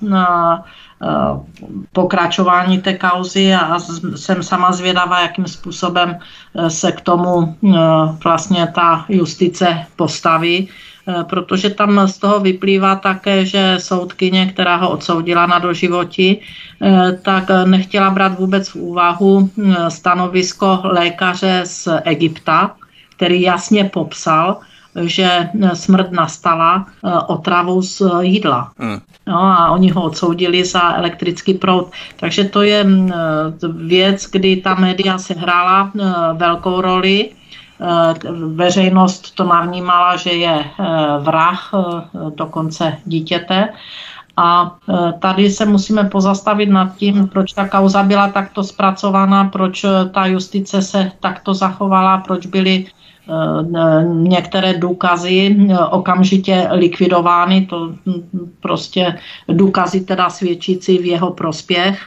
pokračování té kauzy a jsem sama zvědavá, jakým způsobem se k tomu vlastně ta justice postaví, protože tam z toho vyplývá také, že soudkyně, která ho odsoudila na doživotí, tak nechtěla brát vůbec v úvahu stanovisko lékaře z Egypta, který jasně popsal, že smrt nastala otravou z jídla. Mm. No a oni ho odsoudili za elektrický proud. Takže to je věc, kdy ta média sehrála velkou roli. Veřejnost to navnímala, že je vrah dokonce dítěte. A tady se musíme pozastavit nad tím, proč ta kauza byla takto zpracovaná, proč ta justice se takto zachovala, proč byly některé důkazy okamžitě likvidovány, to prostě důkazy teda svědčící v jeho prospěch.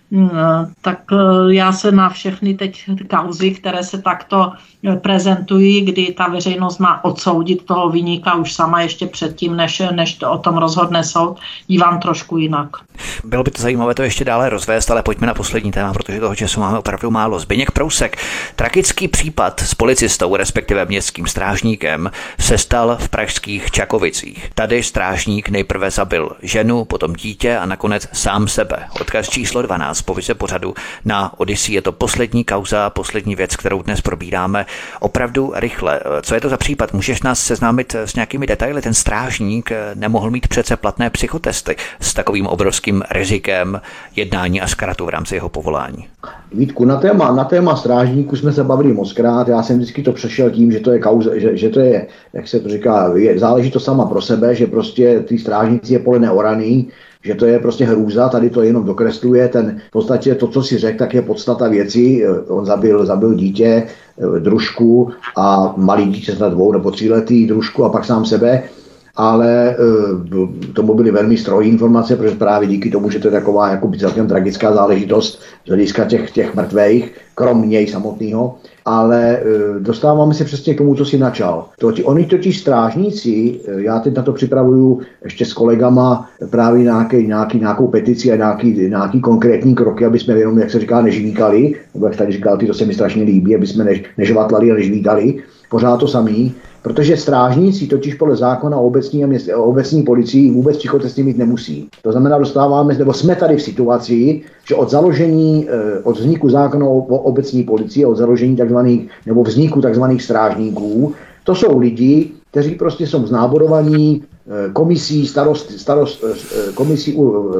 Tak já se na všechny teď kauzy, které se takto prezentují, kdy ta veřejnost má odsoudit toho viníka už sama ještě předtím, než, než to o tom rozhodne soud, dívám trošku jinak. Bylo by to zajímavé to ještě dále rozvést, ale pojďme na poslední téma, protože toho času máme opravdu málo. Zbyněk Prousek. Tragický případ s policistou, respektive městským strážníkem, se stal v pražských Čakovicích. Tady strážník nejprve zabil ženu, potom dítě a nakonec sám sebe. Odkaz číslo dvanáct po vize pořadu na Odyssey. Je to poslední kauza, poslední věc, kterou dnes probíráme. Opravdu rychle. Co je to za případ? Můžeš nás seznámit s nějakými detaily? Ten strážník nemohl mít přece platné psychotesty s takovým obrovským rizikem jednání a zkratu v rámci jeho povolání. Vítku, na téma, na téma strážníku jsme se bavili mockrát. Já jsem vždycky to přešel tím, že to je kauza, že, že to je, jak se to říká, je, záleží to sama pro sebe, že prostě ty strážníci je pole neoraný, že to je prostě hrůza, tady to jenom dokresluje, ten v podstatě to, co si řekl, tak je podstata věci, on zabil, zabil dítě, družku a malý dítě snad dvou nebo tříletý družku a pak sám sebe, ale tomu byly velmi strohé informace, protože právě díky tomu, že to je taková jakoby celkem tragická záležitost z hlediska těch, těch mrtvejch, krom něj samotného, ale dostáváme se přesně k tomu, co si načal. To, oni totiž strážníci, já teď na to připravuju ještě s kolegama právě nějaký, nějaký, nějakou petici a nějaký, nějaký konkrétní kroky, aby jsme jenom, jak se říká, nežvíkali, nebo jak tady říkal, ty to se mi strašně líbí, aby jsme než, nežvatlali a nežvídali, pořád to samý, protože strážníci totiž podle zákona o obecní, a měst, o obecní policii vůbec psychotesty mít nemusí. To znamená, dostáváme, nebo jsme tady v situaci, že od založení, od vzniku zákona o obecní policii, od založení takzvaných, nebo vzniku takzvaných strážníků, To jsou lidi, kteří prostě jsou znáborovaní komisí, starost, starost, komisí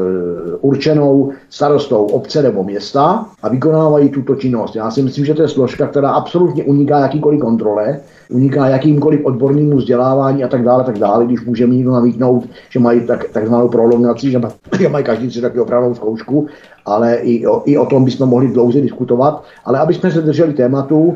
určenou starostou obce nebo města a vykonávají tuto činnost. Já si myslím, že to je složka, která absolutně uniká jakýkoliv kontrole, uniká jakýmkoliv odbornému vzdělávání a tak dále, tak dále, když můžeme někdo namítnout, že mají tak, takzvanou prolongaci, že, mají, že mají každý tři taky opravnou zkoušku, ale i o, i o tom bychom mohli dlouze diskutovat. Ale aby jsme se drželi tématu,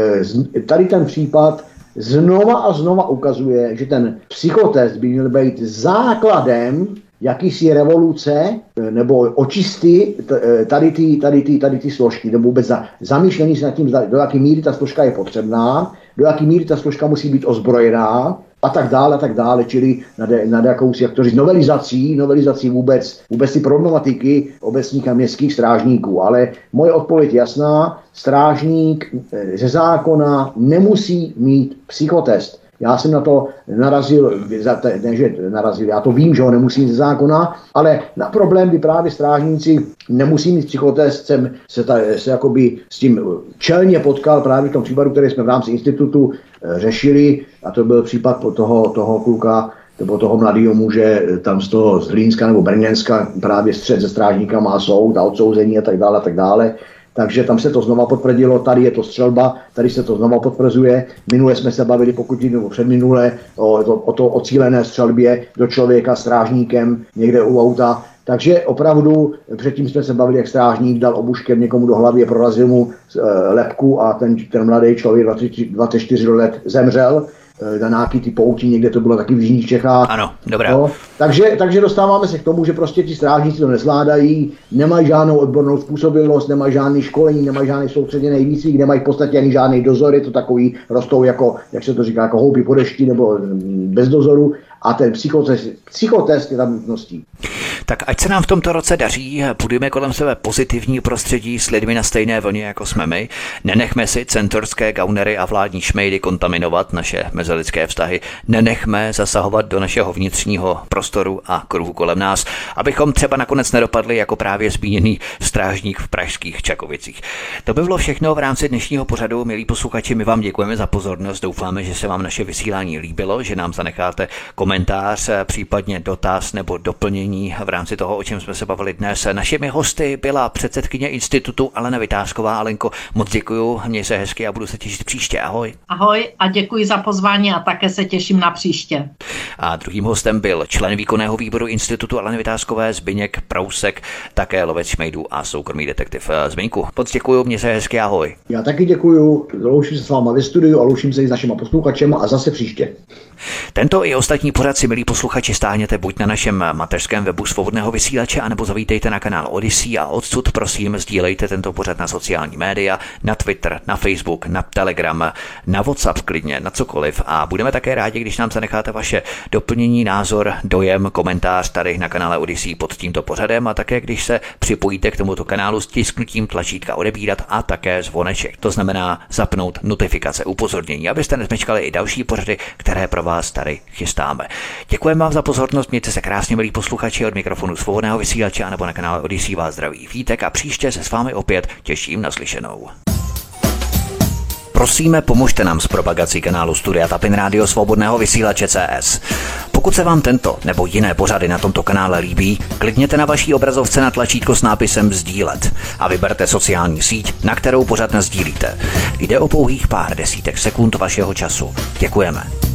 tady ten případ znova a znova ukazuje, že ten psychotest by měl být základem jakýsi revoluce nebo očisty tady ty, tady ty, tady ty složky, nebo vůbec za, zamýšlení se nad tím, do jaké míry ta složka je potřebná, do jaké míry ta složka musí být ozbrojená a tak dále, a tak dále, čili nad, nad jakousi, jak to říct, novelizací, novelizací vůbec, vůbec ty problematiky obecních a městských strážníků. Ale moje odpověď jasná, strážník ze zákona nemusí mít psychotest. Já jsem na to narazil, ne, že narazil, já to vím, že ho nemusí mít ze zákona, ale na problém, kdy právě strážníci nemusí mít psychotest, jsem se, ta, se jakoby s tím čelně potkal právě v tom případu, který jsme v rámci institutu e, řešili, a to byl případ toho, toho kluka, nebo toho mladého muže tam z toho z Hlínska nebo Brněnska, právě střet se strážníkama a soud a odsouzení a tak dále a tak dále. Takže tam se to znova potvrdilo, tady je to střelba, tady se to znova potvrzuje. Minule jsme se bavili, pokud nebo předminule, o, to, o to o cílené střelbě do člověka strážníkem někde u auta. Takže opravdu předtím jsme se bavili, jak strážník dal obuškem někomu do hlavy, prorazil mu e, lebku a ten, ten mladý člověk dvacet čtyři let zemřel na nějaký ty pouti, někde to bylo taky v jižních Čechách. Ano, dobré. No, takže, takže dostáváme se k tomu, že prostě ti strážníci to nezvládají, nemají žádnou odbornou způsobilost, nemají žádný školení, nemají žádný soustředěný výcvik, nemají v podstatě ani žádný dozor, je to takový, rostou jako, jak se to říká, jako houby po dešti nebo bez dozoru. A ten psychotest, psychotest je tam nutností. Tak ať se nám v tomto roce daří, budeme kolem sebe pozitivní prostředí s lidmi na stejné vlně, jako jsme my. Nenechme si centorské gaunery a vládní šmejdy kontaminovat naše mezilidské vztahy. Nenechme zasahovat do našeho vnitřního prostoru a kruhu kolem nás, abychom třeba nakonec nedopadli jako právě zmíněný strážník v pražských Čakovicích. To by bylo všechno v rámci dnešního pořadu. Milí posluchači, my vám děkujeme za pozornost. Doufáme, že se vám naše vysílání líbilo, že nám zanecháte komentář, případně dotaz nebo doplnění v rámci toho, o čem jsme se bavili dnes. Našimi hosty byla předsedkyně institutu Alena Vytázková. Alenko, moc děkuju, měj se hezky a budu se těšit příště. Ahoj. Ahoj a děkuji za pozvání a také se těším na příště. A druhým hostem byl člen výkonného výboru institutu Aleny Vytázkové Zbyněk Prousek, také lovec šmejdů a soukromý detektiv. Zbyňku, moc děkuju, měj se hezky, ahoj. Já taky děkuju, loučím se s váma ve studiu a loučím se i s našimi posluchačemi a zase příště. Tento i ostatní pořad si, milí posluchači, stáhněte buď na našem mateřském webu Svobodného vysílače, anebo zavítejte na kanál Odyssey a odsud prosím sdílejte tento pořad na sociální média, na Twitter, na Facebook, na Telegram, na WhatsApp klidně, na cokoliv a budeme také rádi, když nám zanecháte vaše doplnění, názor, dojem, komentář tady na kanále Odyssey pod tímto pořadem a také když se připojíte k tomuto kanálu s tisknutím tlačítka odebírat a také zvoneček. To znamená zapnout notifikace, upozornění, abyste nezmečkali i další pořady, které pro vás tady chystáme. Děkujeme vám za pozornost, mějte se krásně, milí posluchači, od mikrofonu Svobodného vysílače a nebo na kanále Odyssey vás zdraví Vítek a příště se s vámi opět těším na slyšenou. Prosíme, pomožte nám s propagací kanálu Studia Tapin Rádio Svobodného vysílače C S. Pokud se vám tento nebo jiné pořady na tomto kanále líbí, klikněte na vaší obrazovce na tlačítko s nápisem sdílet a vyberte sociální síť, na kterou pořad nasdílíte. Jde o pouhých pár desítek sekund vašeho času. Děkujeme.